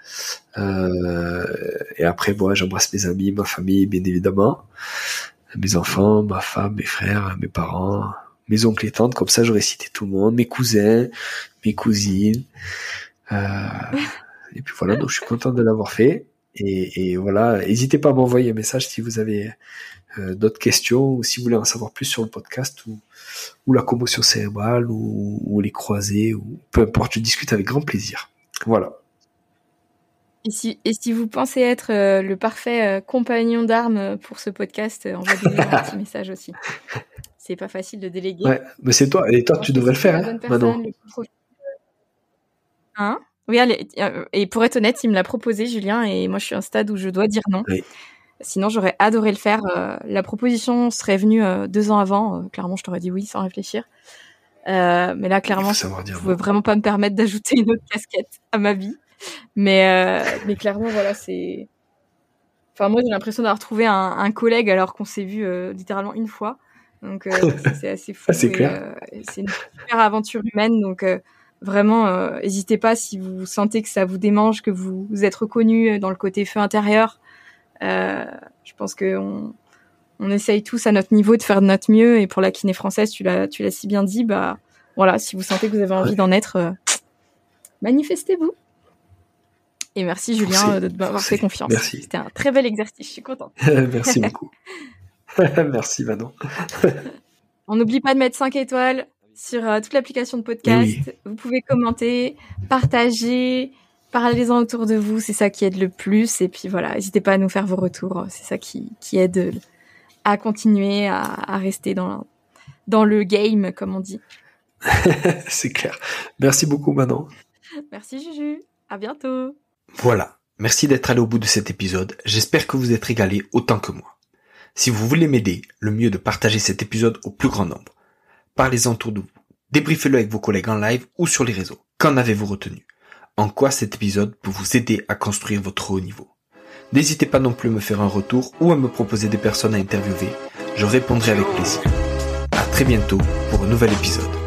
Euh, et après, bon, j'embrasse mes amis, ma famille, bien évidemment, mes enfants, ma femme, mes frères, mes parents, mes oncles et tantes, comme ça j'aurais cité tout le monde, mes cousins, mes cousines. Euh, et puis voilà, donc je suis content de l'avoir fait. Et, et voilà, n'hésitez pas à m'envoyer un message si vous avez euh, d'autres questions ou si vous voulez en savoir plus sur le podcast ou, ou la commotion cérébrale ou, ou les croisés ou peu importe, je discute avec grand plaisir. Voilà. Et si, et si vous pensez être euh, le parfait euh, compagnon d'armes pour ce podcast, euh, envoyez-moi un petit message aussi. C'est pas facile de déléguer. Ouais, mais c'est toi, et toi tu devrais le faire, hein, maintenant. Hein? Oui, allez, et pour être honnête, il me l'a proposé, Julien, et moi je suis à un stade où je dois dire non. Oui. Sinon, j'aurais adoré le faire. Euh, la proposition serait venue euh, deux ans avant. Euh, clairement, je t'aurais dit oui sans réfléchir. Euh, mais là, clairement, je ne pouvais vraiment pas me permettre d'ajouter une autre casquette à ma vie. Mais, euh, mais clairement, voilà, c'est... Enfin, moi, j'ai l'impression d'avoir trouvé un, un collègue alors qu'on s'est vu euh, littéralement une fois. Donc euh, c'est, c'est assez fou. Ah, c'est et, clair. Euh, c'est une super aventure humaine. Donc euh, vraiment, euh, n'hésitez pas si vous sentez que ça vous démange, que vous, vous êtes reconnu dans le côté feu intérieur. Euh, je pense que on, on essaye tous à notre niveau de faire de notre mieux. Et pour la kiné française, tu l'as, tu l'as si bien dit. Bah voilà, si vous sentez que vous avez envie ouais. d'en être, euh, manifestez-vous. Et merci Julien Forcé. de m'avoir fait confiance. Merci. C'était un très bel exercice. Je suis contente. Merci beaucoup. Merci Manon. On n'oublie pas de mettre cinq étoiles sur euh, toute l'application de podcast. Oui. Vous pouvez commenter, partager, parlez-en autour de vous. C'est ça qui aide le plus. Et puis voilà, n'hésitez pas à nous faire vos retours. C'est ça qui, qui aide à continuer, à, à rester dans, dans le game, comme on dit. C'est clair. Merci beaucoup Manon. Merci Juju. À bientôt. Voilà. Merci d'être allé au bout de cet épisode. J'espère que vous êtes régalés autant que moi. Si vous voulez m'aider, le mieux est de partager cet épisode au plus grand nombre. Parlez-en autour de vous. Débriefez-le avec vos collègues en live ou sur les réseaux. Qu'en avez-vous retenu? En quoi cet épisode peut vous aider à construire votre haut niveau? N'hésitez pas non plus à me faire un retour ou à me proposer des personnes à interviewer. Je répondrai avec plaisir. À très bientôt pour un nouvel épisode.